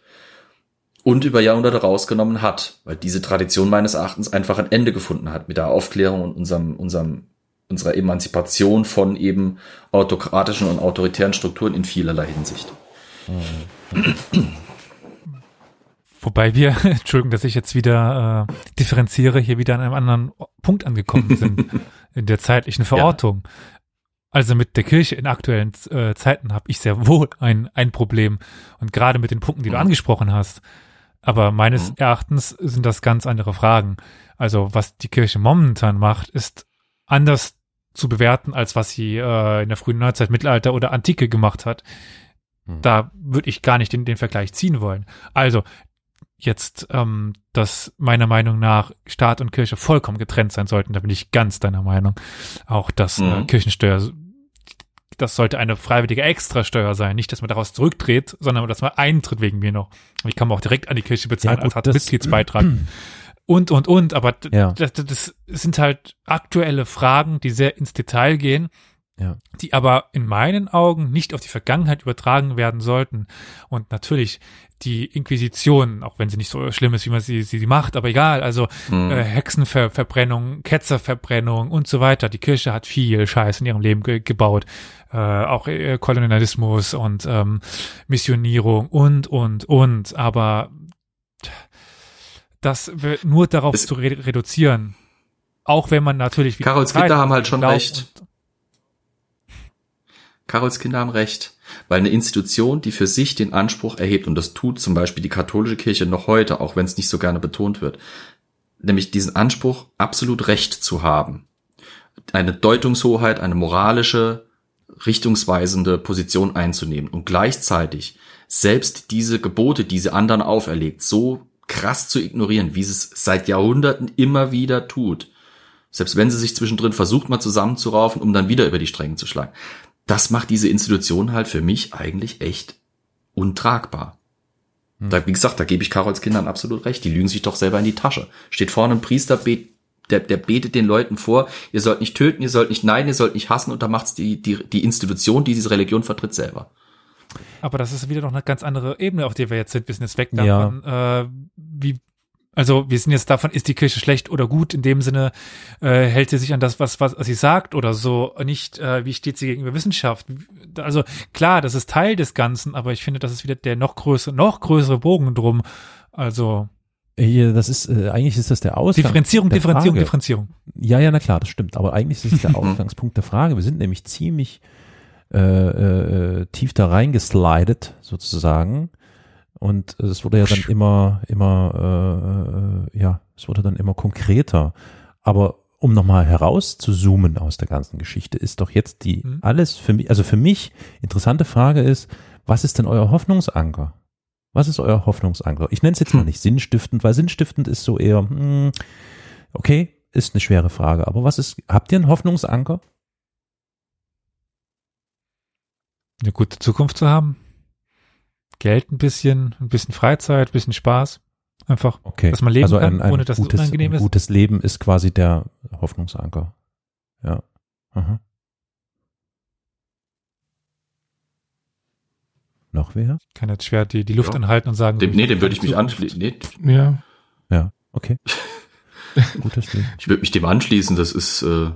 E: und über Jahrhunderte rausgenommen hat, weil diese Tradition meines Erachtens einfach ein Ende gefunden hat mit der Aufklärung und unserem, unserem, unserer Emanzipation von eben autokratischen und autoritären Strukturen in vielerlei Hinsicht.
C: Mhm.
B: Wobei wir, Entschuldigung, dass ich jetzt wieder äh, differenziere, hier wieder an einem anderen Punkt angekommen sind in der zeitlichen Verortung. Ja. Also mit der Kirche in aktuellen äh, Zeiten habe ich sehr wohl ein, ein Problem und gerade mit den Punkten, die mhm. du angesprochen hast. Aber meines mhm. Erachtens sind das ganz andere Fragen. Also was die Kirche momentan macht, ist anders zu bewerten, als was sie äh, in der frühen Neuzeit, Mittelalter oder Antike gemacht hat. Mhm. Da würde ich gar nicht den, den Vergleich ziehen wollen. Also jetzt, ähm, dass meiner Meinung nach Staat und Kirche vollkommen getrennt sein sollten, da bin ich ganz deiner Meinung. Auch dass mhm. äh, Kirchensteuer, das sollte eine freiwillige Extrasteuer sein. Nicht, dass man daraus zurücktritt, sondern dass man eintritt wegen mir noch. Ich kann man auch direkt an die Kirche bezahlen ja, gut, als Mitgliedsbeitrag. und, und, und. Aber ja. das, das sind halt aktuelle Fragen, die sehr ins Detail gehen.
C: Ja.
B: die aber in meinen Augen nicht auf die Vergangenheit übertragen werden sollten. Und natürlich die Inquisition, auch wenn sie nicht so schlimm ist, wie man sie, sie, sie macht, aber egal, also
E: Mhm.
B: äh, Hexenverbrennung, Ketzerverbrennung und so weiter. Die Kirche hat viel Scheiß in ihrem Leben ge- gebaut. Äh, auch äh, Kolonialismus und ähm, Missionierung und, und, und. Aber das wird nur darauf
E: Es-
B: zu re- reduzieren. Auch wenn man natürlich... wieder
E: Carols
B: Zeit
E: Kinder haben halt
B: und
E: schon
B: Glauben
E: recht.
B: und-
E: Carols Kinder haben recht, weil eine Institution, die für sich den Anspruch erhebt, und das tut zum Beispiel die katholische Kirche noch heute, auch wenn es nicht so gerne betont wird, nämlich diesen Anspruch, absolut Recht zu haben, eine Deutungshoheit, eine moralische, richtungsweisende Position einzunehmen und gleichzeitig selbst diese Gebote, die sie anderen auferlegt, so krass zu ignorieren, wie sie es seit Jahrhunderten immer wieder tut. Selbst wenn sie sich zwischendrin versucht, mal zusammenzuraufen, um dann wieder über die Stränge zu schlagen. Das macht diese Institution halt für mich eigentlich echt untragbar.
C: Hm.
E: Da, wie gesagt, da gebe ich Carols Kindern absolut recht. Die lügen sich doch selber in die Tasche. Steht vorne ein Priester, bet, der, der betet den Leuten vor, ihr sollt nicht töten, ihr sollt nicht neiden, ihr sollt nicht hassen, und da macht's die, die, die Institution, die diese Religion vertritt, selber.
B: Aber das ist wieder noch eine ganz andere Ebene, auf der wir jetzt sind. Wir sind jetzt weg
C: Ja.
B: davon, äh, wie, also wir sind jetzt davon, ist die Kirche schlecht oder gut? In dem Sinne, äh, hält sie sich an das, was, was sie sagt oder so, nicht, äh, wie steht sie gegenüber Wissenschaft? Also klar, das ist Teil des Ganzen, aber ich finde, das ist wieder der noch größere, noch größere Bogen drum. Also
C: Hier, das ist, äh, eigentlich ist das der Ausgang.
B: Differenzierung,
C: der
B: Differenzierung,
C: Frage.
B: Differenzierung.
C: Ja, ja, na klar, das stimmt. Aber eigentlich ist es der Ausgangspunkt der Frage. Wir sind nämlich ziemlich äh, äh, tief da reingeslidet, sozusagen. Und es wurde ja dann immer, immer, äh, äh, ja, es wurde dann immer konkreter. Aber um nochmal herauszuzoomen aus der ganzen Geschichte, ist doch jetzt die
B: Mhm.
C: alles für mich, also für mich interessante Frage ist, was ist denn euer Hoffnungsanker? Was ist euer Hoffnungsanker? Ich nenne es jetzt mal nicht sinnstiftend, weil sinnstiftend ist so eher, hm, okay, ist eine schwere Frage. Aber was ist, habt ihr einen Hoffnungsanker?
B: Eine gute Zukunft zu haben. Geld ein bisschen, ein bisschen Freizeit, ein bisschen Spaß. Einfach,
C: Okay.
B: dass man leben
C: also ein,
B: kann,
C: ein
B: ohne dass
C: gutes,
B: es unangenehm
C: ein
B: ist.
C: gutes Leben ist quasi der Hoffnungsanker. Ja. Aha. Noch wer?
B: Ich kann jetzt schwer die, die Luft
E: Ja.
B: anhalten und sagen.
E: Dem, nee, dem würde ich mich
B: Zukunft.
E: anschließen. Nee,
D: Ja.
C: Ja, okay. Gutes Leben.
E: ich würde mich dem anschließen. Das ist äh,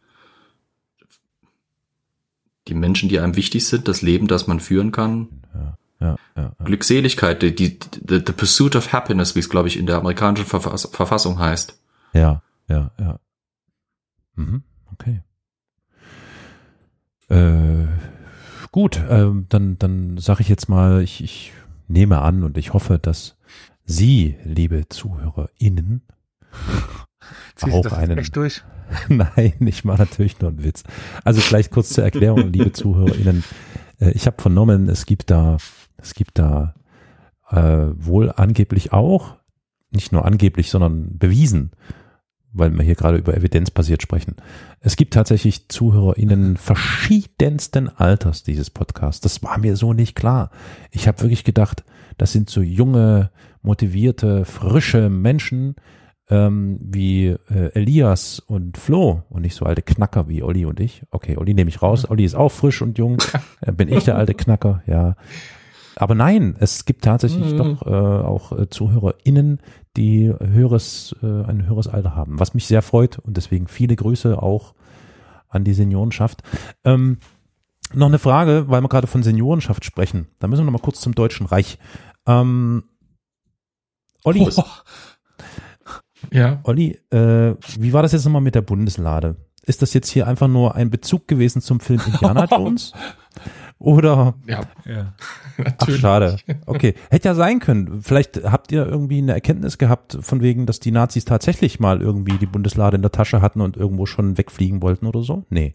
E: die Menschen, die einem wichtig sind, das Leben, das man führen kann.
C: Ja, ja, ja. ja.
E: Glückseligkeit, die, die, the, the pursuit of happiness, wie es, glaube ich, in der amerikanischen Verfass, Verfassung heißt.
C: Ja, ja, ja. Mhm, okay. Äh, gut, ähm, dann, dann sage ich jetzt mal, ich, ich nehme an und ich hoffe, dass Sie, liebe ZuhörerInnen,
B: Ziehst du
C: auch
B: das jetzt
C: einen,
B: echt durch?
C: nein, ich mache natürlich nur einen Witz. Also vielleicht kurz zur Erklärung, liebe ZuhörerInnen. Äh, ich habe vernommen, es gibt da, es gibt da äh, wohl angeblich auch, nicht nur angeblich, sondern bewiesen, weil wir hier gerade über evidenzbasiert sprechen. Es gibt tatsächlich ZuhörerInnen verschiedensten Alters dieses Podcasts. Das war mir so nicht klar. Ich habe wirklich gedacht, das sind so junge, motivierte, frische Menschen, ähm, wie äh, Elias und Flo und nicht so alte Knacker wie Olli und ich. Okay, Olli nehme ich raus. Olli ist auch frisch und jung. Äh, bin ich der alte Knacker, ja. Aber nein, es gibt tatsächlich
D: Mhm.
C: doch äh, auch äh, ZuhörerInnen, die höheres, äh, ein höheres Alter haben, was mich sehr freut und deswegen viele Grüße auch an die Seniorenschaft. Ähm, noch eine Frage, weil wir gerade von Seniorenschaft sprechen. Da müssen wir noch mal kurz zum Deutschen Reich. Ähm, Olli,
B: Oh,
D: Ja.
C: Olli, äh, wie war das jetzt nochmal mit der Bundeslade? Ist das jetzt hier einfach nur ein Bezug gewesen zum Film Indiana Jones? Oder,
D: Ja,
B: ja.
C: ach
D: natürlich.
C: schade, okay, hätte ja sein können. Vielleicht habt ihr irgendwie eine Erkenntnis gehabt von wegen, dass die Nazis tatsächlich mal irgendwie die Bundeslade in der Tasche hatten und irgendwo schon wegfliegen wollten oder so? Nee.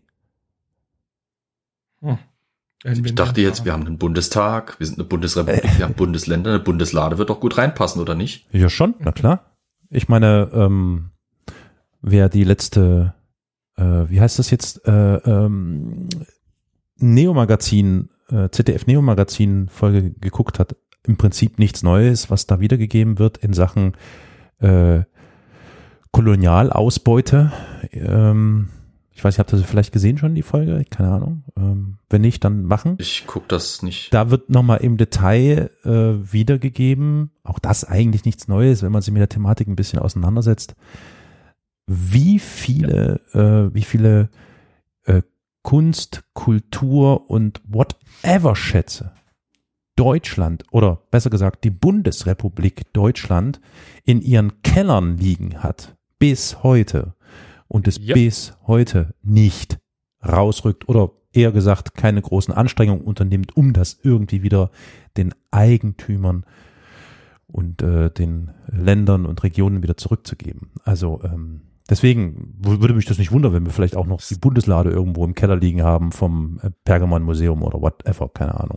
D: Hm.
E: Ich dachte jetzt, wir haben einen Bundestag, wir sind eine Bundesrepublik, wir haben Bundesländer, eine Bundeslade wird doch gut reinpassen, oder nicht?
C: Ja schon, na klar. Ich meine, ähm, wer die letzte, äh, wie heißt das jetzt, äh, ähm, Neo-Magazin, äh, Z D F-Neo-Magazin-Folge geguckt hat, im Prinzip nichts Neues, was da wiedergegeben wird in Sachen äh, Kolonialausbeute. Ähm, Ich weiß, habt ihr sie vielleicht gesehen schon, die Folge? Keine Ahnung. Ähm, wenn nicht, dann machen.
E: Ich guck das nicht.
C: Da wird nochmal im Detail äh, wiedergegeben, auch das eigentlich nichts Neues, wenn man sich mit der Thematik ein bisschen auseinandersetzt, wie viele, äh, wie viele äh, Kunst, Kultur und whatever Schätze Deutschland oder besser gesagt die Bundesrepublik Deutschland in ihren Kellern liegen hat, bis heute und es
B: Ja.
C: bis heute nicht rausrückt oder eher gesagt keine großen Anstrengungen unternimmt, um das irgendwie wieder den Eigentümern und äh, den Ländern und Regionen wieder zurückzugeben. Also ähm, deswegen w- würde mich das nicht wundern, wenn wir vielleicht auch noch die Bundeslade irgendwo im Keller liegen haben vom äh, Pergamon-Museum oder whatever, keine Ahnung.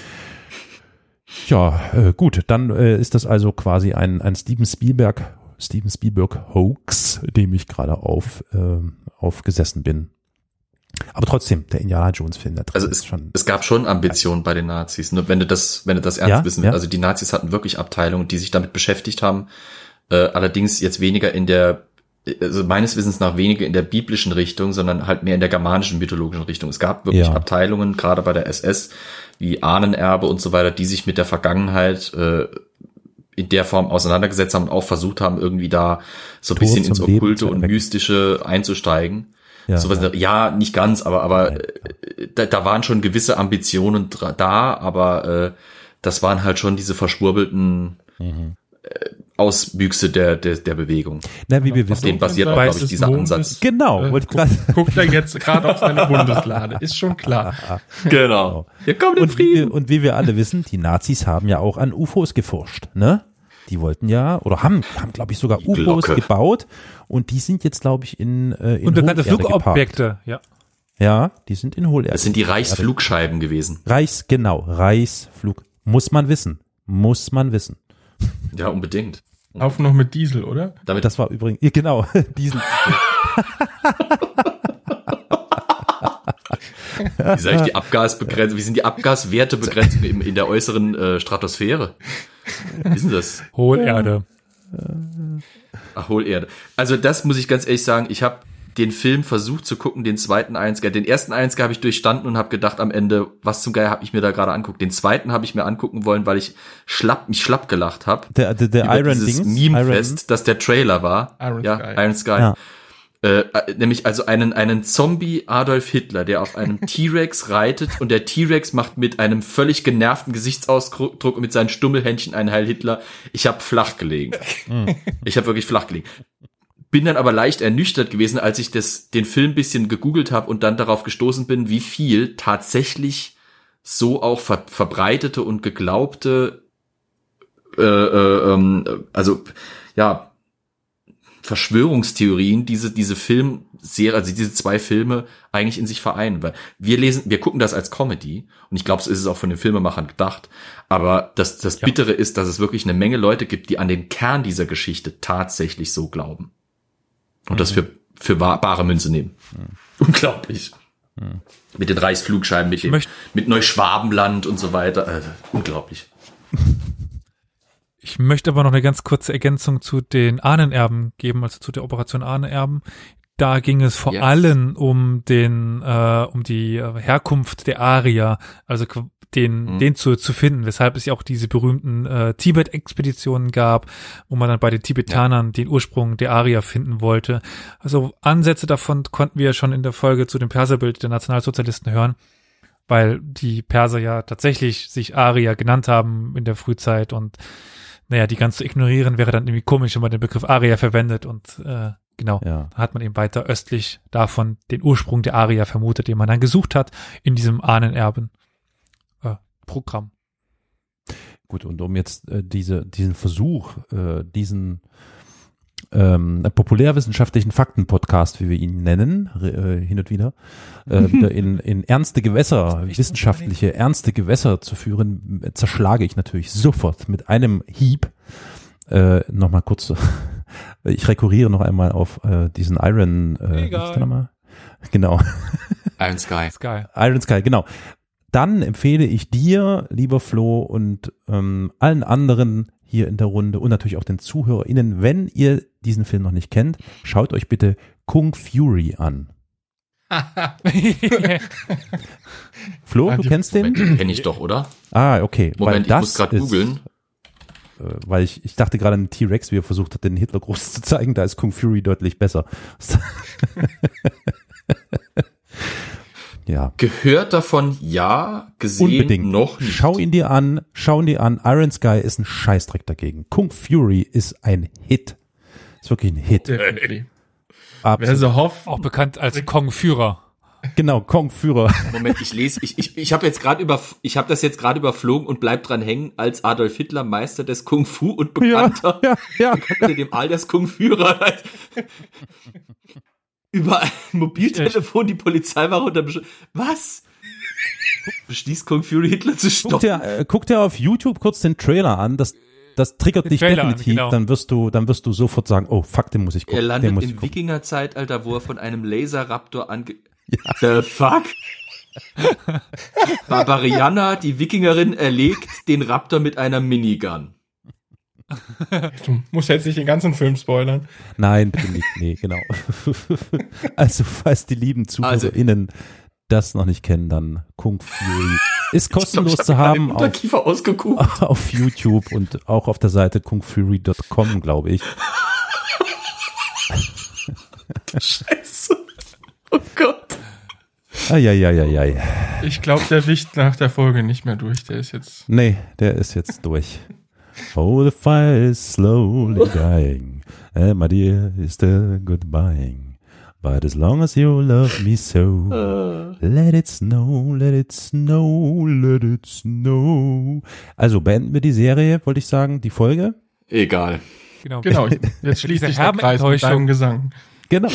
C: Ja, äh, gut, dann äh, ist das also quasi ein, ein Steven Spielberg, Steven Spielberg Hoax, dem ich gerade auf, äh, aufgesessen bin. Aber trotzdem, der Indiana Jones Film, der
E: Also
C: ist
E: es,
C: schon.
E: es gab schon Ambitionen bei den Nazis. Nur wenn du das, wenn du das ernst
C: Ja,
E: wissen
C: ja.
E: willst. Also die Nazis hatten wirklich Abteilungen, die sich damit beschäftigt haben. Äh, allerdings jetzt weniger in der, also meines Wissens nach weniger in der biblischen Richtung, sondern halt mehr in der germanischen mythologischen Richtung. Es gab wirklich
C: Ja.
E: Abteilungen, gerade bei der S S, wie Ahnenerbe und so weiter, die sich mit der Vergangenheit äh, in der Form auseinandergesetzt haben und auch versucht haben, irgendwie da so ein
C: Tod
E: bisschen
C: zum
E: ins
C: Leben
E: Okkulte
C: zu
E: und
C: erwecken.
E: Mystische einzusteigen.
C: Ja,
E: Sowas,
C: ja.
E: ja, nicht ganz, aber aber
C: Nein.
E: äh, da, da waren schon gewisse Ambitionen dra- da, aber äh, das waren halt schon diese verschwurbelten
C: Mhm.
E: äh, Auswüchse der der der Bewegung.
C: Na, wie wir
E: Auf
C: wissen.
E: denen basiert auch,
D: Weiß
E: glaube ich,
D: des
E: dieser
D: Mondes,
E: Ansatz.
C: Genau,
D: äh,
C: wollte ich
D: guck-
C: gerade-
D: Guckt er jetzt gerade auf seine Bundeslade, ist schon klar.
E: Genau. Wir kommen in
C: Und wie, wir,
E: Frieden.
C: und wie wir alle wissen, die Nazis haben ja auch an U F Os geforscht, ne? Die wollten ja, oder haben, haben glaube ich sogar U F Os
E: Glocke.
C: gebaut und die sind jetzt glaube ich in, äh, in
B: Unbekannte
C: Hohlerde
B: Flugobjekte, ja.
C: geparkt. Ja, die sind in Hohlerde.
E: Das sind die Reichsflugscheiben gewesen.
C: Reichs, genau, Reichsflug. Muss man wissen. Muss man wissen.
E: Ja, unbedingt.
D: Auf noch mit Diesel, oder?
E: Damit
C: Das war übrigens, ja, genau, diesen,
E: wie sag ich die Abgasbegrenzung, wie sind die Abgaswertebegrenzungen in, in der äußeren äh, Stratosphäre? Wie ist denn das?
B: Hohlerde.
E: Ach, Hohlerde. Also das muss ich ganz ehrlich sagen, ich habe den Film versucht zu gucken, den zweiten Einziger. Den ersten Einziger habe ich durchstanden und habe gedacht am Ende, was zum Geier habe ich mir da gerade anguckt. Den zweiten habe ich mir angucken wollen, weil ich schlapp, mich schlapp gelacht habe.
C: der, der, der
E: Über
C: Iron
E: dieses
C: Dings.
E: Meme-Fest, das der Trailer war.
D: Iron
E: ja,
D: Sky.
E: Iron Sky.
C: Ja.
E: Äh, äh, nämlich also einen, einen Zombie Adolf Hitler, der auf einem T-Rex reitet und der T-Rex macht mit einem völlig genervten Gesichtsausdruck und mit seinen Stummelhändchen einen Heil Hitler. Ich habe flach gelegen. Ich habe wirklich flach gelegen. Bin dann aber leicht ernüchtert gewesen, als ich das, den Film ein bisschen gegoogelt habe und dann darauf gestoßen bin, wie viel tatsächlich so auch ver verbreitete und geglaubte, äh, äh, ähm, also ja, Verschwörungstheorien diese diese Filmserie, also diese zwei Filme eigentlich in sich vereinen, weil wir lesen, wir gucken das als Comedy und ich glaube, so ist es auch von den Filmemachern gedacht, aber das das
B: Ja.
E: Bittere ist, dass es wirklich eine Menge Leute gibt, die an den Kern dieser Geschichte tatsächlich so glauben und das für für wahr- bare Münze nehmen. Unglaublich. Mit den Reichsflugscheiben, mit dem,
B: möcht-
E: mit Neuschwabenland und so weiter, äh, unglaublich.
B: Ich möchte aber noch eine ganz kurze Ergänzung zu den Ahnenerben geben, also zu der Operation Ahnenerben. Da ging es vor
E: Yes.
B: allem um den, äh, um die äh, Herkunft der Arier, also qu- den,
E: Mhm.
B: den zu, zu finden, weshalb es ja auch diese berühmten äh, Tibet-Expeditionen gab, wo man dann bei den Tibetanern den Ursprung der Arier finden wollte. Also Ansätze davon konnten wir schon in der Folge zu dem Perserbild der Nationalsozialisten hören, weil die Perser ja tatsächlich sich Arier genannt haben in der Frühzeit und naja, die ganz zu ignorieren wäre dann irgendwie komisch, wenn man den Begriff Arier verwendet und äh, genau,
C: Ja.
B: da hat man eben weiter östlich davon den Ursprung der Arier vermutet, den man dann gesucht hat in diesem Ahnenerben äh, Programm.
C: Gut, und um jetzt äh, diese, diesen Versuch, äh, diesen ähm, populärwissenschaftlichen Fakten-Podcast, wie wir ihn nennen, äh, hin und wieder, äh, wieder in, in ernste Gewässer, wissenschaftliche ernste Gewässer zu führen, äh, zerschlage ich natürlich sofort mit einem Hieb. Äh, Nochmal kurz, ich rekurriere noch einmal auf äh, diesen Iron, äh, wie ist der nochmal? Genau.
E: Iron Sky.
B: Sky.
C: Iron Sky, genau. Dann empfehle ich dir, lieber Flo, und ähm, allen anderen hier in der Runde und natürlich auch den ZuhörerInnen, wenn ihr diesen Film noch nicht kennt, schaut euch bitte Kung Fury an. Flo, du kennst den?
E: Moment, kenn ich doch, oder?
C: Ah, okay. Weil
E: Moment, ich
C: das
E: muss gerade
C: ist-
E: googeln.
C: Äh, Weil ich, ich dachte gerade an T-Rex, wie er versucht hat, den Hitler groß zu zeigen, da ist Kung Fury deutlich besser. Ja,
E: Gehört davon ja, gesehen
C: unbedingt.
E: noch nicht.
C: Schau ihn dir an, schau ihn dir an. Iron Sky ist ein Scheißdreck dagegen. Kung Fury ist ein Hit. Ist wirklich ein Hit.
D: Definitiv.
C: Absolut.
D: Wer so hofft,
B: Auch bekannt als Kong-Führer.
C: Genau, Kung Führer.
E: Moment, ich lese, ich, ich, ich habe jetzt gerade über, ich habe das jetzt gerade überflogen und bleib dran hängen als Adolf Hitler Meister des Kung Fu und Bekannter
C: ja, ja.
E: unter dem Alias Kung Führer. Über ein Mobiltelefon die Polizei war unter Besch- Was? Beschließt Kung Fury Hitler zu
C: Guck
E: stoppen?
C: dir, äh, guck dir auf YouTube kurz den Trailer an. Das, das triggert
B: Den
C: dich
B: Trailer an,
C: definitiv.
B: genau.
C: Dann wirst du, dann wirst du sofort sagen, oh fuck, den muss ich gucken.
E: Er
C: den
E: landet
C: muss ich
E: im
C: gucken.
E: Wikinger-Zeitalter, wo er von einem Laserraptor ange... The fuck? Barbarianna, die Wikingerin, erlegt den Raptor mit einer Minigun.
D: du musst jetzt nicht den ganzen Film spoilern.
C: Nein, bitte nicht. Nee, genau. Also, falls die lieben ZuhörerInnen das noch nicht kennen, dann Kung Fury ist kostenlos
E: Ich glaub, ich
C: zu
E: hab mir
C: haben
E: gerade den
C: auf,
E: Unterkiefer ausgekugelt.
C: auf YouTube und auch auf der Seite kung fury Punkt com, glaube ich.
E: Scheiße. Oh Gott.
C: Eieieiei.
D: Ich glaube, der wicht nach der Folge nicht mehr durch. Der ist jetzt.
C: Nee, der ist jetzt durch. Oh, the fire is slowly dying, and my dear is still goodbying. But as long as you love me so, let it snow, let it snow, let it snow. Also beenden wir die Serie, wollte ich sagen, die Folge.
E: Egal.
B: Genau.
D: Genau, jetzt schließt
B: Diese
D: sich der Kreis mit
B: Herbenenttäuschung.
D: deinem Gesang.
C: Genau.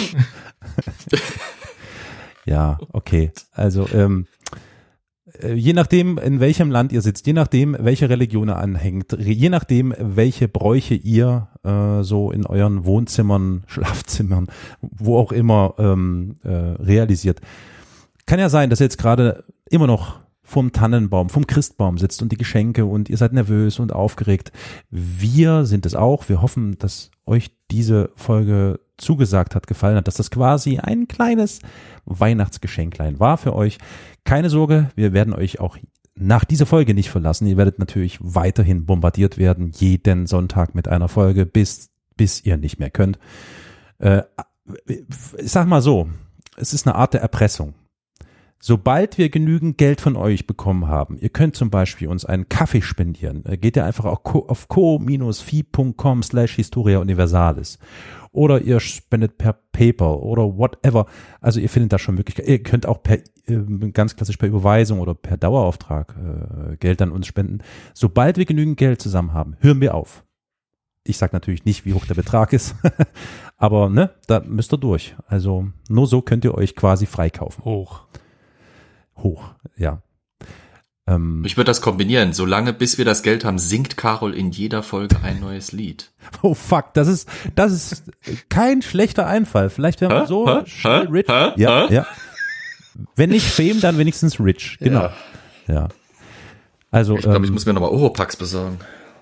C: Ja, okay. Also ähm, äh, je nachdem, in welchem Land ihr sitzt, je nachdem, welche Religion ihr anhängt, re- je nachdem, welche Bräuche ihr äh, so in euren Wohnzimmern, Schlafzimmern, wo auch immer ähm, äh, realisiert. Kann ja sein, dass ihr jetzt gerade immer noch vom Tannenbaum, vom Christbaum sitzt und die Geschenke und ihr seid nervös und aufgeregt. Wir sind es auch. Wir hoffen, dass euch diese Folge zugesagt hat, gefallen hat, dass das quasi ein kleines Weihnachtsgeschenklein war für euch. Keine Sorge, wir werden euch auch nach dieser Folge nicht verlassen. Ihr werdet natürlich weiterhin bombardiert werden, jeden Sonntag mit einer Folge, bis, bis ihr nicht mehr könnt. Äh, ich sag mal so, es ist eine Art der Erpressung. Sobald wir genügend Geld von euch bekommen haben, ihr könnt zum Beispiel uns einen Kaffee spendieren, geht ihr einfach auf co-fi.com slash Historia Universalis oder ihr spendet per PayPal oder whatever. Also ihr findet da schon Möglichkeiten. Ihr könnt auch per äh, ganz klassisch per Überweisung oder per Dauerauftrag äh, Geld an uns spenden. Sobald wir genügend Geld zusammen haben, hören wir auf. Ich sage natürlich nicht, wie hoch der Betrag ist, aber ne, da müsst ihr durch. Also nur so könnt ihr euch quasi freikaufen.
B: Hoch.
C: Hoch, ja. Ähm,
E: Ich würde das kombinieren. Solange bis wir das Geld haben, singt Carol in jeder Folge ein neues Lied.
C: oh fuck, das ist, das ist kein schlechter Einfall. Vielleicht wären wir
E: Hä?
C: so
E: Hä?
C: schnell
E: Hä?
C: rich.
E: Hä?
C: Ja,
E: Hä?
C: ja. Wenn nicht Fame, dann wenigstens rich. Genau.
E: Ja.
C: Ja. Also,
E: Ich glaube, ich
C: ähm,
E: muss mir nochmal Oropax besorgen.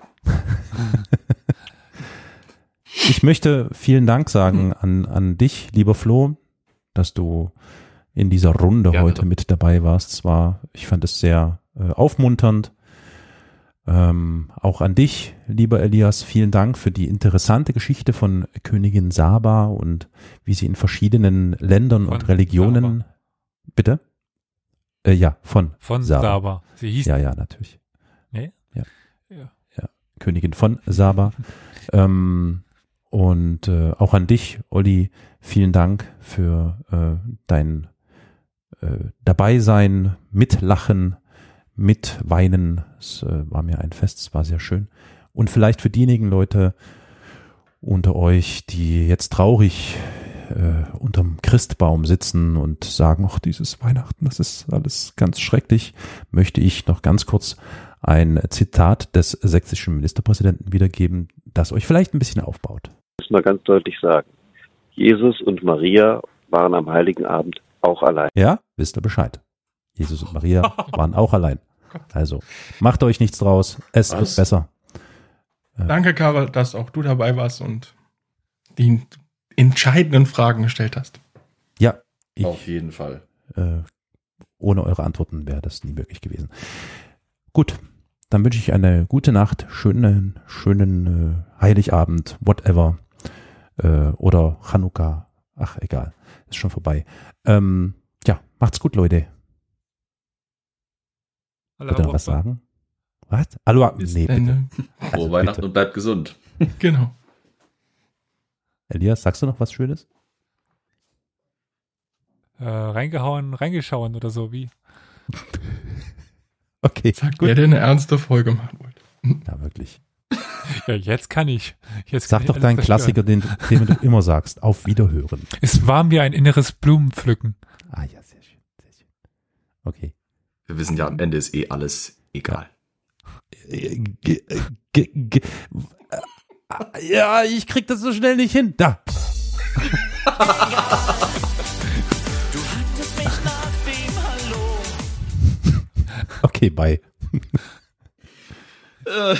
C: ich möchte vielen Dank sagen an, an dich, lieber Flo, dass du in dieser Runde
E: Gerne.
C: heute mit dabei warst. Es war, ich fand es sehr äh, aufmunternd. Ähm, auch an dich, lieber Elias, vielen Dank für die interessante Geschichte von Königin Saba und wie sie in verschiedenen Ländern
B: Von
C: und Religionen, bitte? Äh, ja, von,
B: Von
C: Saba.
B: Saba. Sie hieß.
C: Ja, ja, natürlich.
B: Nee?
C: Ja.
B: Ja.
C: Königin von Saba. ähm, und äh, auch an dich, Olli, vielen Dank für äh, dein äh, Dabeisein, Mitlachen, Mitweinen. Es äh, war mir ein Fest, es war sehr schön. Und vielleicht für diejenigen Leute unter euch, die jetzt traurig äh, unterm Christbaum sitzen und sagen, ach, dieses Weihnachten, das ist alles ganz schrecklich, möchte ich noch ganz kurz ein Zitat des sächsischen Ministerpräsidenten wiedergeben, das euch vielleicht ein bisschen aufbaut.
H: Ich muss mal ganz deutlich sagen, Jesus und Maria waren am Heiligen Abend auch allein.
C: Ja, wisst ihr Bescheid. Jesus und Maria waren auch allein. Also, macht euch nichts draus, es
E: Was?
C: wird besser.
D: Danke, Karol, dass auch du dabei warst und die entscheidenden Fragen gestellt hast.
C: Ja, Ich,
E: Auf jeden Fall.
C: Äh, ohne eure Antworten wäre das nie möglich gewesen. Gut, dann wünsche ich eine gute Nacht, schönen, schönen äh, Heiligabend, whatever. Äh, oder Chanukka. Ach, egal. Ist schon vorbei. Ähm, ja, macht's gut, Leute.
B: Hallo,
C: Wollt ihr noch was sagen? Was? Hallo?
D: Bis
C: Nee, bitte.
D: Ende.
E: Frohe
C: Also
E: Weihnachten
C: bitte.
E: und bleibt gesund.
D: Genau.
C: Elias, sagst du noch was Schönes?
B: Äh, reingehauen, reingeschauen oder so, wie?
C: Okay,
D: Sagt
C: gut.
D: der, der eine ernste Folge machen wollte.
C: Ja, wirklich.
B: Ja, jetzt kann ich. Jetzt
C: Sag
B: kann ich
C: doch
B: alles
C: deinen
B: zerstören.
C: Klassiker, den, den du immer sagst. Auf Wiederhören.
B: Es war mir ein inneres Blumenpflücken.
C: Ah ja, sehr schön, sehr schön. Okay.
E: Wir wissen ja, am Ende ist eh alles egal.
C: Äh, ge- äh, ge- ge- äh, Ja, ich krieg das so schnell nicht hin. Da.
G: Du hattest mich nach dem Hallo.
C: Okay, bye.
E: Äh.